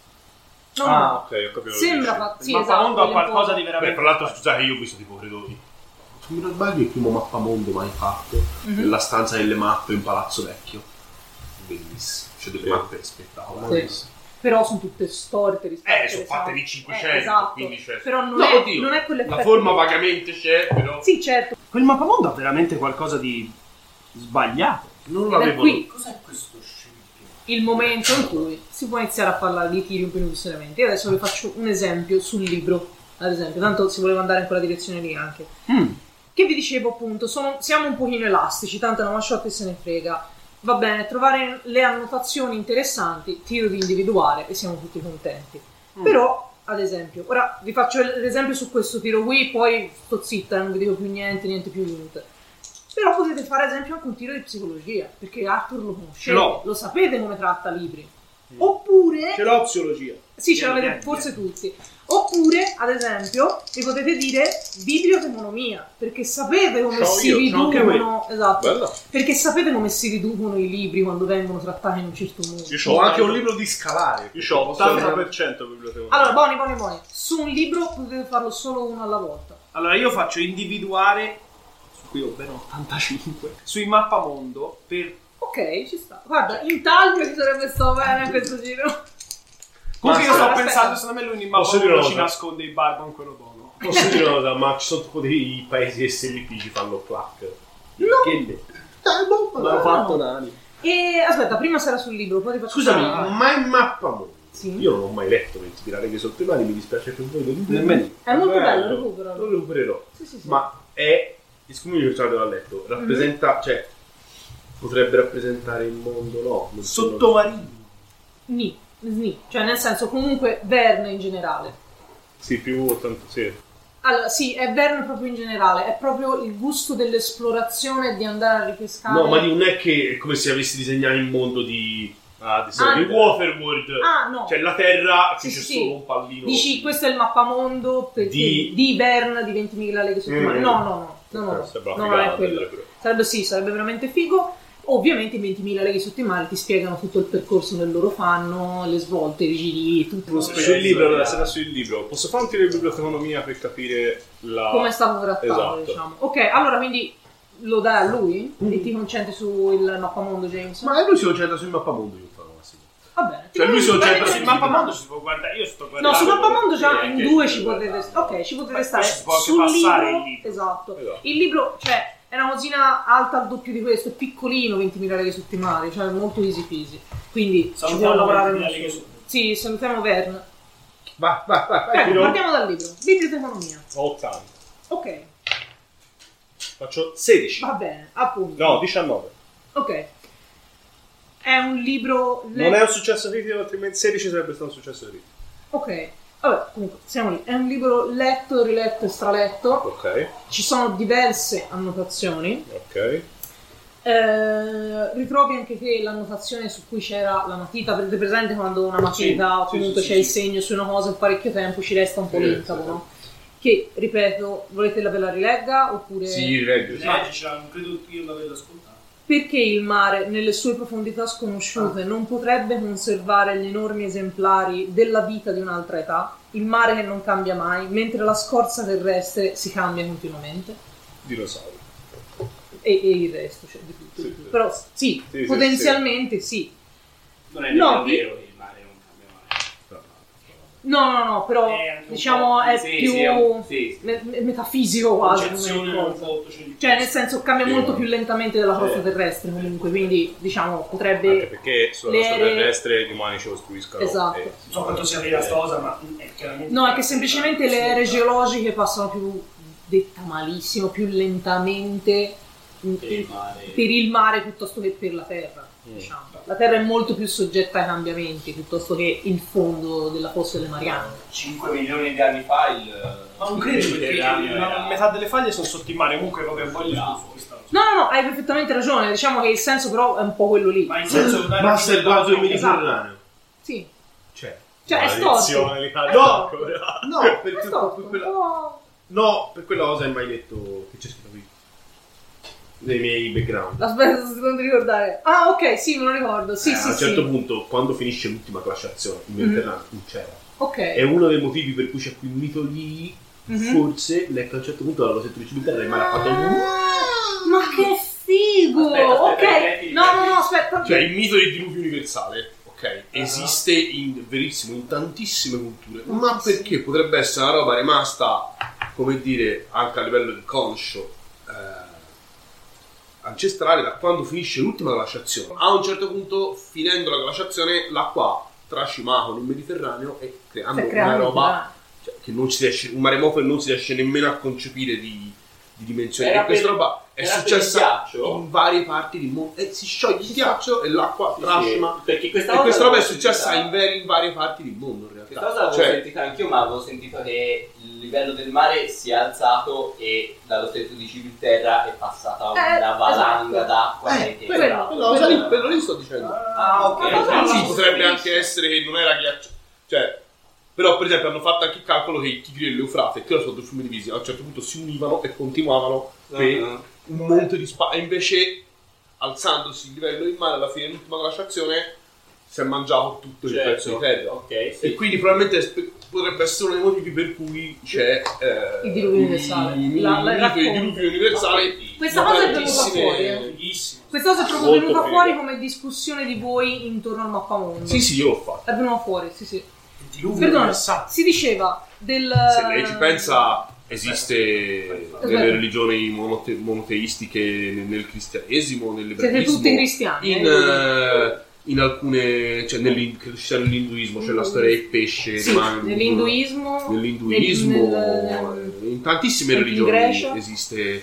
No, Ah, no. ok, ho capito. Sembra fa... fa- sì, Il mappamondo ha esatto, qualcosa di Beh, veramente... tra l'altro, scusate, io ho visto tipo, credo, se mi non sbaglio, il primo mappamondo mai fatto, nella stanza delle mappe in Palazzo Vecchio. Bellissimo, c'è delle Sì. mappe spettacolari. Sì. Però sono tutte storte rispetto Sono fatte di 500, esatto. quindi c'è. Però non, No, è, oddio, non è quell'effetto la forma che- vagamente c'è, però Sì, certo. Quel mappamondo ha veramente qualcosa di sbagliato. non Ed è l'avevo. qui Cos'è questo scempio? il momento in cui si può iniziare a parlare di Tyrion più seriamente. Io adesso vi faccio un esempio sul libro, ad esempio, tanto si voleva andare in quella direzione lì anche. Che vi dicevo appunto, siamo un pochino elastici, tanto è una one shot e se ne frega. Va bene, trovare le annotazioni interessanti, tiro di individuare e siamo tutti contenti. Però, ad esempio, ora vi faccio l'esempio su questo tiro qui, poi sto zitta, non vi dico più niente più niente. Però potete fare ad esempio anche un tiro di psicologia, perché Arthur lo conoscete, Ce l'ho. lo sapete come tratta libri. Oppure... Ce l'ho psicologia. Sì, ce l'avete Vieni, forse tutti. Oppure, ad esempio, vi potete dire biblioteconomia, perché sapete come C'ho si io, c'ho anche riducono. Esatto. Bella. Perché sapete come si riducono i libri quando vengono trattati in un certo modo. Io Ho anche un libro di scalare. Io ho 80% biblioteca. Allora, buoni. Su un libro potete farlo solo uno alla volta. Allora io faccio individuare, su cui ho ben 85, sui mappamondo per... Ok, ci sta. Guarda, in taglio ci sarebbe stato bene a questo giro. Comunque io allora, sto aspetta. pensando, secondo me lui in Posso dire mappamondo una ci cosa? nasconde il barbon quello dono. Posso dire una cosa, ma ci sono tipo dei paesi SLP ci fanno clac. No. Che le... Non Non ho fatto nani. E aspetta, prima sarà sul libro, poi ti faccio Scusami, sapere. ma il mappamondo? Sì. Io non ho mai letto 20 pirataghe sotto i mani, mi dispiace per voi. Nemmeno. È molto bello, Lo recupero. recupererò. Sì. Ma è Discomuni universale dove l'ha letto, rappresenta, cioè, potrebbe rappresentare il mondo, no? Sottomarino. Ni, cioè nel senso comunque Verne in generale. Sì, più tanto, sì. Allora, sì, è Verne proprio in generale, è proprio il gusto dell'esplorazione e di andare a ripescare. No, ma non è che è come se avessi disegnato il mondo di Waterworld. No. Cioè la Terra, Sì, che c'è sì, solo un pallino. Dici, questo è il mappamondo di Verne di 20.000 leghe sottomarine. No, non è quello. Sarebbe veramente figo. Ovviamente in 20.000 leghe sotto il mare ti spiegano tutto il percorso che loro fanno, le svolte, i giri, tutto. Sul libro, allora, se sul libro, posso fare un tiro di biblioteconomia per capire come è stato trattato, esatto. diciamo. Ok, allora quindi lo dai a lui e ti concentri sul mappamondo, James? Ma lui si concentra sul mappamondo, io farò sì. Va bene. Cioè lui si concentra Sul mappamondo ci si può guardare, io sto guardando. No, sul mappamondo già in due ci potete stare. Ok, ci potete stare. Si può anche Sul passare libro, il libro. esatto. Il libro, cioè, è una cosina alta al doppio di questo, è piccolino, 20.000 leghe sotto i mari, cioè molto easy peasy. Quindi ci può lavorare uno solo. Sì, salutiamo Verne. Vai. Prego, partiamo dal libro. Biblioteconomia. 80. Ok, Faccio 16. va bene, appunto. No, 19. Ok. È un libro... Non è un successo critico, altrimenti 16 sarebbe stato un successo critico. Ok. Vabbè, comunque, siamo lì. È un libro letto, riletto e straletto. Ok. Ci sono diverse annotazioni. Ok. Ritrovi anche che l'annotazione su cui c'era la matita, avete presente quando una matita o comunque c'è il segno su una cosa per parecchio tempo ci resta un po' l'incavo, no? Che, ripeto, volete che ve la rilegga oppure... Sì, rileggo. Non credo io l'averla ascoltata. Perché il mare, nelle sue profondità sconosciute, non potrebbe conservare gli enormi esemplari della vita di un'altra età? Il mare che non cambia mai, mentre la scorza terrestre si cambia continuamente? Dinosauri. E il resto, cioè di tutto. Sì, Di tutto. sì. Però sì, potenzialmente sì. Non è nemmeno vero che il mare non cambia mai. No, però diciamo è sì, più sì. metafisico quasi come cosa. Cioè nel senso cambia molto più lentamente della crosta terrestre comunque, quindi diciamo potrebbe... Anche perché sulla costa terrestre gli umani ci costruiscono. Esatto. Non so quanto sia vera sta cosa, ma è chiaramente... No, è che semplicemente le ere geologiche passano più, detta malissimo, più lentamente per il mare piuttosto che per la terra. Diciamo. La terra è molto più soggetta ai cambiamenti piuttosto che il fondo della fossa delle Marianne. 5 milioni di anni fa Ma non credo perché la metà delle faglie sono sotto il mare, comunque proprio voglio su questa cosa. No, hai perfettamente ragione, diciamo che il senso però è un po' quello lì. Ma in senso Basta il guardo del Mediterraneo. Sì. Cioè È storto. no, per È storto. per quella cosa hai mai detto che c'è scritto qui nei miei background. Aspetta, non ti ricordare. Ah, ok, sì, me lo ricordo. Sì, A un certo punto, quando finisce l'ultima glaciazione, il Mediterraneo non c'era. Ok. È uno dei motivi per cui c'è qui un mito lì. Forse, a un certo punto dalla rosetto di cimitero il mare ha fatto Ma che figo! Ok. No, aspetta. Cioè, il mito del diluvio universale, ok, esiste in tantissime culture. Ma perché potrebbe essere una roba rimasta, come dire, anche a livello inconscio, ancestrale, da quando finisce l'ultima glaciazione. A un certo punto, finendo la glaciazione, l'acqua trascimava nel Mediterraneo e creando una roba che non si riesce, un maremoto che non si riesce nemmeno a concepire di dimensioni. E questa roba è successa in varie parti del mondo. Si scioglie il ghiaccio e l'acqua trascima. Perché questa roba è successa in varie parti del mondo, in realtà. Questa cosa l'avevo sentita anch'io, ma avevo sentito che il livello del mare si è alzato e dallo stretto di Gibilterra è passata una valanga d'acqua. Quello lì sto dicendo. Ah, ok. Sì, potrebbe anche essere che non era ghiaccio. Cioè, però per esempio hanno fatto anche il calcolo che i Tigri e l'Eufrate, che sotto il fiume di Visi, a un certo punto si univano e continuavano per un monte di e invece alzandosi il livello del mare alla fine dell'ultima glaciazione si è mangiato tutto il pezzo di terra. Okay, sì. E quindi probabilmente potrebbe essere uno dei motivi per cui c'è il diluvio universale. Il diluvio universale. Questa cosa è venuta fuori. Questa cosa è proprio venuta fuori come discussione di voi intorno al mappamondo. Sì, io l'ho fatto. È venuta fuori, sì. Perdona, si diceva del... Se lei ci pensa, esiste nelle religioni monoteistiche, nel cristianesimo, nell'ebraismo. Siete tutti cristiani. In alcune, cioè credo ci sia nell'induismo, c'è la storia del pesce. Sì, nell'induismo, in tantissime religioni esiste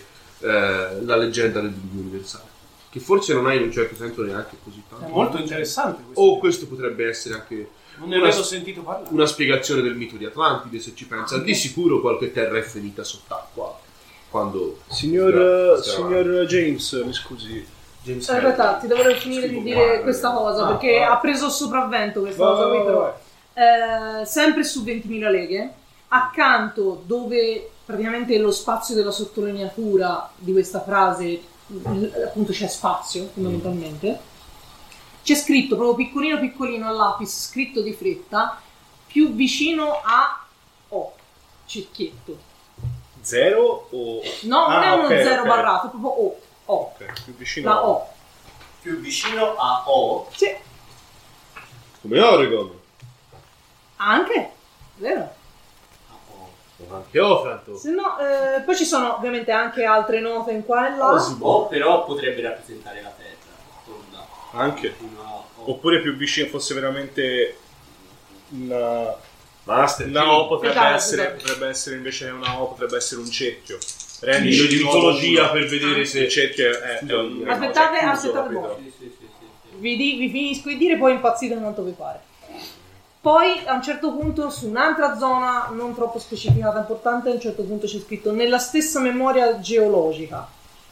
la leggenda del diluvio universale, che forse non ha in un certo senso neanche così tanto. È molto interessante questo. O questo potrebbe essere anche Non ne avevo sentito parlare. una spiegazione del mito di Atlantide, se ci pensa. Di sicuro qualche terra è finita sott'acqua quando Signor James, mi scusi. James In realtà ti dovrei finire di dire questa cosa perché ha preso il sopravvento questa cosa qui, però sempre su 20.000 leghe, accanto dove praticamente lo spazio della sottolineatura di questa frase, appunto c'è spazio fondamentalmente, c'è scritto proprio piccolino piccolino a lapis, scritto di fretta, più vicino a O, cerchietto. 0 o... No, non è uno ok, 0 ok. barrato, è proprio O. O. Ok, più vicino La a... O. Più vicino a O. Sì, come Oregon, anche, vero? anche Ofranto. Se no, poi ci sono ovviamente anche altre note in qua e là. O però potrebbe rappresentare la Terra. Tonda. Anche. Una O. Oppure più vicino fosse veramente una Master O, potrebbe Esatto. essere invece una O, potrebbe essere un cerchio. Rendici di mitologia per vedere se il cerchio è un... Aspettate, chiuso, aspettate capito? un po'. Sì. Vi finisco di dire, poi impazzite quanto vi pare. Poi a un certo punto su un'altra zona non troppo specificata, importante, a un certo punto c'è scritto nella stessa memoria geologica.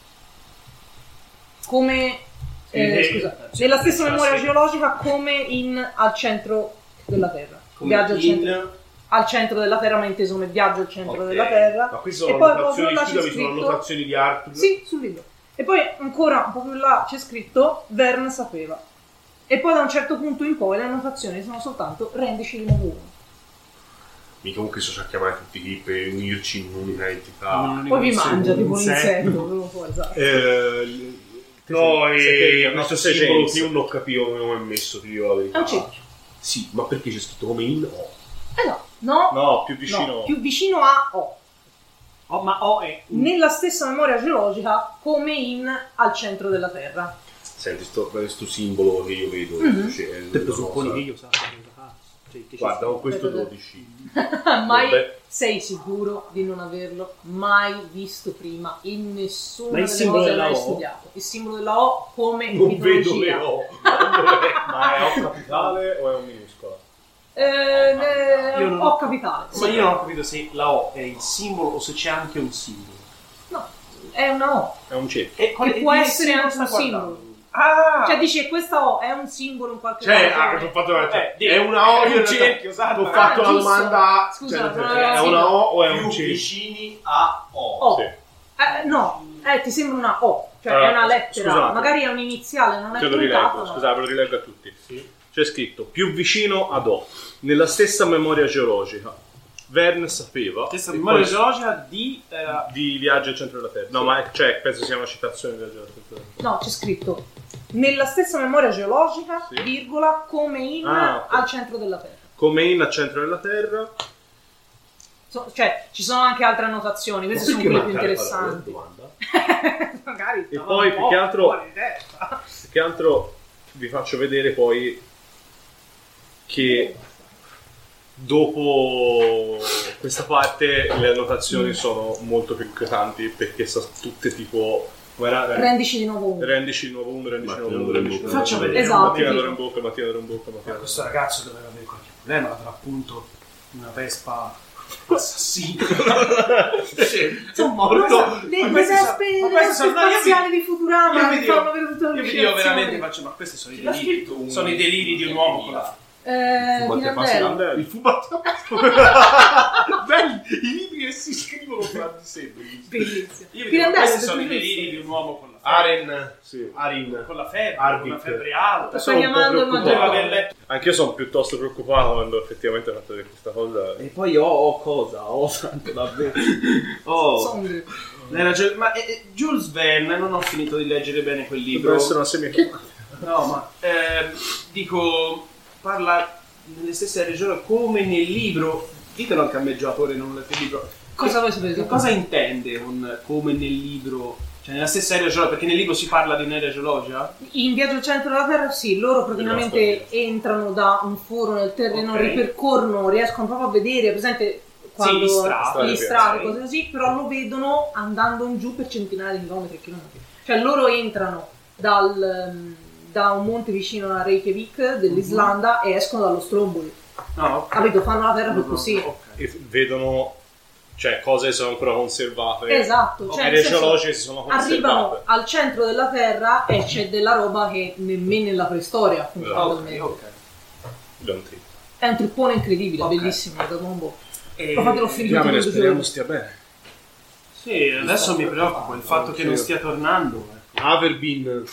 Come nella stessa memoria geologica come al centro della Terra. Viaggio al centro della Terra, ma inteso come viaggio al centro della Terra. Ma qui E sono poi annotazioni, proprio là c'è scusami, sono scritto- annotazioni di Arthur. Sì, sul libro. E poi ancora un po' più là c'è scritto Verne sapeva. E poi da un certo punto in poi le annotazioni sono soltanto rendici di nuovo uno. Mica comunque so a chiamare tutti qui per unirci in un'unica entità. Poi vi mangia tipo un insetto. proprio fuori, esatto. No, Siete- questo sei simbolo James. che io non capivo come è messo, ti dico la verità. È un cerchio. Sì, ma perché c'è scritto come in O? No, più vicino. No, più vicino a O. Oh, ma O è Nella stessa memoria geologica come al centro della Terra. Senti, questo simbolo che io vedo. C'è Te una presupponi cosa- che io sappia che Guarda, ho questo 12. Mai Vabbè. sei sicuro di non averlo mai visto prima in nessuna Ma il delle simbolo cose che della hai O? studiato. Il simbolo della O come Non vedo le mitologia. O. Ma è O capitale o è un minuscolo? Io non- O capitale. Ma io non ho capito se la O è il simbolo o se c'è anche un simbolo. No, è una O. È un cerchio. E Che può essere anche un simbolo. Ah! Cioè dici questa O è un simbolo in qualche Cioè, modo. ho fatto una Vabbè, è una O, è io un in realtà cerchio, esatto. ho fatto Ah, la giusto. domanda. Scusa, cioè, nel senso, non è avevo una O o è un Più cerchio? vicini a O. O. Sì. No, ti sembra una O, cioè Allora, è una lettera, scusate. magari è un iniziale, non è Te lo puntata, rileggo, ma- scusate, ve lo rileggo a tutti. C'è scritto più vicino ad O, nella stessa memoria geologica. Verne sapeva. Stessa e memoria poi- geologica di... di Viaggio al centro della Terra. No, ma cioè, penso sia una citazione del Viaggio al centro della Terra. No, c'è scritto nella stessa memoria geologica, Sì. virgola, come in Ah, ok. al centro della Terra. Come in al centro della Terra. Cioè, ci sono anche altre annotazioni, queste sono quelle più interessanti. Magari E stavo poi un più po' che altro- fuori di testa. Più che altro vi faccio vedere poi che dopo questa parte le annotazioni sono molto più inquietanti perché sono tutte tipo Rendici di nuovo uno. rendici di nuovo uno, rendici di nuovo uno, Mattina rendici di nuovo Faccio uno. vedere. Esatto. Mattina d'ora in bocca, mattina d'ora in bocca, mattina d'ora in Questo bocca. ragazzo doveva avere qualche problema, avrà appunto una vespa assassina. Sono morto. Le queste sono- vespe ma queste sono- no, io spaziali vi- di Futurama io vi che dico- fanno vedere tutte le Io vi dico veramente, lucidazioni. faccio, ma questi sono i Chi l'ha deliri. scritto un- Sono i deliri di un uomo con la... Pirandello. Il fumato. Belli, i libri che si scrivono fra di sé. bellissimi. Bellissimo. Io vi dico, Pirandello, questi sono i bellissimo. deliri di un uomo con la Aren. Sì. Arin. con la febbre, Arvic. con una febbre alta. Sto chiamando il preoccupato. Doveva aver mangiatore. letto. Anch'io sono piuttosto preoccupato quando effettivamente ho fatto questa cosa. E poi ho cosa? Ho tanto davvero. Oh, Sono- hai ragione. Ma Jules Verne, non ho finito di leggere bene quel libro. Deve essere una semi. No, ma dico, parla nelle stesse regioni come nel libro. Ditelo anche a me, giocatore, non ho letto il libro. Cosa vuoi sapere? Che cosa intende con come nel libro? Cioè nella stessa area geologica, perché nel libro si parla di un'area geologica? In Viaggio al centro della Terra, sì, loro praticamente entrano da un foro nel terreno, Ok. ripercorrono, riescono proprio a vedere, presente quando gli strati, gli strati, cose così, però lo vedono andando in giù per centinaia di chilometri e chilometri. Cioè loro entrano da un monte vicino a Reykjavik dell'Islanda e escono dallo Stromboli. Capito? Fanno la terra per così. E vedono, cioè, cose che sono ancora conservate. Esatto. Cioè, le geologiche si sono conservate. Arrivano al centro della terra e c'è della roba che nemmeno nella preistoria fondamentalmente. È un trippone incredibile, bellissimo, da combo. Però fatelo finire tutto. Speriamo stia bene. Sì, adesso mi preoccupa il fatto che non stia tornando. Arvin.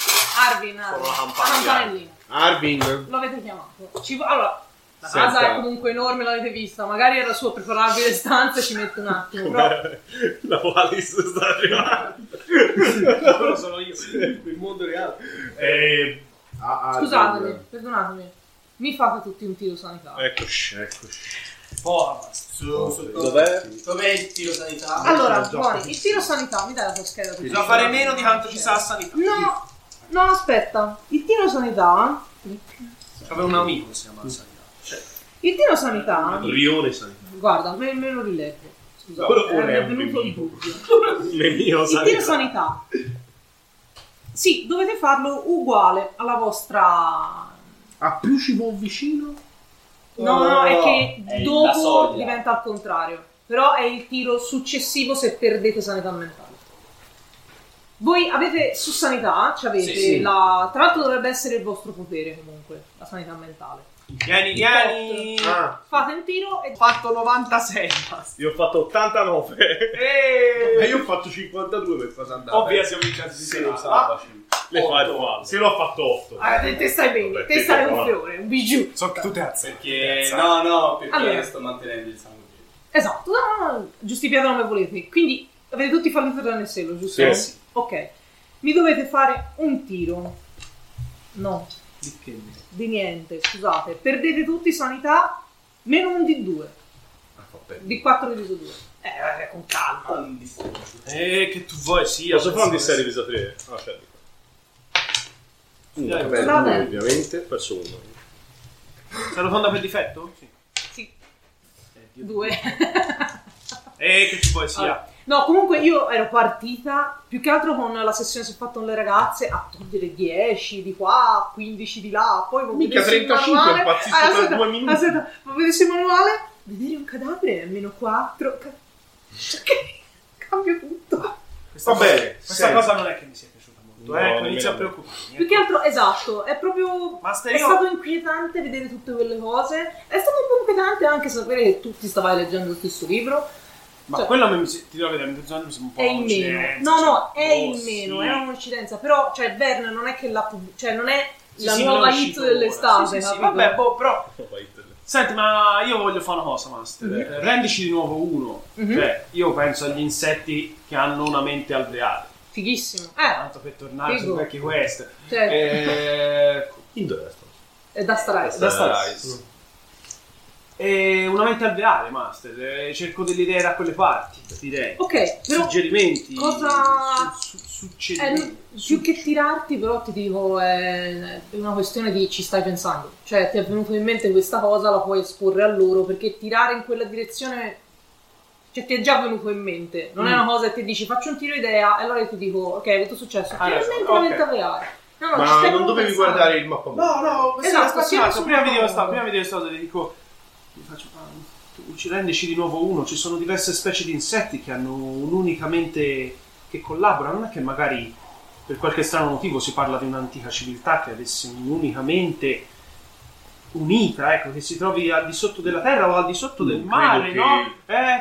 Arvin. Lo avete chiamato. Allora, la casa è comunque enorme, l'avete vista. Magari era sua preparabile stanza, ci mette un attimo. Però... La Wallis sta arrivando. Quello sono io, il mondo reale. Scusatemi, perdonatemi. Mi fate tutti un tiro sanitario. Eccoci. Dov'è il tiro sanità? Allora, buoni, il tiro sanità, mi dai la tua scheda? Bisogna fare meno di quanto ci sa la sanità. No, aspetta. Il tiro sanità... C'aveva un amico che si chiama sanità. Il tiro sanità... Rione sanità. Guarda, me lo rileggo. Scusate, è venuto il dubbio. Il tiro sanità. Sì, dovete farlo uguale alla vostra... A più ci va vicino? No, è che è dopo diventa al contrario. Però è il tiro successivo se perdete sanità mentale. Voi avete su sanità, Sì. tra l'altro dovrebbe essere il vostro potere comunque, la sanità mentale. Vieni. Fate un tiro e... Ho fatto 96. Io ho fatto 89. E io ho fatto 52 per cosa andare. Ovvio siamo in casa di Le fai uguale. Se l'ho fatto 8. te stai bene, Vabbè, te stai te un fiore, un bijou. So che tu te alzi. Perché perché Allora. sto mantenendo il sangue. Esatto, no, giustificate come volete. Quindi avete tutti fallito tranne Sello, giusto? Sì. Ok. Mi dovete fare un tiro. No. Di che? Di niente, scusate. Perdete tutti sanità meno un di 2. Di 4 diviso 2. Con calma. Che tu vuoi sia. Posso fare un di 6 diviso 3? Ah, certo. Vabbè. Ovviamente. Perso uno. Se lo fonda per difetto? Sì. 2. Che tu vuoi sia. Allora, no, comunque io ero partita più che altro con la sessione che ho fatto con le ragazze a togliere 10 di qua, 15 di là, poi Mica 35 è impazzito per 2 minuti. Aspetta, ma vedessi il manuale? Vedere un cadavere è meno 4. Cambio tutto. Questa cosa non è che mi sia piaciuta molto. No, Inizio a preoccuparmi. Più che altro, esatto, è proprio... Master, è stato inquietante vedere tutte quelle cose. È stato un po' inquietante anche sapere che tu ti stavai leggendo lo stesso libro. Ma cioè, quello mi ti devo vedere, mi sembra un po' è il meno. No, è il meno, è un'incidenza. Però, cioè, Verne non è che cioè, non è la nuova hit dell'estate. Sì, vabbè, però... Senti, ma io voglio fare una cosa, Master. Rendici di nuovo uno. Cioè, io penso agli insetti che hanno una mente alveare. Fighissimo. Tanto per tornare Figo. su vecchi quest. Certo. È da Starrise. E una mente alveare, Master. Cerco delle idee da quelle parti, direi. Ok, però Suggerimenti. cosa... Succedimenti. più che tirarti, però ti dico, è una questione di ci stai pensando. Cioè, ti è venuto in mente questa cosa, la puoi esporre a loro, perché tirare in quella direzione, cioè, ti è già venuto in mente. Non è una cosa che ti dici, faccio un tiro idea, e allora io ti dico, ok, questo è successo. Finalmente la mente avveare. No, ma non dovevi guardare il mappamondo. No, esatto, prima video è stato, ti dico, tu ci rendici di nuovo uno, ci sono diverse specie di insetti che hanno un'unica mente che collabora, non è che magari per qualche strano motivo si parla di un'antica civiltà che avesse un'unica mente unita, ecco, che si trovi al di sotto della terra o al di sotto del mare, no?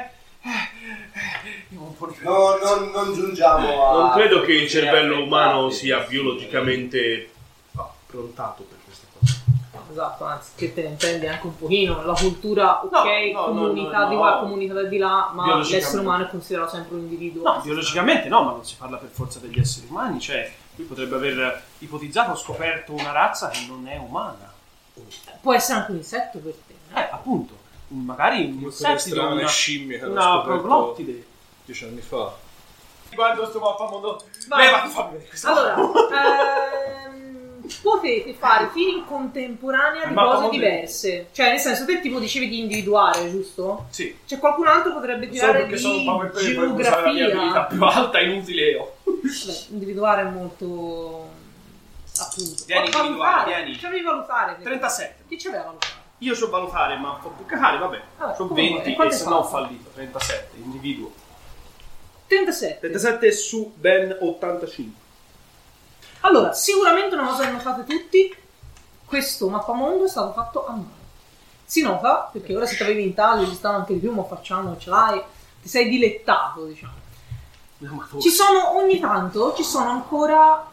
Non giungiamo a... Non credo che il cervello umano sia biologicamente approntato per queste cose. Esatto, anzi, che te ne intendi anche un pochino. La cultura, ok, comunità di qua, comunità di là, ma l'essere umano è considerato sempre un individuo. No, biologicamente no, ma non si parla per forza degli esseri umani, cioè lui potrebbe aver ipotizzato o scoperto una razza che non è umana. Può essere anche un insetto per te. Appunto, magari un insetto strane scimmie che hanno una scoperto proglottide. 10 anni fa. Guardo sto mappamondo. Vai. Fammi vedere questa. Allora, può potete fare fili in contemporanea di mappamondo cose diverse. Cioè, nel senso, te tipo dicevi di individuare, giusto? Sì. Cioè, qualcun altro potrebbe Solo tirare perché di sono un power player, poi usare la mia abilità geografia. più alta, inutile io. Beh, individuare è molto... appunto. Vieni, Valutare. individuare, vieni. Ci avevi valutare. 37. Chi ci aveva valutare? Io ci ho valutare, ma ho bucare, vabbè. Vabbè, C'ho comunque, 20 e quanto e hai se no ho fatto? fallito. 37, individuo. 37. 37 su ben 85. Allora, sicuramente una cosa che notate tutti, questo mappamondo è stato fatto a mano. Si nota, perché ora se ti avevi in taglio, ci stanno anche di più, ma facciamo, ce l'hai, ti sei dilettato, diciamo. Ci sono, ogni tanto, ci sono ancora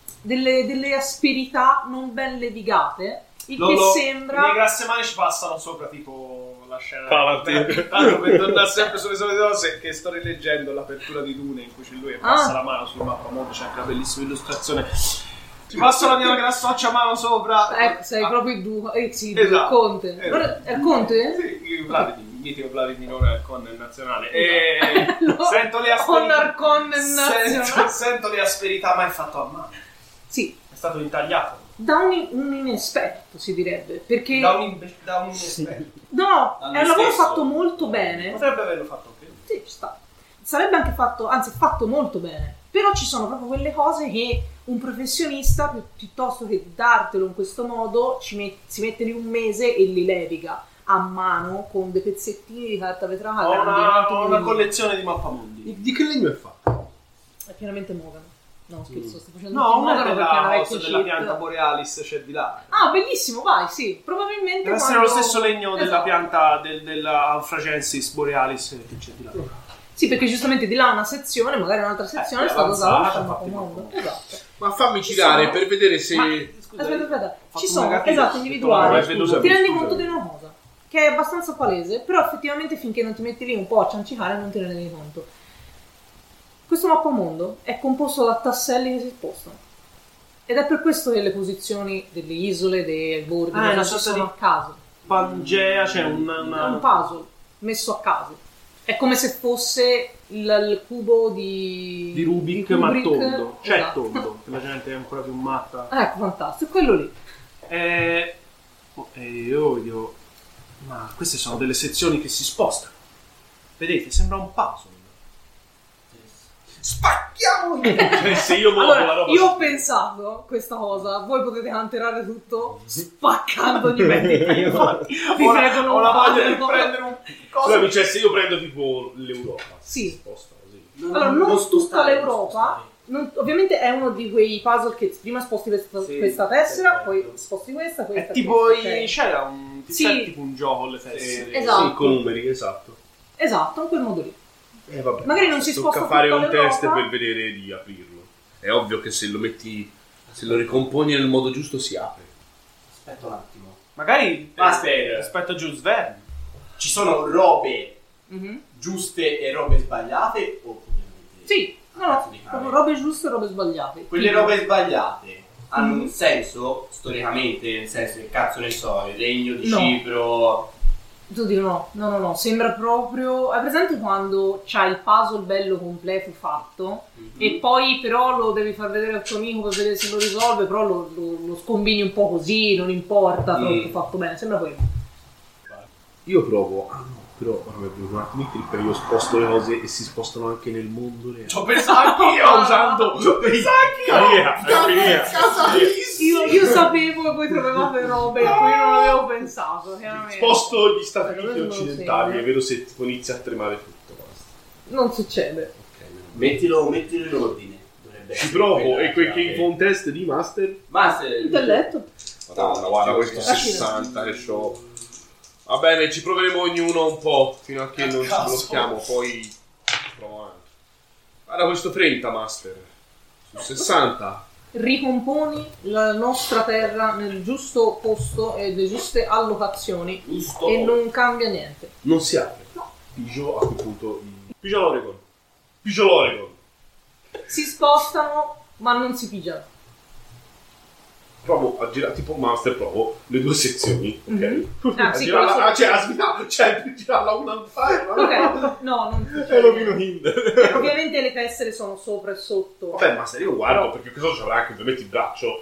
delle asperità non ben levigate, il che Le mie sembra... grasse mani ci passano sopra, tipo la scena. Paladin. Tanto per tornare sempre sulle solite cose, che sto rileggendo l'apertura di Dune in cui c'è lui e passa la mano sul mappamondo, c'è anche una bellissima illustrazione. Ci passo la mia grassoccia a mano sopra. sei proprio il due, sì, Esatto. il conte. Esatto. È il conte? Sì, il mitico Vladimir con il nazionale. E sento le Honor con il nazionale. sento le asperità mai fatto a mano. Sì, È stato intagliato. da un inesperto si direbbe, perché... Da un inesperto. No, Da è me un lavoro stesso. fatto molto bene. Potrebbe averlo fatto anche lui. Sì, ci sta. Sarebbe anche fatto, anzi fatto molto bene. Però ci sono proprio quelle cose che un professionista, piuttosto che dartelo in questo modo, si mette lì un mese e li leviga a mano con dei pezzettini di carta vetrata. Ho una collezione di mappamondi. Di che legno è fatto? È pienamente mogano. No, scherzo, sto facendo No, tutti una è mogano perché è una della, vecchia della cheat. pianta borealis, c'è di là. Ah, bellissimo, vai, sì. Probabilmente Deve essere quando- lo stesso legno della Esatto. pianta della Anfragensis borealis che c'è di là. Sì, perché giustamente di là una sezione, magari un'altra sezione è stata avanzata, usata al fatti mappamondo. Esatto. Ma fammi girare sono- per vedere se... Scusa, Aspetta. fatto Ci un sono, negativo. esatto, individuali. Scusami, Ti rendi scusami. conto di una cosa, che è abbastanza palese, però effettivamente finché non ti metti lì un po' a ciancicare non te ne rendi conto. Questo mappamondo è composto da tasselli che si spostano. Ed è per questo che le posizioni delle isole, dei bordi, è una ci sorta sono di- a caso. Pangea, c'è È un puzzle messo a caso. È come se fosse il cubo di Rubik, ma tondo. C'è Esatto. tondo, che la gente è ancora più matta. Ecco, fantastico, quello lì. Io... Ma queste sono delle sezioni che si spostano. Vedete, sembra un puzzle. Spacchiamo! Cioè, se io muovo la Allora, roba... io ho pensato questa cosa, voi potete canterare tutto spaccando ogni vendita, infatti. Vi prego, non Ho la voglia di farlo. prendere un Scusami, cioè, se io prendo tipo l'Europa... Sì. si sposta così. Allora, non tutta l'Europa, ovviamente è uno di quei puzzle che prima sposti questa tessera, poi sposti questa, È questa. tipo questa, ok. c'era un Sì. c'è tipo un gioco con le tessere. Esatto. Sì, con numeri, esatto. Esatto, in quel modo lì. Vabbè. Magari non si sposta Tocca fare tutta un test l'Europa. per vedere di aprirlo. È ovvio che se lo metti, se lo ricomponi nel modo giusto si apre. Aspetta un attimo. Magari Master. aspetta Jules Verne. Ci sono robe Mhm. giuste e robe sbagliate? O ovviamente... Sì, no, Cazzo di cane. proprio robe giuste e robe sbagliate. Quelle Tipo- robe sbagliate hanno un senso storicamente, nel senso che cazzo ne so, il regno di No. Cipro. Tu dici no, sembra proprio... Hai presente quando c'hai il puzzle bello completo fatto e poi però lo devi far vedere al tuo amico per vedere se lo risolve, però lo scombini un po' così, non importa, troppo fatto bene, sembra quello. Io provo. Ah no, però vabbè, un attimo il tripper, io sposto le cose e si spostano anche nel mondo reale. Ci ho pensato anch'io usando. Io sapevo che voi trovavate robe a cui non avevo pensato, chiaramente. Sposto gli Stati Secondo Uniti me non lo occidentali segno. e vedo se tipo inizia a tremare tutto. Basta. Non succede. Ok, Mettilo in ordine. Dovrebbe ci essere provo quella e quel la che chiave. fa un test di master. Master. Intelletto. Madonna, guarda questo 60 che c'ho. Va bene, ci proveremo ognuno un po' fino a che non ci blocchiamo, poi provo anche. Guarda questo 30 master su 60. Ricomponi la nostra terra nel giusto posto e le giuste allocazioni Giusto. e non cambia niente. Non si apre. Pigio a quel punto Pigio l'Oregon. Si spostano ma non si pigiano. provo a girare tipo master, provo le due sezioni, ok? Ah, A sì, girarla, quello sì. a svitarla, cioè per girarla una al fare, Ok, no, non È lo vino Hinder. Ovviamente le tessere sono sopra e sotto. Vabbè, master, io guardo perché questo ci avrà anche ovviamente il braccio.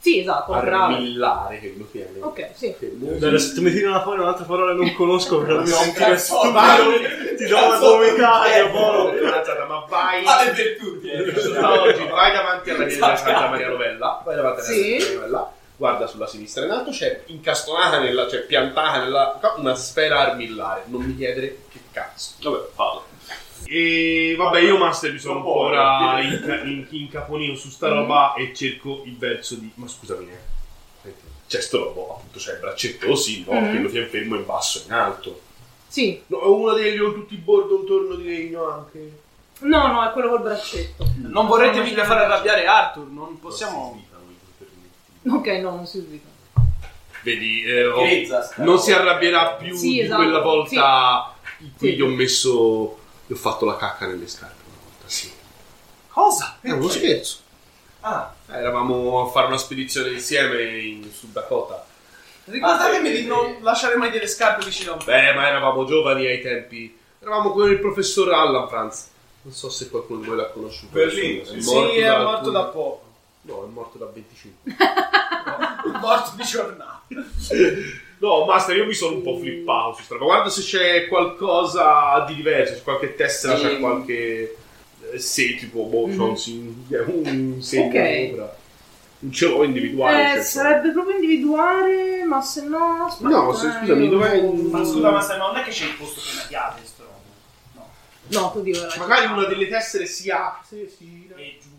Sì, esatto, grave. Armillare, che lo chiami. Ok, sì. Se tu mi tiri fuori un'altra parola che non conosco, per sentire ti do una vomitare, ma vai. Vale per tutti. Oggi vai davanti alla via della Santa Maria Novella. Vai davanti alla Sì. Santa Maria Novella. Guarda sulla sinistra in alto, c'è incastonata cioè piantata nella una sfera armillare. Non mi chiedere che cazzo. Vabbè, fallo. E vabbè, io Master mi sono un po' ora incaponito su sta roba e cerco il verso di. Ma scusami, c'è sto robo, appunto, c'è il braccetto così, no? Che lo tiene fermo in basso e in alto. Sì. No, è uno degli con tutti i bordi intorno di legno anche. No, è quello col braccetto. Non vorrete mica far arrabbiare Arthur? Non possiamo... Ok, no, non si usa. Vedi, Grezza, non si arrabbierà più Sì, di esatto, quella volta in cui Sì. gli ho messo. Gli ho fatto la cacca nelle scarpe una volta, sì. Cosa? È uno scherzo. Ah, Eravamo a fare una spedizione insieme in Sud Dakota. ricordatemi di non lasciare mai delle scarpe vicino a me. Beh, ma eravamo giovani ai tempi. Eravamo con il professor Allan Franz. Non so se qualcuno di voi l'ha conosciuto. Berlino, Sì, è morto da poco. No, è morto da 25. Morto di giornata. No, Master, io mi sono un po' flippato su sta roba. Guarda se c'è qualcosa di diverso, c'è qualche tessera, Sì. c'è qualche tipo, c'è un segno Ok. sopra. Non ce l'ho individuale. certo. Sarebbe proprio individuare, ma se no... aspetta, No, scusami, dov'è il- Ma scusa, ma non è che c'è il posto che chiave sto roba. No. No, tu dico... Magari una delle tessere si apre, si gira. E giù.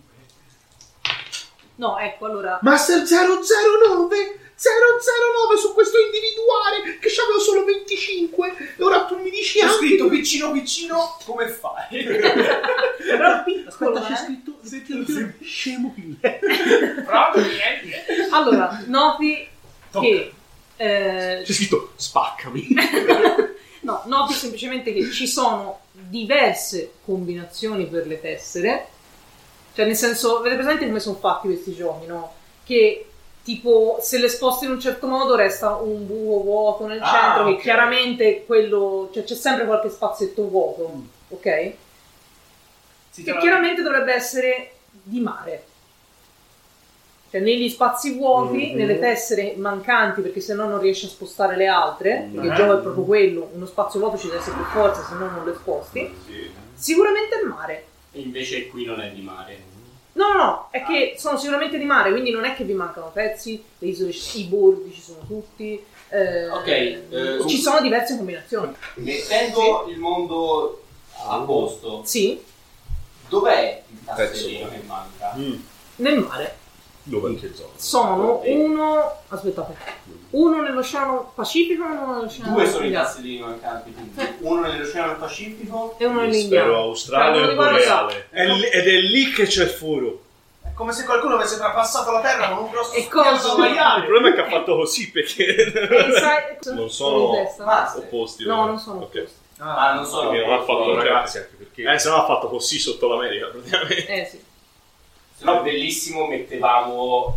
No, ecco, allora... Master 009 su questo individuare che c'avevo solo 25 e ora tu mi dici C'è anche scritto piccino, come fai? Però piccolo, aspetta, c'è scritto scemo chi è. Proprio niente. Allora, noti che... C'è scritto spaccami. No, noti semplicemente che ci sono diverse combinazioni per le tessere. Cioè, nel senso, avete presente come sono fatti questi giochi, no? Che tipo, se le sposti in un certo modo resta un buco vuoto nel centro, ok. che chiaramente quello... Cioè, c'è sempre qualche spazietto vuoto, ok? Si Che chiama- chiaramente dovrebbe essere di mare. Cioè, negli spazi vuoti, nelle tessere mancanti, perché sennò non riesci a spostare le altre, perché il gioco è proprio quello, uno spazio vuoto ci deve essere per forza, se no non le sposti. Sicuramente il mare. E invece qui non è di mare. No, è che sono sicuramente di mare, quindi non è che vi mancano pezzi, le isole, i bordi ci sono tutti, ci sono diverse combinazioni. Mettendo il mondo a posto, Sì, dov'è il tasserino che manca? nel mare. Dove? In che zona? Sono uno nell'Oceano Pacifico e uno nell'Oceano Due sono i Indiano. tasserini mancanti, quindi uno nell'Oceano Pacifico. E uno Spero nell'Indiano. Australia Cioè, o uno riguarda- Boreale. Ed è lì che c'è il furo. È come se qualcuno avesse trapassato la terra con un grosso E cosa? schiaffo da Il maiale. problema è che ha fatto così perché non sono Master. opposti. No, non sono Ok. opposti. Ah, non sono Perché non ha fatto Ragazzi, anche perché se no ha fatto così sotto l'America praticamente. Sì. Se no, bellissimo, mettevamo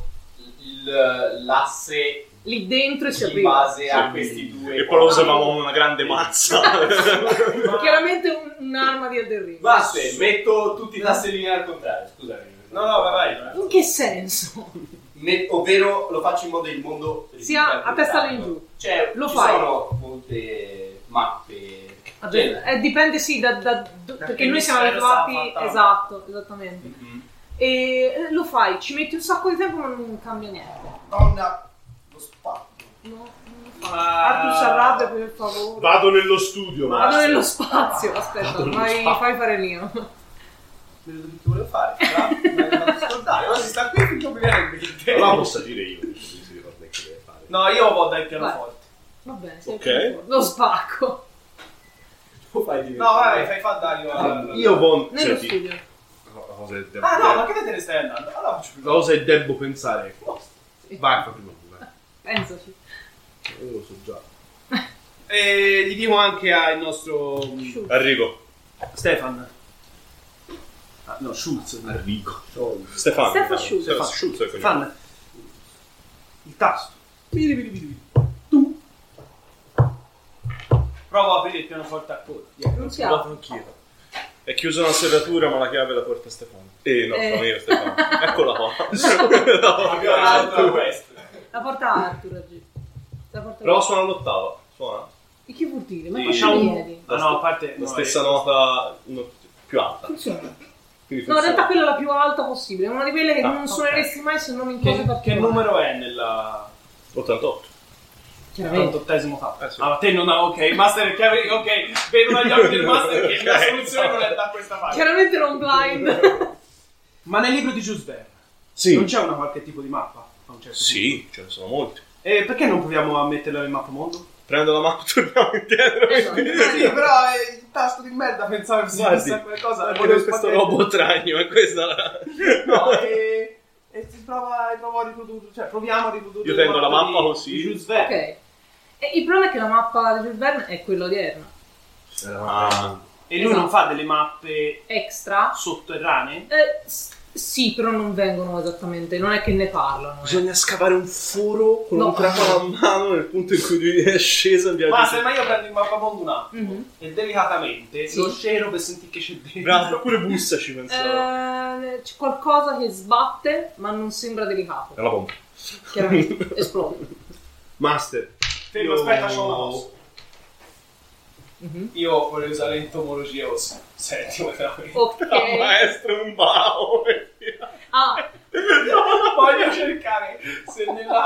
l'asse Lì dentro e si in apriva. base a questi due. E poi lo usavamo come una grande mazza. Chiaramente un'arma di Elden Ring. Master, metto tutti i tasserini al contrario, scusami. No, vai. In che senso? Ovvero lo faccio in modo che il mondo Sia a testa in giù. Cioè, Lo ci fai. sono molte mappe. Dipende sì perché noi siamo l'emisfero abituati. sta fatta. Esatto, esattamente. Mhm. E lo fai, ci metti un sacco di tempo ma non cambia niente. Donna, lo spacco. No, non lo fa. Arthur si arrabbia per favore. vado nello studio, ma Vado nello spazio, aspetta, Vado nello fai spazio. fare l'io. Vedo che volevo fare. Mi hai fatto ascoltare. Ora si sta qui finché mi viene in mente. allora posso dire io, si ricorda che deve fare. No, io vado dal pianoforte. Va bene, sei Ok. più lo spacco. Tu fai No, diventare. vai, fai Dario. Io voglio Nello studio. la cosa è Ah, no, ma che te ne stai andando? Allora faccio più. la cosa che devo pensare è questa. Sì. Vai, fa prima tu, vai. Pensaci. Io lo so già. E gli dico anche al nostro Shoot. Arrivo. Stefan. Ah, no, Schulz. Enrico. Stefano. Stefano Schulz. Stefano Schulz è quello. Stefan. Il tasto. Tu. Provo a aprire il pianoforte a coda. Non si Provato apre. anch'io. È chiusa una serratura, ma la chiave la porta Stefano. No, sono io Stefano. Eccola qua. La porta Arthur oggi. Però suona l'ottava. Suona. E che vuol dire? Ma Sì. facciamo ieri. No, a parte... La stessa nota più alta. Funziona. Quindi No, in funziona. realtà quella è la più alta possibile. È una di quelle che Ah, non suoneresti mai se non in cose Che particolari. numero è nella... 88. Chiaramente. 88esimo fatto. Sì. Allora, te non ha... Ok, Master, ok, vedo dagli occhi del Master che la soluzione non è da questa parte. Chiaramente non blind. Ma nel libro di Jules Verne Sì. non c'è una qualche tipo di mappa? A un certo Sì, ce ne sono molti. punto. E perché non proviamo a metterla nel mappamondo? Prendo la mappa e torniamo indietro. Sì, però è il tasto di merda, pensavo che si Guardi, fosse qualcosa. Guarda questo robot ragno, è questa la... No, e si prova a riprodurre, cioè proviamo a riprodurre. Io tengo la mappa di così. Jules Verne. Ok. E il problema è che la mappa di Jules Verne è quella odierna. Ah. E lui non fa delle mappe Extra? sotterranee? Sì, però non vengono esattamente, non è che ne parlano. Bisogna scavare un foro con No. un trapano a mano nel punto in cui lui è sceso in Ma se io prendo il mappamondo un attimo Mhm. e delicatamente Sì. lo scero per sentire che c'è dentro. Bravo, pure bussaci pensavo. C'è qualcosa che sbatte, ma non sembra delicato. È la pompa. Chiaramente, esplode. Master. Fermo, io- aspetta, c'ho una cosa. Mhm. Io vorrei usare l'entomologia o settimo veramente. Ok. Maestro un bao. Ah, Voglio cercare se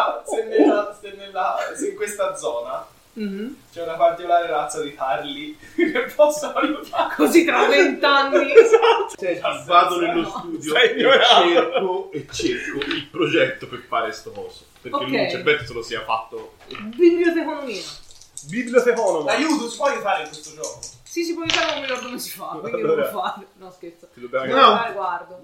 in questa zona mhm. c'è una particolare razza di tarli che possa aiutare. Così tra 20 anni. Senti, vado nello studio Stai ignorando. e cerco il progetto per fare sto coso. Perché Ok. lui il cervello se lo sia fatto. Biblioteconomia. Biblioteconomo. Aiuto, si può aiutare in questo gioco? Sì, si può aiutare, ma non mi ricordo come si fa. Quindi Allora. non lo fare. No, scherzo. Ti dobbiamo No. Guarda, guardo.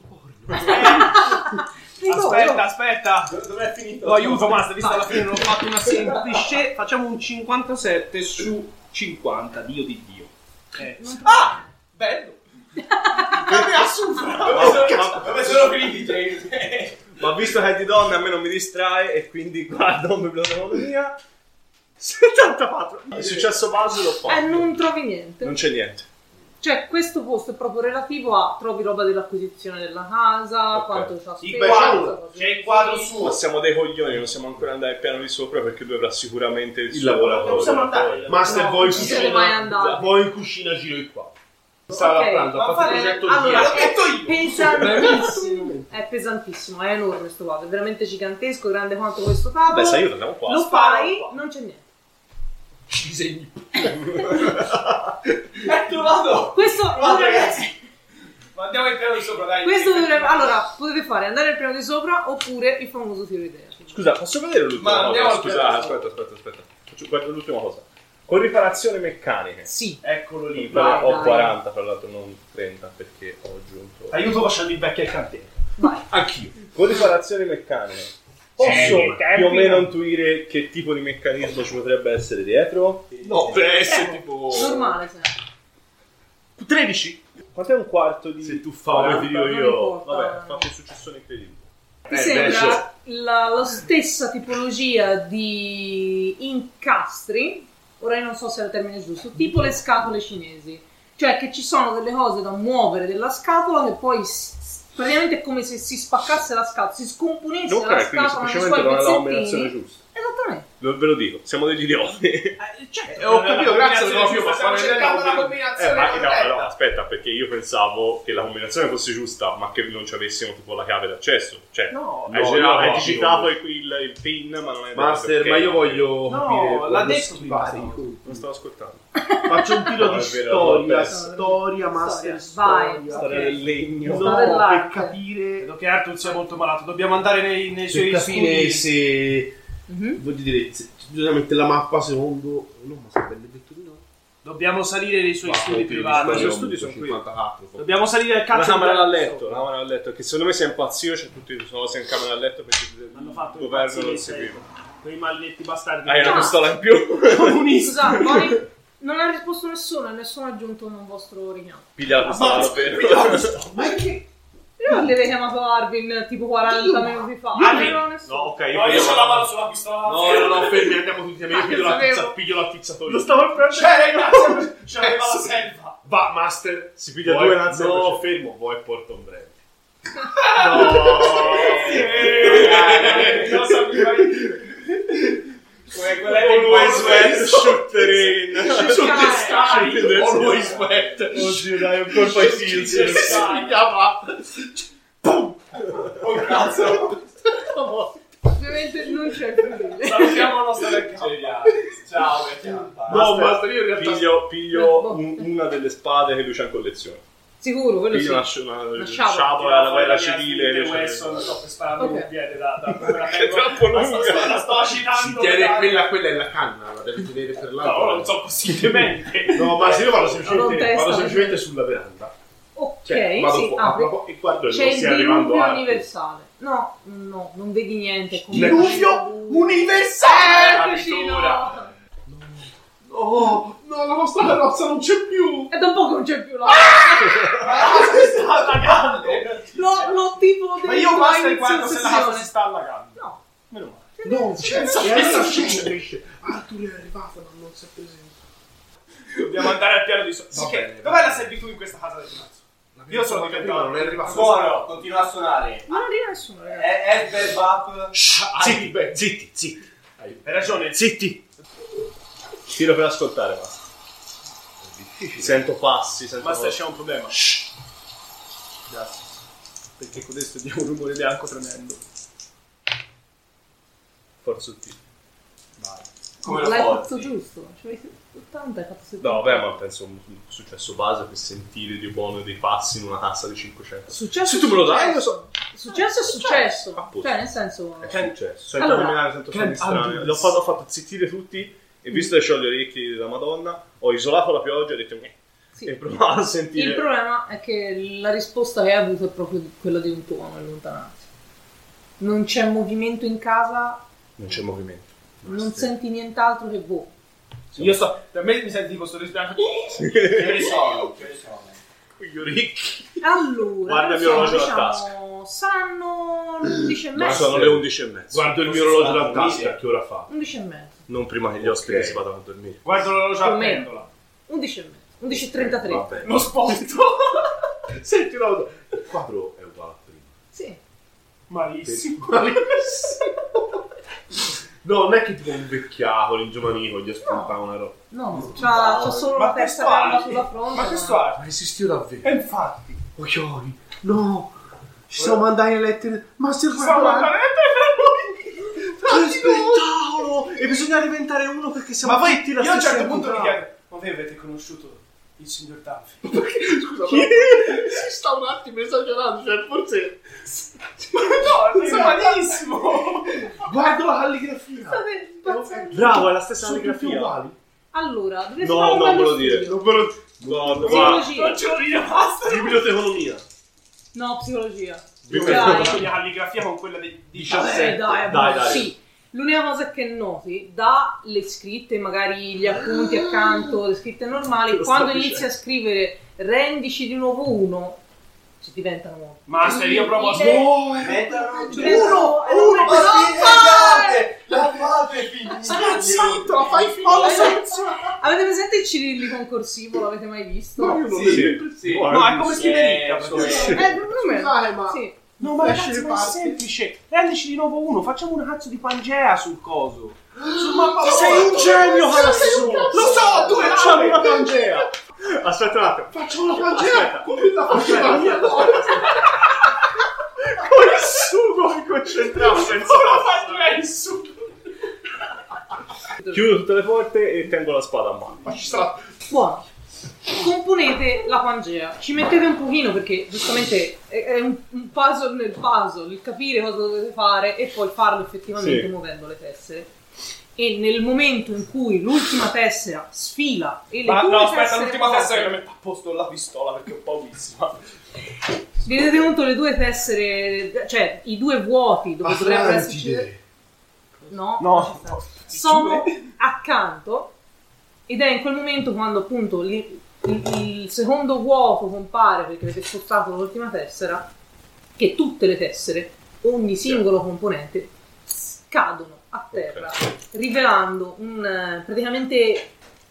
Aspetta. Dov'è finito? Lo aiuto, Master, visto Vai. alla fine non ho fatto una semplice. Facciamo un 57 su 50, Dio di Dio. Ah! Bello! Come assurdo! Dove sono finiti i treni? Ma visto che è di donne a me non mi distrae e quindi guardo biblioteconomia. 74. È successo puzzle l'ho fatto. Non trovi niente. Non c'è niente. Cioè, questo posto è proprio relativo a trovi roba dell'acquisizione della casa, Ok. quanto ci ha Il speso. quadro, c'è il quadro sì. suo. Ma siamo dei coglioni, non siamo ancora andati al piano di sopra perché lui avrà sicuramente il suo lavoratore. Non siamo andati. Master, No, voi in non siete mai andati. cucina. Voi in cucina giro di qua. Stava Ok, lavorando, ma ha fatto il fare- progetto di allora, Diaz. l'ho detto io. pesantissimo. È pesantissimo, è enorme questo quadro, è veramente gigantesco, grande quanto questo tavolo. Beh, sai io andiamo qua. Lo fai, non c'è niente. Ci disegni. Trovato! Questo Guarda, dovrebbe- ragazzi. Ma andiamo al piano di sopra, dai. questo dovrebbe. Allora, potete fare andare al piano di sopra oppure il famoso tiro idea. Scusa, posso vedere l'ultima Ma andiamo cosa? al Scusa, piano. aspetta. Guarda l'ultima cosa. Con riparazioni meccaniche. Sì. Eccolo lì. Vai, Ho dai. 40, tra l'altro non 30 perché ho aggiunto. Aiuto facendo il vecchio al cantiere. Vai. Anch'io. Con riparazioni meccaniche. Posso più o meno intuire che tipo di meccanismo ci potrebbe essere dietro? No, per essere tipo. Normale, sempre. 13. Quanto è un quarto di... Se tu fai come ti dico non io. importa. Vabbè, ha fatto un successone incredibile. Ti invece- sembra la stessa tipologia di incastri, ora io non so se è il termine giusto, tipo le scatole cinesi, cioè che ci sono delle cose da muovere della scatola che poi praticamente è come se si spaccasse la scatola, si scomponesse Ok, la quindi scatola nei semplicemente suoi non è la combinazione pezzettini. giusta. Esattamente. Ve lo dico, siamo degli idioti. Ho capito, grazie, no, proprio, ma stiamo fare cercando delle la combinazione Ma no, corretta. no, aspetta, perché io pensavo che la combinazione fosse giusta, ma che non ci avessimo tipo la chiave d'accesso. Cioè, No, hai, no, girato- hai no, digitato no. il pin, ma non è Master, ok. ma io voglio No, capire l'ha quando detto prima, schivare. Non stavo ascoltando. Faccio un tiro No, di è vero, storia, vabbè. storia, master, Vai. storia. Storia del legno. No, Storia dell'arte. per capire Vedo che Arthur sia molto malato. Dobbiamo andare nei suoi per capire studi. se Mhm. voglio dire, se bisogna mettere la mappa secondo. No, ma sarebbe detto di no. Dobbiamo salire nei suoi Ma studi tiro di privati. I suoi storia, studi sono qui. 54. Dobbiamo salire al La cazzo camera di da letto, la camera da letto, che secondo me si è impazzito, c'è tutti i cose in camera da letto perché Hanno fatto il governo non impazzire seguiva. quei maledetti bastardi. Hai una Ah. pistola in più. comunisti. Scusate, poi non ha risposto nessuno e nessuno ha aggiunto un vostro richiamo. Piglia la pistola davvero. Ma è che Io l'avevo chiamato Arvin tipo 40 minuti fa. Arvin? Non nessuno. no, ok, No, io ho la mano sulla pistola. No, fermi, andiamo tutti insieme. Io Ah, che sapevo. piglio l'attizzatore. Lo stavo per... Cioè, grazie. C'aveva la selva. Va, Master. Si piglia Vuoi- due lanze. No, fermo. Vuoi Porton Brand. Cosa mi fai dire? Come quella del Always sweat, shooter in. Always sweat. Oddio, dai, un colpo ai Seals. Si chiama. Pum. Oh cazzo! Ovviamente non c'è il problema. Salutiamo la nostra vecchia. Ciao, ciao. No, Master, io in realtà... Piglio una delle spade che lui c'ha in collezione. Sicuro, quello Piglio sì. una sciabola. sciabola alla guerra civile. Wesson, sto per sparare Ok. un piede da come la È tengo. troppo lunga. La sto Si citando. tiene quella è la canna, la devi tenere per l'altro. No, non so possibilmente. No, ma se io vado Non semplicemente, testa, semplicemente sulla veranda. Ok, Cioè, vado sì, apro apri. e guardo C'è che il stia arrivando diluvio arti. universale. No, non vedi niente. Diluvio universale! Vicino! Oh, no, la nostra carrozza non c'è più! È da un po' che non c'è più la... Si sta allagando. L'ho tipo... Ma io basta quando se la casa sessione. si sta allagando. No. Meno male. No, c'è la scena. Arthur è arrivato, ma non si è presente. Dobbiamo andare al piano di sopra. Va bene, Dov'è la servitù in questa casa del mazzo? Io sono prima, diventato. non è arrivato. Suono, continua a suonare. Ma non arriva nessuno, ragazzi. È Bebop. Zitti. Hai ragione. Zitti. Tiro per ascoltare, basta. È difficile. Sento passi, sento... Master, c'è un problema. Grazie. Perché codesto dia un rumore bianco tremendo. Forza il tiro. Come lo L'hai porti? fatto giusto. Cioè, 80 hai fatto 70. No, vabbè, ma penso un successo base per sentire di buono dei passi in una tassa di 500. Successo Se tu me lo dai, io so. Successo è successo. Appunto. Cioè, nel senso... È successo. Sento Allora, camminare, sento suoni strani. Andrews. Ho fatto zittire tutti e visto che ho gli orecchi della Madonna, ho isolato la pioggia e ho detto Sì. e provavo a sentire. Il problema è che la risposta che hai avuto è proprio quella di un tuono in lontananza. Non c'è movimento in casa, Non c'è movimento. non senti nient'altro che voi. Io sto. Per me mi senti tipo sto respirando. Ce ne sono. Con gli orecchi. Allora, Guarda il mio orologio alla tasca. Saranno le 11:30. Ma sono le 11:30. Guardo il mio orologio da tasca, che ora fa? 11:30. Non prima che gli ospiti Ok. si vadano a dormire. Guardo l'orologio Più a o meno. pendola. 11:30. 11:33. Vabbè. Lo sport. Senti una cosa, il quadro è uguale a prima. Sì. Malissimo. No, non è che tipo un vecchiato, l'ingiovanito, gli spunta una roba. No, c'ha solo Ma la testa questo gamba arti- sulla fronte. Ma questo arte. Ma esistio davvero? E infatti. Occhioli, no! Ci siamo mandati le lettere. Ma se Stavo guarda, guardando. spettacolo! E bisogna diventare uno perché siamo Ma voi, tutti io la a un stessa certo punto mi entità. chiedo, ma voi avete conosciuto il signor Duffy? scusa, si sta un attimo esagerando, cioè forse... No, sto malissimo. Guarda la calligrafia! State impazzendo. Bravo, è la stessa Sono tutti calligrafia. uguali. Allora, dovresti No, fare un non me bello lo dire. studio. Non ve lo... No, Psicologia. Non ce lo dire, basta. Biblioteconomia. No, psicologia. Biblioteconomia. Dai. La calligrafia con quella dei 17. Dai, Dai. Sì. L'unica cosa che noti, da le scritte, magari gli appunti accanto, le scritte normali, Lo quando sto inizi a scrivere rendici di nuovo uno, ci diventano Master, io provo a Uno! La fate finire! Zitto, la fai finire! Avete presente il cirillico concorsivo? L'avete mai visto? No, io non Sì. vedo. Sì. No, è come scrivere ricca. Non me. Scusate, ma... Sì. No, ma Esce ragazzi, le ma è parti. semplice. Rendici di nuovo uno, facciamo una cazzo di Pangea sul coso. Sul mappa. Sei un genio, cazzo! Lo so, tu hai Facciamo una Pangea! Aspetta un attimo. Facciamo la Pangea! Come la faceva la mia Con il sugo mi concentravo senza il su. Chiudo tutte le porte e tengo la spada a mano. Ma ci sta... Buono. Componete la Pangea. Ci mettete un pochino perché giustamente è un puzzle nel puzzle, il capire cosa dovete fare e poi farlo effettivamente Sì. muovendo le tessere. E nel momento in cui l'ultima tessera sfila e le Ma due no, aspetta, tessere l'ultima vuote- testa che mi metto a posto la pistola perché ho paurissima. vi rendete conto le due tessere, cioè i due vuoti dove dovrebbero esserci. No, No, sono accanto ed è in quel momento quando appunto il secondo vuoto compare perché avete spostato l'ultima tessera che tutte le tessere, ogni singolo componente cadono a terra rivelando praticamente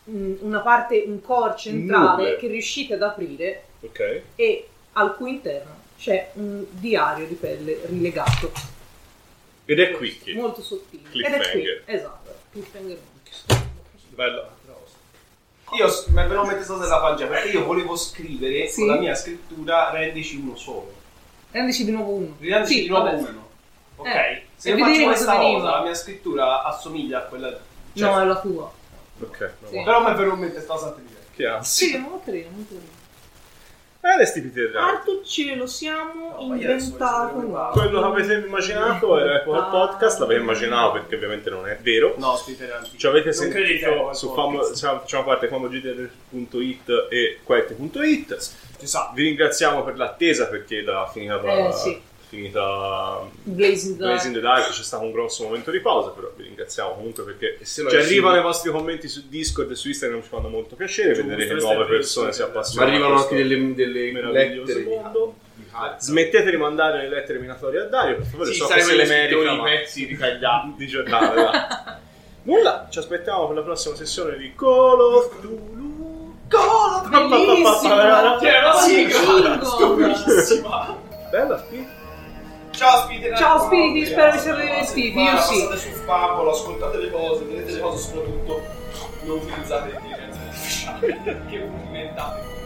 una parte, un core centrale Nucleo. che riuscite ad aprire Ok. e al cui interno c'è un diario di pelle rilegato. Ed è qui che... Molto sottile. Cliffhanger. Ed è qui, esatto. Cliffhanger. Bello. Io me lo metto solo nella pagina perché io volevo scrivere Sì. con la mia scrittura rendici uno solo. Rendici di nuovo uno. Rendici Sì, di nuovo vabbè. uno. Ok? Se e io vedere faccio cosa questa veniva. cosa, la mia scrittura assomiglia a quella. Cioè, No, è la tua. Ok. Sì. però mi è venuto in mente sta cosa di Che ansia. Sì, molto carino, molto carino. Resti Peter Ryan. Arto ce lo siamo No, ma io adesso inventato voglio noi. Quello che avete immaginato era Apple Podcast, l'avete immaginato perché ovviamente non è vero. No, ospiteranti. Ci avete Non credete sentito al su podcast. facciamo parte famogiter.it e quete.it. Si sa. Vi ringraziamo per l'attesa perché la finita Sì. finita Blazing Blazing the Dark. Dark c'è stato un grosso momento di pausa, però vi ringraziamo comunque perché se lo ci è arrivano sì. i vostri commenti su Discord e su Instagram, ci fanno molto piacere Giusto, vedere che questo nuove è vero, persone si sì, appassionano. Ma arrivano a anche questo delle meraviglioso lettere mondo. di carta. Smettete di mandare le lettere minatorie a Dario, per favore, Sì, so che sarebbe se le scritto merita, i ma pezzi ritagliati. di giornale, va. Nulla, ci aspettiamo per la prossima sessione di Call of Cthulhu. Bellissimo! C'è una sigla! Stupidissima! Bella, Pi. Ciao spiriti! Ciao, spiriti, spero vi siate divertiti, io sì. Passate sul favolo, ascoltate le cose, vedete le cose, soprattutto non utilizzate l'intelligenza artificiale perché diventate